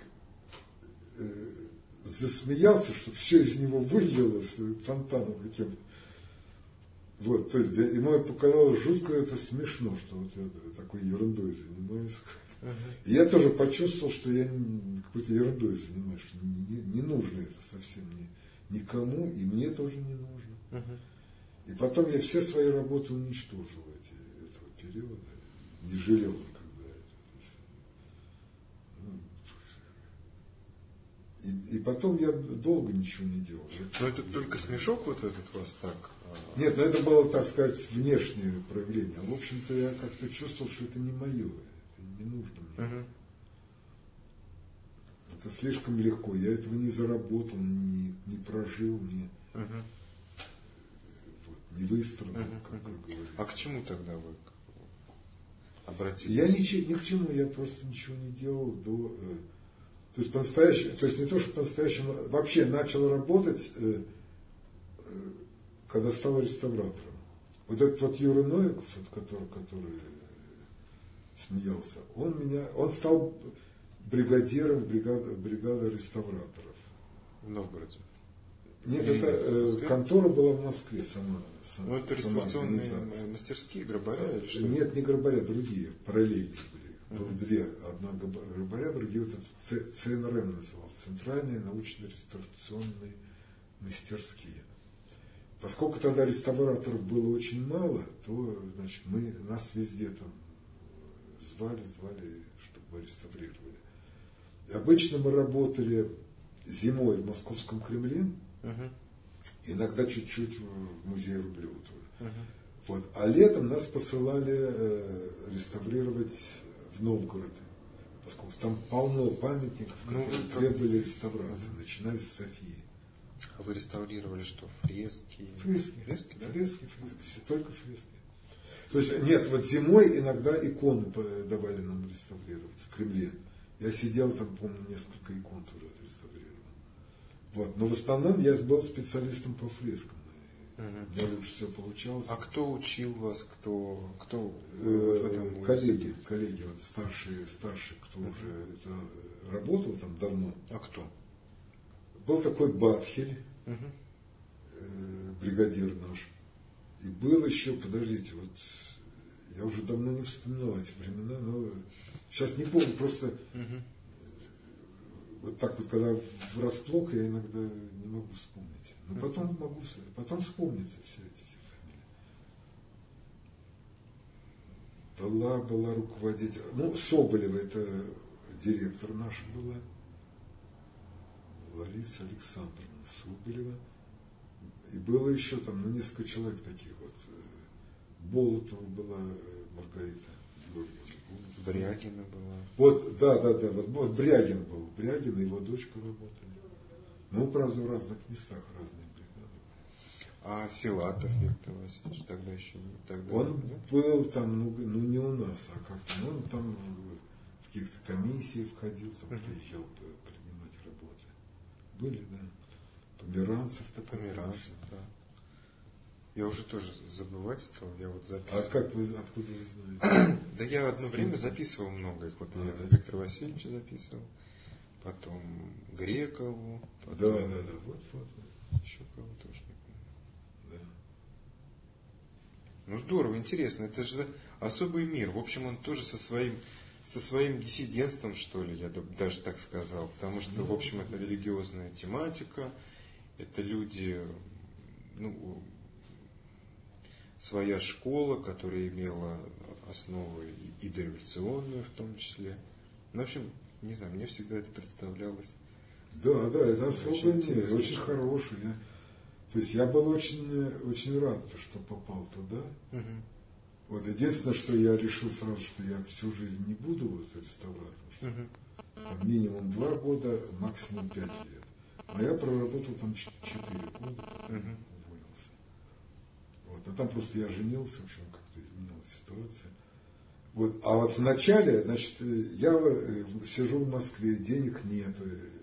засмеялся, что все из него вылилось фонтаном каким-то. Вот, то есть, ему показалось жутко это смешно, что вот я такой ерундой занимаюсь. И я тоже почувствовал, что я какой-то ерундой занимаюсь, что не нужно это совсем никому, и мне тоже не нужно. И потом я все свои работы уничтожил этого периода. Не жалел никогда этого. И потом я долго ничего не делал. Но это только смешок вот этот вас так? Нет, но это было, так сказать, внешнее проявление. В общем-то, я как-то чувствовал, что это не мое, это не нужно мне. Это слишком легко. Я этого не заработал, не прожил, вот, не выстроил, как говорится. А к чему тогда вы обратились? Я ни к чему, я просто ничего не делал до... То есть по-настоящему, то есть не то, что по-настоящему, вообще начал работать, когда стал реставратором. Вот этот вот Юра Новиков, который смеялся, он стал бригадиром бригады реставраторов. В Новгороде? Нет, это контора была в Москве сама. Ну, это реставрационные мастерские, грабаря или что? Нет, не грабаря, другие, параллельные были. Было две. Одна грабаря, другие вот это ЦНРМ называлось. Центральные научно-реставрационные мастерские. Поскольку тогда реставраторов было очень мало, то, значит, нас везде там звали, чтобы мы реставрировали. И обычно мы работали зимой в Московском Кремле, иногда чуть-чуть в музее Рублева тоже. Вот. А летом нас посылали реставрировать в Новгород, поскольку там полно памятников, которые требовали реставрации, начиная с Софии. А вы реставрировали что? Фрески? Фрески, да? Фрески, только фрески. То есть, нет, вот зимой иногда иконы давали нам реставрировать в Кремле. Я сидел там, помню, несколько икон тоже отреставрировал. Вот. Но в основном я был специалистом по фрескам. У меня лучше все получалось. А кто учил вас, кто вот в этом коллеги, вот старшие, кто уже работал там давно. А кто? Был такой Бабхель, бригадир наш. И был еще, подождите, вот я уже давно не вспоминал эти времена, но сейчас не помню, просто вот так вот, когда врасплох, я иногда не могу вспомнить. Но потом вспомнится все эти фамилии. Была руководитель, Соболева, это директор наша была. Лариса Александровна Соболева. И было еще там, несколько человек таких вот. Болотова была Маргарита Георгиевна. Брягина была. Вот, да. Вот Брягин был. Брягин и его дочка работали. Правда, в разных местах, разные бригады. А Филатов Виктор Васильевич тогда еще не? Он был там, не у нас, а как-то. Он там в каких-то комиссиях входил, там приезжал принимать работы. Были, да. Померанцев такой. Померанцев, да. Я уже тоже забывать стал, я вот записывал. А откуда вы знаете? Да я одно время записывал много их. Вот я Виктора Васильевича записывал, потом Грекову, потом... Да, вот. Еще кого-то уж не помню. Да. Здорово, интересно. Это же особый мир. В общем, он тоже со своим диссидентством, что ли, я даже так сказал. Потому что, в общем, это религиозная тематика, это люди, своя школа, которая имела основу и дореволюционную в том числе. В общем, не знаю, мне всегда это представлялось. Да, это особый мир, очень хороший. То есть я был очень, очень рад, что попал туда. Вот единственное, что я решил сразу, что я всю жизнь не буду реставратором. Минимум 2 года, максимум 5 лет. А я проработал там 4 года, уволился. Вот. А там просто я женился, в общем, как-то изменилась ситуация. Вот. А вот вначале, значит, я сижу в Москве, денег нет,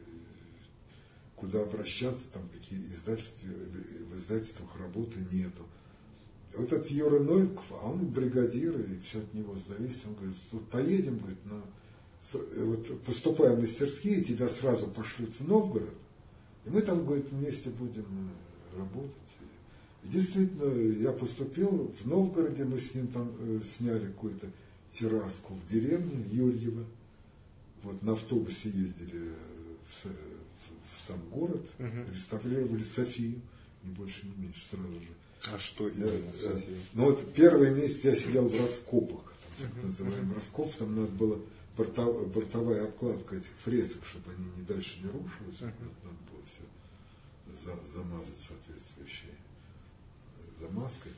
куда обращаться, там какие в издательствах работы нету. Вот этот Юра Новиков, а он бригадир, и все от него зависит. Он говорит, вот поедем, говорит, вот поступая в мастерские, тебя сразу пошлют в Новгород, и мы там, говорит, вместе будем работать. И действительно, я поступил в Новгороде, мы с ним там сняли какую-то терраску в деревне Юрьево. Вот на автобусе ездили в сам город, реставрировали Софию, ни больше, ни меньше, сразу же. А что именно в Софии? Ну вот первый месяц я сидел в раскопах, так называемый раскоп, там надо было бортовая обкладка этих фресок, чтобы они не дальше не рушились, надо было все замазать соответствующей замазкой.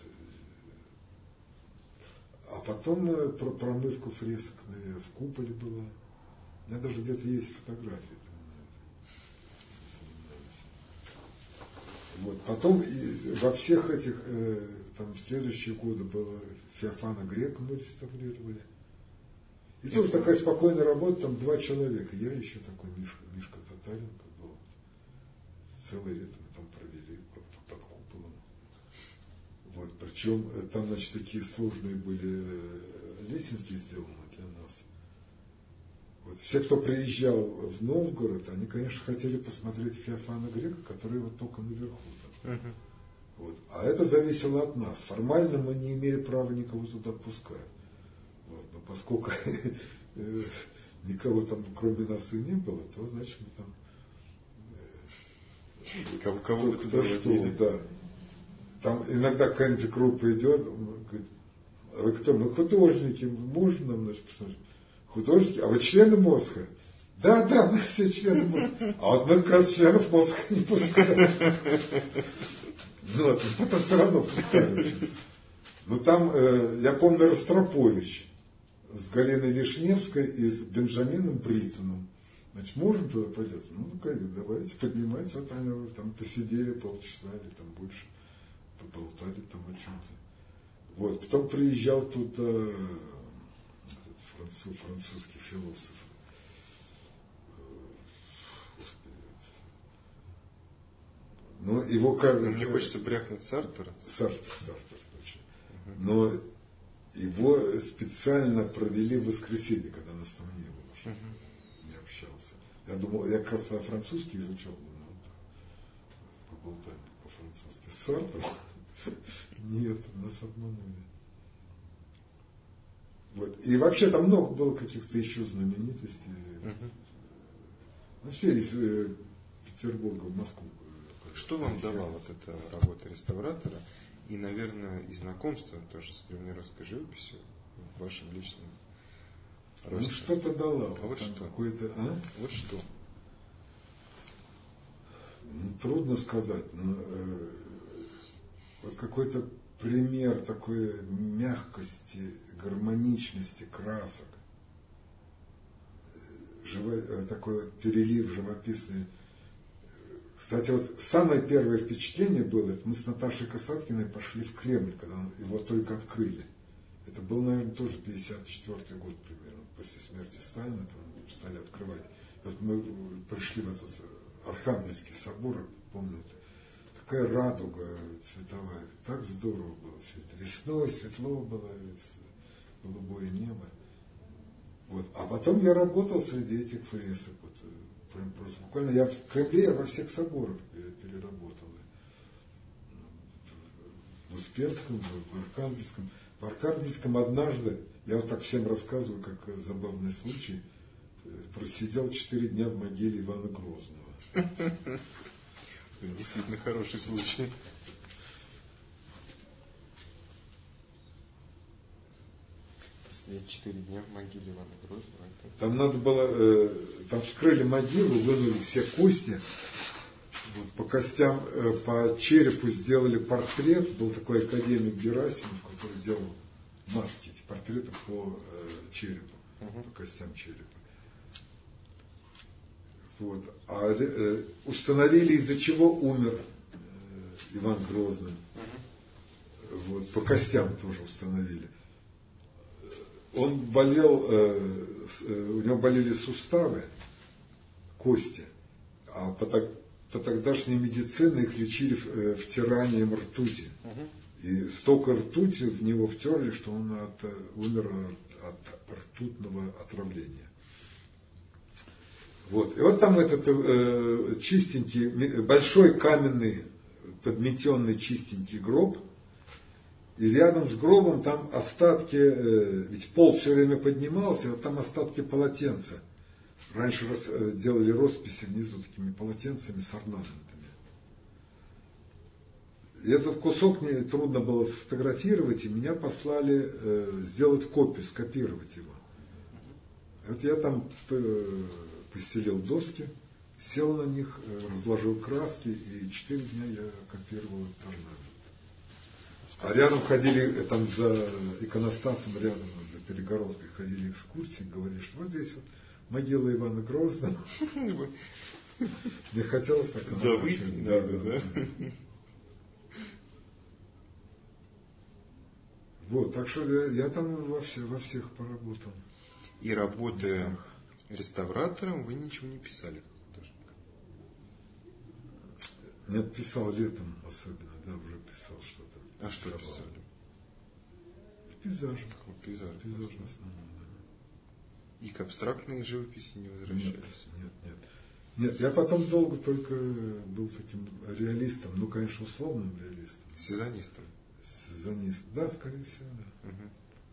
А потом про промывку фресок в куполе была. У меня даже где-то есть фотографии. Вот. Потом во всех этих, там, в следующие годы было Феофана Грека мы реставрировали. И тоже такая спокойная работа, там 2 человека. Я еще такой Мишка Татаренко был. Целый лето мы там провели под куполом. Вот. Причем там, значит, такие сложные были лесенки сделаны для нас. Вот. Все, кто приезжал в Новгород, они, конечно, хотели посмотреть Феофана Грека, который вот только наверху. Вот. А это зависело от нас. Формально мы не имели права никого туда пускать. Вот. Но поскольку никого там кроме нас и не было, то значит мы там... Кого вы туда водили? Да. Там иногда какая-нибудь группа идет, говорит, а вы кто? Мы художники, можно нам, значит, посмотреть? Художники? А вы члены Мосха? Да, мы все члены Мосха. А вот мы как раз членов Мосха не пускаем. Ну, потом все равно пускали. Ну, там, я помню, Ростропович с Галиной Вишневской и с Бенджамином Бриттоном. Значит, можно туда пойти? Ну, давайте, поднимайтесь. Вот они там посидели полчаса или там больше, поболтали там о чем-то. Вот, потом приезжал туда французский философ. Но его как... Мне хочется брякнуть Сартера. Сартер, точно. Но его специально провели в воскресенье, когда нас там не было. Не общался. Я думал, я как раз французский изучал, поболтать по-французски. Сартер? Нет, нас обманули. Вот. И вообще там много было каких-то еще знаменитостей. Ну, все из Петербурга в Москву. Что вам дала вот эта работа реставратора и, наверное, и знакомство тоже с древнерусской живописью в вашем личном росте? Ну, что-то дала. А вот что? Вот что? Ну, трудно сказать. Но, вот какой-то пример такой мягкости, гармоничности красок. Такой вот перелив живописный. Кстати, вот самое первое впечатление было, это мы с Наташей Касаткиной пошли в Кремль, когда его только открыли. Это был, наверное, тоже 54-й год примерно, после смерти Сталина, там стали открывать. И вот мы пришли в этот Архангельский собор, помню, такая радуга цветовая, так здорово было все это. Весной светло было, голубое небо. Вот. А потом я работал среди этих фресок. Вот, просто буквально я в Кремле, во всех соборах переработал. В Успенском, в Архангельском. В Архангельском однажды, я вот так всем рассказываю, как забавный случай, просидел 4 дня в могиле Ивана Грозного. Действительно хороший случай. Просидеть 4 дня в могиле Ивана Грозного. Там надо было, там вскрыли могилу, вынули все кости, вот, по костям, по черепу сделали портрет. Был такой академик Герасимов, который делал маски, эти портреты по черепу, по костям черепа. Вот. А установили, из-за чего умер Иван Грозный. Вот. По костям тоже установили. Он болел, у него болели суставы, кости, а по тогдашней медицине их лечили втиранием ртути. И столько ртути в него втерли, что он умер от ртутного отравления. Вот. И вот там этот чистенький, большой каменный, подметенный чистенький гроб. И рядом с гробом там остатки, ведь пол все время поднимался, вот там остатки полотенца. Раньше делали росписи внизу такими полотенцами с орнаментами. И этот кусок мне трудно было сфотографировать, и меня послали сделать копию, скопировать его. Вот я там постелил доски, сел на них, разложил краски, и 4 дня я копировал этот орнамент. А рядом ходили, там за иконостасом рядом, за перегородкой ходили экскурсии, говорили, что вот здесь вот могила Ивана Грозного. Мне хотелось так. Завыть иногда, да? Вот, так что я там во всех поработал. И работая реставратором, вы ничего не писали? Нет, писал летом особенно, да, уже писал что-то. А что писали? Пейзажи. Пейзажи в основном, да. И к абстрактной живописи не возвращались? Нет, я потом долго только был таким реалистом, ну, конечно, условным реалистом. Сезонистом? Сезонистом, да, скорее всего, да. Угу.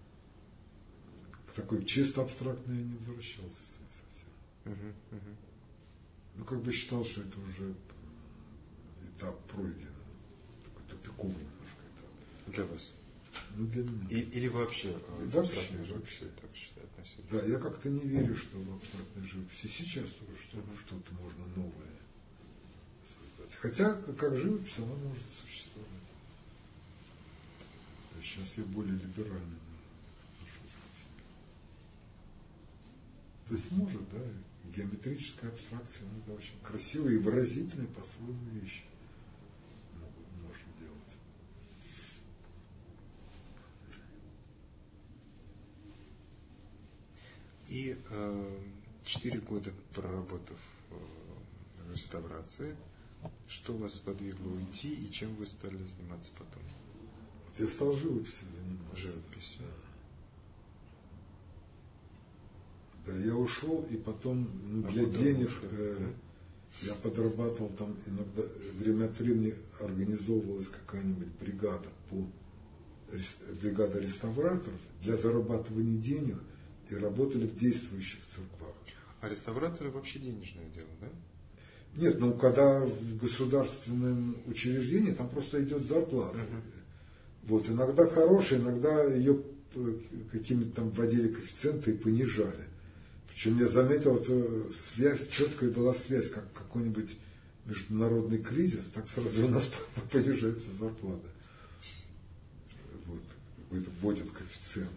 К такой чисто абстрактной я не возвращался совсем. Ну, как бы считал, что это уже этап пройден. Такой тупиковый немножко этап. Для вас? Ну, для меня. Или вообще абстрактной живописи так относились? Да, я как-то не верю, что в абстрактной живописи сейчас тоже что-то можно новое создать. Хотя, как живопись, она может существовать. Сейчас я более либерально отношусь к себе. То есть может, да, геометрическая абстракция, это очень красивые и выразительные по-своему вещи можно делать. И 4 года проработав в реставрации, что вас подвигло уйти и чем вы стали заниматься потом? Я стал живописью заниматься. Живописью. Да, я ушел, и потом для денег я подрабатывал там иногда, время от времени организовывалась какая-нибудь бригада бригада реставраторов для зарабатывания денег, и работали в действующих церквах. А реставраторы вообще денежное дело, да? Нет, когда в государственном учреждении там просто идет зарплата. Вот, иногда хорошая, иногда ее какими-то там вводили коэффициенты и понижали. Причем я заметил, что четкая была связь, как какой-нибудь международный кризис, так сразу у нас понижается зарплата. Вот, какой-то вводят коэффициент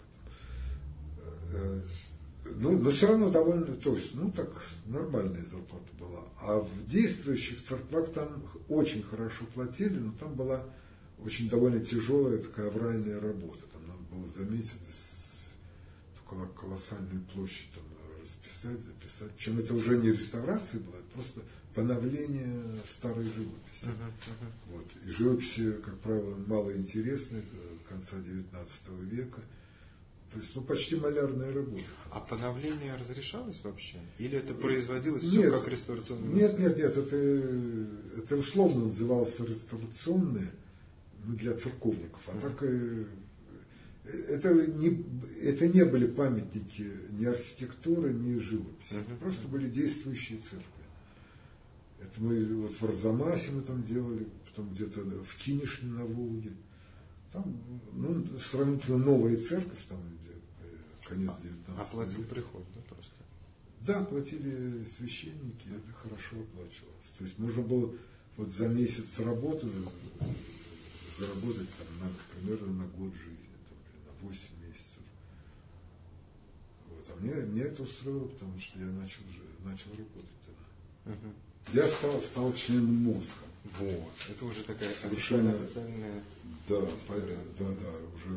якобы. Но все равно довольно, то есть, так нормальная зарплата была. А в действующих церквах там очень хорошо платили, но там была очень довольно тяжелая такая авральная работа. Там надо было за месяц колоссальную площадь там расписать, записать. Причем это уже не реставрация была, это просто поновление старой живописи. Вот. И живописи, как правило, малоинтересны конца XIX века. То есть, почти малярная работа. А поновление разрешалось вообще? Или это производилось все как реставрационное? Нет, это условно называлось реставрационное, для церковников. А так это не были памятники ни архитектуры, ни живописи. Это просто были действующие церкви. Это мы вот в Арзамасе мы там делали, потом где-то в Кинешме на Волге. Там, сравнительно новая церковь, там, конец 19 века. А платил приход, да, просто? Да, платили священники, это хорошо оплачивалось. То есть можно было вот за месяц работы заработать там, примерно на год жизни, там, на 8 месяцев. Вот. А мне это устроило, потому что я начал работать тогда. Я стал членом мозга. Вот. Это уже такая совершенно официальная история. Да, уже,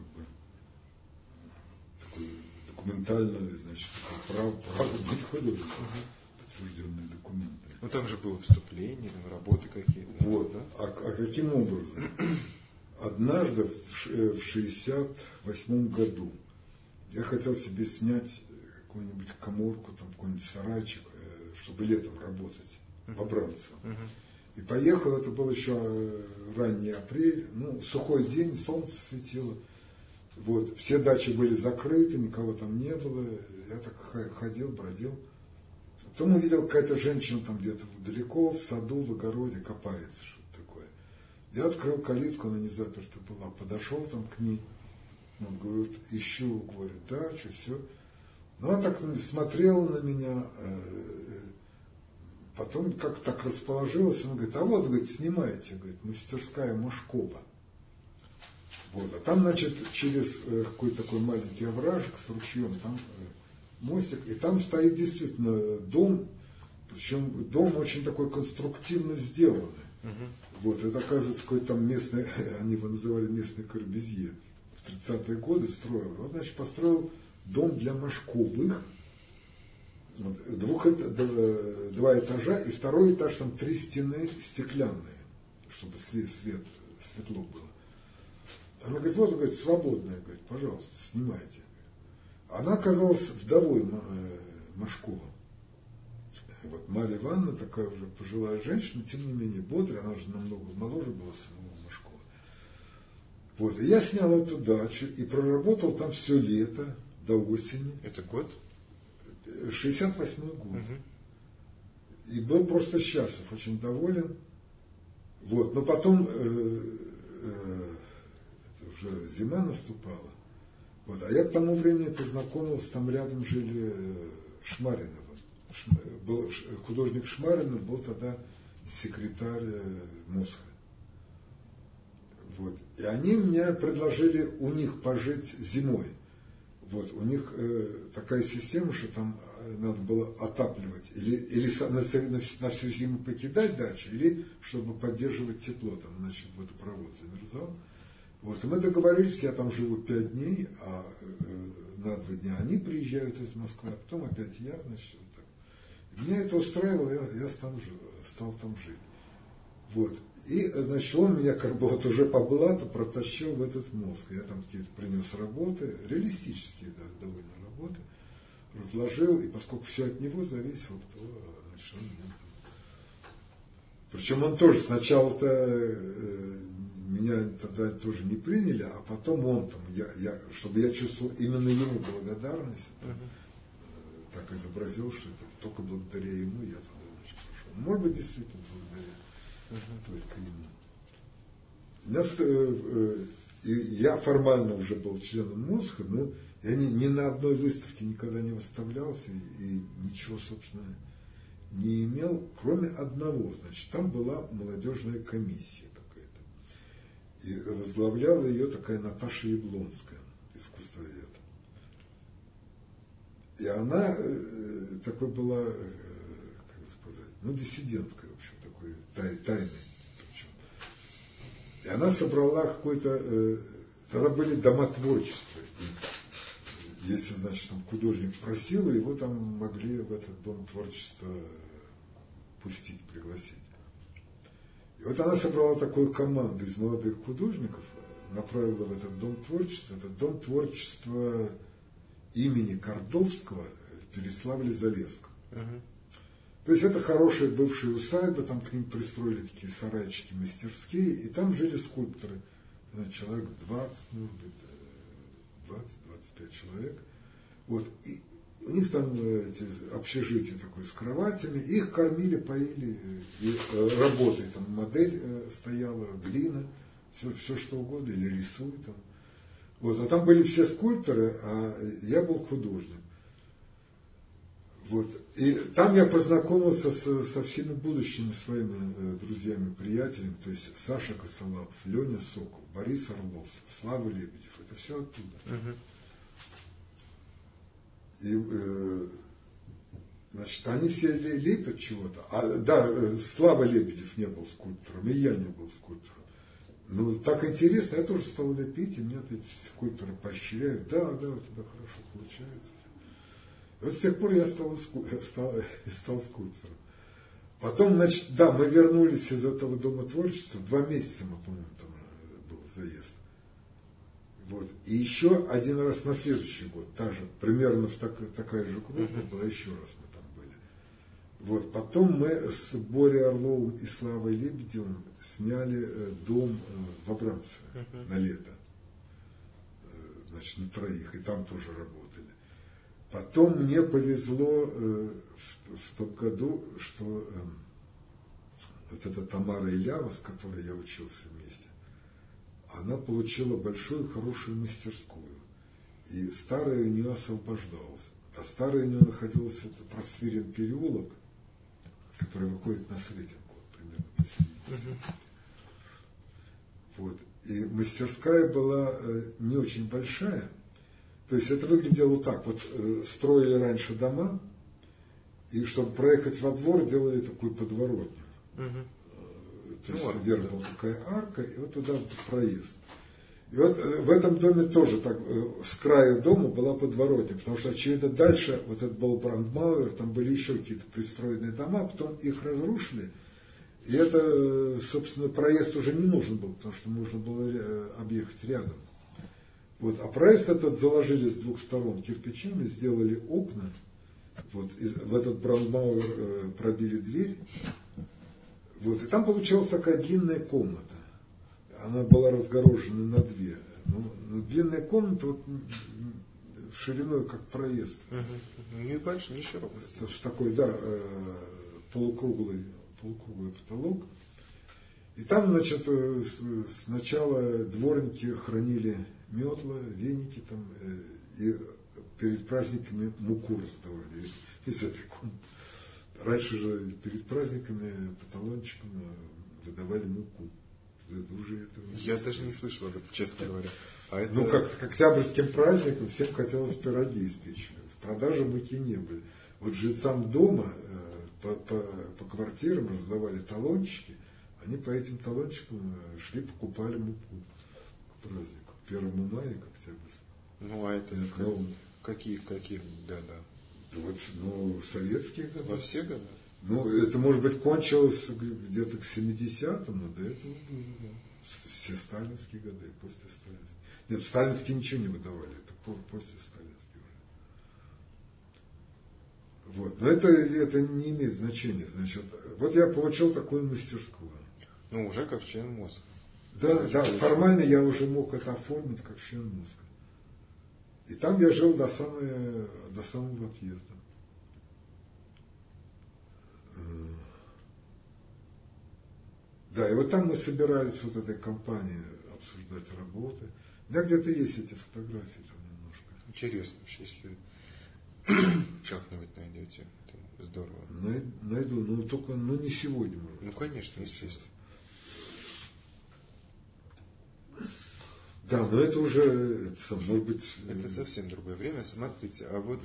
такой документальный, значит, право быть художником, подтвержденные документы. Там же было вступление, там работы какие-то. Вот. Да? А каким образом? Однажды в 1968 году я хотел себе снять какую-нибудь каморку, там какой-нибудь сарайчик, чтобы летом работать в Абрамцево. И поехал, это был еще ранний апрель, сухой день, солнце светило. Вот, все дачи были закрыты, никого там не было. Я так ходил, бродил. Потом увидел, какая-то женщина там где-то далеко, в саду, в огороде копается, что-то такое. Я открыл калитку, она не заперта была, подошел там к ней, он говорит, ищу, говорит, да, что, все. Ну, она так смотрела на меня, потом как так расположилась, он говорит, а вот, говорит, снимайте, говорит, мастерская Машкова. Вот, а там, значит, через какой-то такой маленький овражек с ручьем, там мостик, и там стоит действительно дом, причем дом очень такой конструктивно сделанный. Вот, это, оказывается, какой-то там местный, они его называли местный Корбюзье, в 30-е годы строил. Вот, значит, построил дом для Машковых, вот, два этажа, и второй этаж, там 3 стены стеклянные, чтобы светло было. Она говорит, вот, говорит, свободная, говорит, пожалуйста, снимайте. Она оказалась вдовой Машкова. Вот Марья Ивановна, такая уже пожилая женщина, тем не менее бодрая, она же намного моложе была самого Машкова. Вот, и я снял эту дачу и проработал там все лето до осени. Это год? 68-й год. И был просто счастлив, очень доволен. Вот, но потом уже зима наступала. Вот, а я к тому времени познакомился, там рядом жили Шмариновы. Был художник Шмаринов, был тогда секретарь Мосха. Вот. И они мне предложили у них пожить зимой. Вот. У них такая система, что там надо было отапливать. Или на всю зиму покидать дачу, или чтобы поддерживать тепло. Там, значит, водопровод замерзал. Вот. И мы договорились, я там живу 5 дней, а на 2 дня они приезжают из Москвы, а потом опять я, значит, вот так. Меня это устраивало, я стал там жить. Вот. И, значит, он меня как бы вот уже по блату протащил в этот мозг. Я там какие-то принес работы, реалистические, да, довольно работы, разложил, и поскольку все от него зависело, то, значит, он меня там... Причем он тоже сначала-то меня тогда тоже не приняли, а потом он там, чтобы я чувствовал именно ему благодарность, так изобразил, что это только благодаря ему я туда, значит, пошел. Может быть, действительно благодаря только ему. Я формально уже был членом Мосха, но я ни на одной выставке никогда не выставлялся и ничего, собственно, не имел, кроме одного. Значит, там была молодежная комиссия какая-то. И возглавляла ее такая Наташа Яблонская, искусствовед. И она такой была, как сказать, диссиденткой, в общем, такой тайной. Причем. И она собрала какой-то, тогда были дома творчества. И если, значит, там художник просил, его там могли в этот дом творчества пустить, пригласить. И вот она собрала такую команду из молодых художников, направила в этот дом творчества. Этот дом творчества имени Кордовского в Переславле-Залесском. То есть это хорошая бывшая усадьба, там к ним пристроили такие сарайчики, мастерские, и там жили скульпторы. Человек 20, может быть, 20-25 человек. Вот. И у них там общежитие такое с кроватями, их кормили, поили, и работой. Там модель стояла, глина, все что угодно, или рисуй там. Вот, а там были все скульпторы, а я был художник. Вот. И там я познакомился со всеми будущими своими друзьями, приятелями, то есть Саша Косолапов, Леня Сокол, Борис Орлов, Слава Лебедев, это все оттуда. И, значит, они все лепят чего-то. Да, Слава Лебедев не был скульптором, и я не был скульптором. Ну, так интересно, я тоже стал лепить, и меня эти скульпторы поощряют. Да, у тебя хорошо получается. И вот с тех пор я стал скульптором. Потом, значит, да, мы вернулись из этого дома творчества, 2 месяца, мы, по-моему, там был заезд. Вот. И еще один раз на следующий год, примерно такая же группа была, еще раз мы там были. Вот. Потом мы с Борей Орловым и Славой Лебедевым сняли дом в Абрамцеве на лето. Значит, на 3, и там тоже работали. Потом мне повезло в том году, что вот эта Тамара Илява, с которой я учился вместе, она получила большую, хорошую мастерскую. И старая у нее освобождалась. А старая у нее находилась, это Просвирин переулок, который выходит на Сретенку, примерно посередине. Вот. И мастерская была не очень большая. То есть это выглядело так. Вот строили раньше дома, и чтобы проехать во двор, делали такую подворотню. То есть вверх была такая арка, и вот туда проезд. И вот в этом доме тоже так, с краю дома была подворотня, потому что, очевидно, дальше, вот это был Брандмауэр, там были еще какие-то пристроенные дома, потом их разрушили, и это, собственно, проезд уже не нужен был, потому что можно было объехать рядом. Вот, а проезд этот заложили с двух сторон кирпичами, сделали окна, вот, и в этот Брандмауэр пробили дверь, вот, и там получилась такая длинная комната. Она была разгорожена на две. Но длинная комната вот, шириной как проезд. Не большой, не широкий. С такой, да, полукруглый потолок. И там, значит, сначала дворники хранили метлы, веники там, и перед праздниками муку раздавали из этой комнаты. Раньше же перед праздниками по талончикам выдавали муку. Я даже не слышал об этом, честно говоря. А это... Ну, как к октябрьским праздникам всем хотелось пироги испечь. В продаже муки не были. Вот жильцам дома по квартирам раздавали талончики. Они по этим талончикам шли, покупали муку к празднику. 1 мая, к октябрьскому. Ну, а это какие года? Вот, ну, советские годы. Во все годы? Ну, это, может быть, кончилось где-то к 70-м, но до этого было, да. Все сталинские годы, после сталинских. Нет, сталинские ничего не выдавали, это после сталинских уже. Вот. Но это не имеет значения. Значит, вот я получил такую мастерскую. Ну, уже как член мозга. Да, формально я уже мог это оформить как член мозга. И там я жил до самого отъезда. Да, и вот там мы собирались вот этой компанией обсуждать работы. У меня где-то есть эти фотографии там немножко. Интересно, если как-нибудь найдете, это здорово. Найду, но только не сегодня. Ну, конечно, естественно. Да, но это уже, может быть... Это совсем другое время. Смотрите, а вот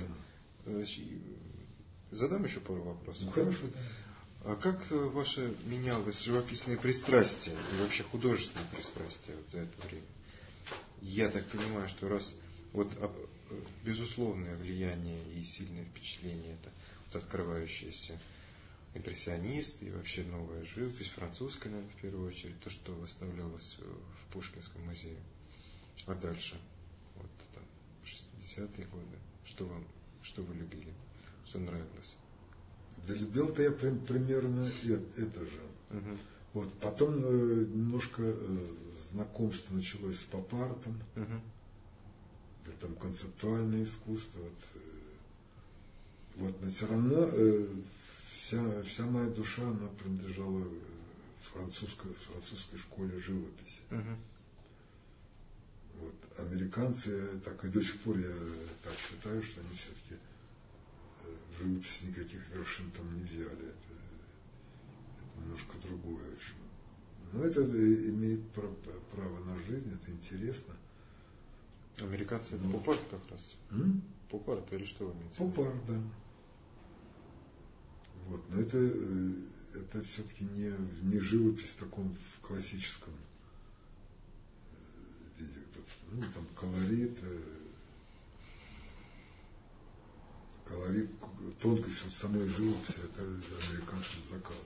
задам еще пару вопросов. Ну, хорошо. А как ваше менялось живописное пристрастие и вообще художественное пристрастие вот за это время? Я так понимаю, что раз вот безусловное влияние и сильное впечатление это вот открывающиеся импрессионисты и вообще новая живопись, французская, наверное, в первую очередь, то, что выставлялось в Пушкинском музее. А дальше, вот там, 60-е годы, что вы любили, что нравилось? Да любил-то я примерно это же. Угу. Вот, потом немножко знакомство началось с поп-артом, да, там концептуальное искусство. Вот, но все равно вся моя душа, она принадлежала французской школе живописи. Вот, американцы, так и до сих пор я так считаю, что они все-таки в живописи никаких вершин там не взяли. Это немножко другое. Но это имеет право на жизнь, это интересно. Американцы это поп-арт как раз. Поп-арт или что вы имеете? Поп-арт, да. Вот, но это все-таки не живопись в таком в классическом виде. Ну, там колорит, тонкость вот самой живописи, это американцам заказано.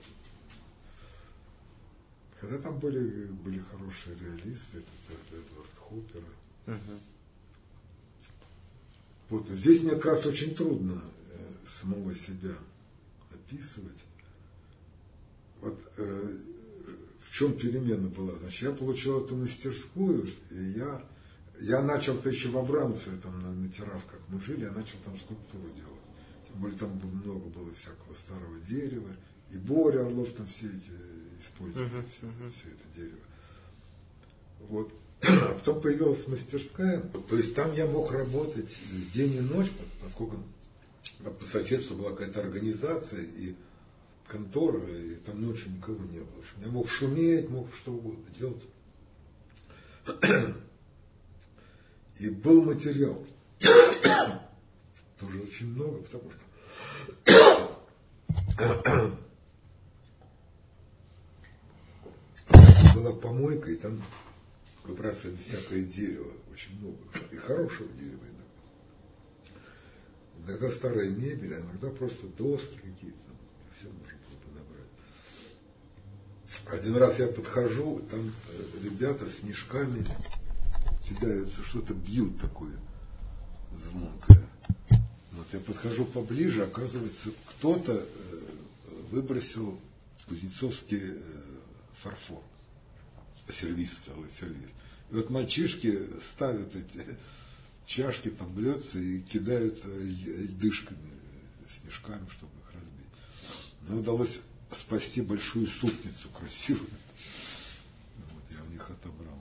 Хотя там были хорошие реалисты, это Эдвард Хоппер. Вот, здесь мне как раз очень трудно самого себя описывать. Вот в чем перемена была? Значит, я получил эту мастерскую, и я начал-то еще в Абрамцеве, там на террасках мы жили, я начал там скульптуру делать. Тем более там много было всякого старого дерева, И Боря Орлов там все эти использовали, все это дерево. Вот. А потом появилась мастерская, то есть там я мог работать день и ночь, поскольку по соседству была какая-то организация и контора, и там ночью никого не было. Я мог шуметь, мог что угодно делать. И был материал. Тоже очень много, потому что была помойка, и там выбрасывали всякое дерево, очень много. И хорошего дерева иногда. Иногда старая мебель, а иногда просто доски какие-то. Все можно было подобрать. Один раз я подхожу, там ребята снежками кидаются, что-то бьют такое звонкое. Вот я подхожу поближе, оказывается, кто-то выбросил кузнецовский фарфор. Сервиз, целый сервиз. И вот мальчишки ставят эти чашки, там блюдца и кидают льдышками, снежками, чтобы их разбить. Мне удалось спасти большую супницу красивую. Вот, я у них отобрал.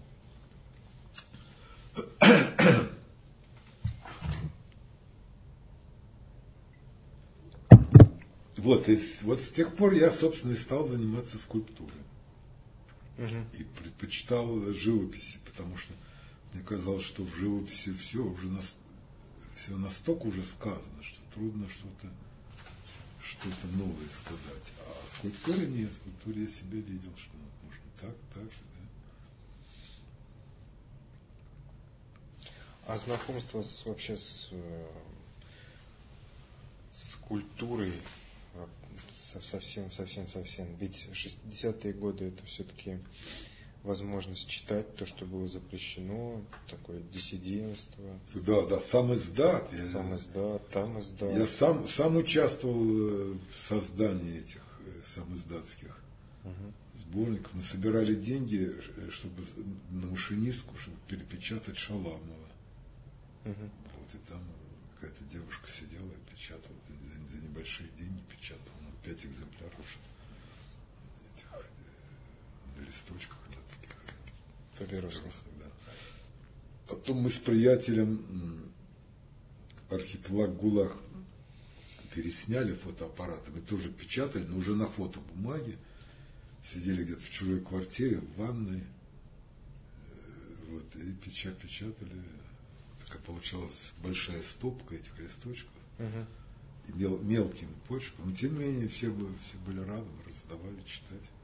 Вот, и вот с тех пор я, собственно, и стал заниматься скульптурой. И предпочитал живописи, потому что мне казалось, что в живописи все настолько уже сказано, что трудно что-то новое сказать. А в скульптуре нет, в скульптуре я себя видел, что можно так, да. А знакомство вообще с культурой совсем. Ведь 60-е годы это все-таки возможность читать то, что было запрещено, такое диссидентство. Да, сам издат. Там издат. Я сам участвовал в создании этих самоиздатских сборников. Мы собирали деньги, чтобы на машинистку, чтобы перепечатать Шаламова. Вот, и там какая-то девушка сидела и печатала за небольшие деньги, печатала 5 экземпляров этих на листочках, да, таких Папиросных. Да. Потом мы с приятелем архипелаг ГУЛАГ пересняли фотоаппараты, мы тоже печатали, но уже на фотобумаге, сидели где-то в чужой квартире, в ванной, вот, и печатали. Такая получалась большая стопка этих листочков. И мелкими почерком. Но тем не менее все были рады, раздавали читать.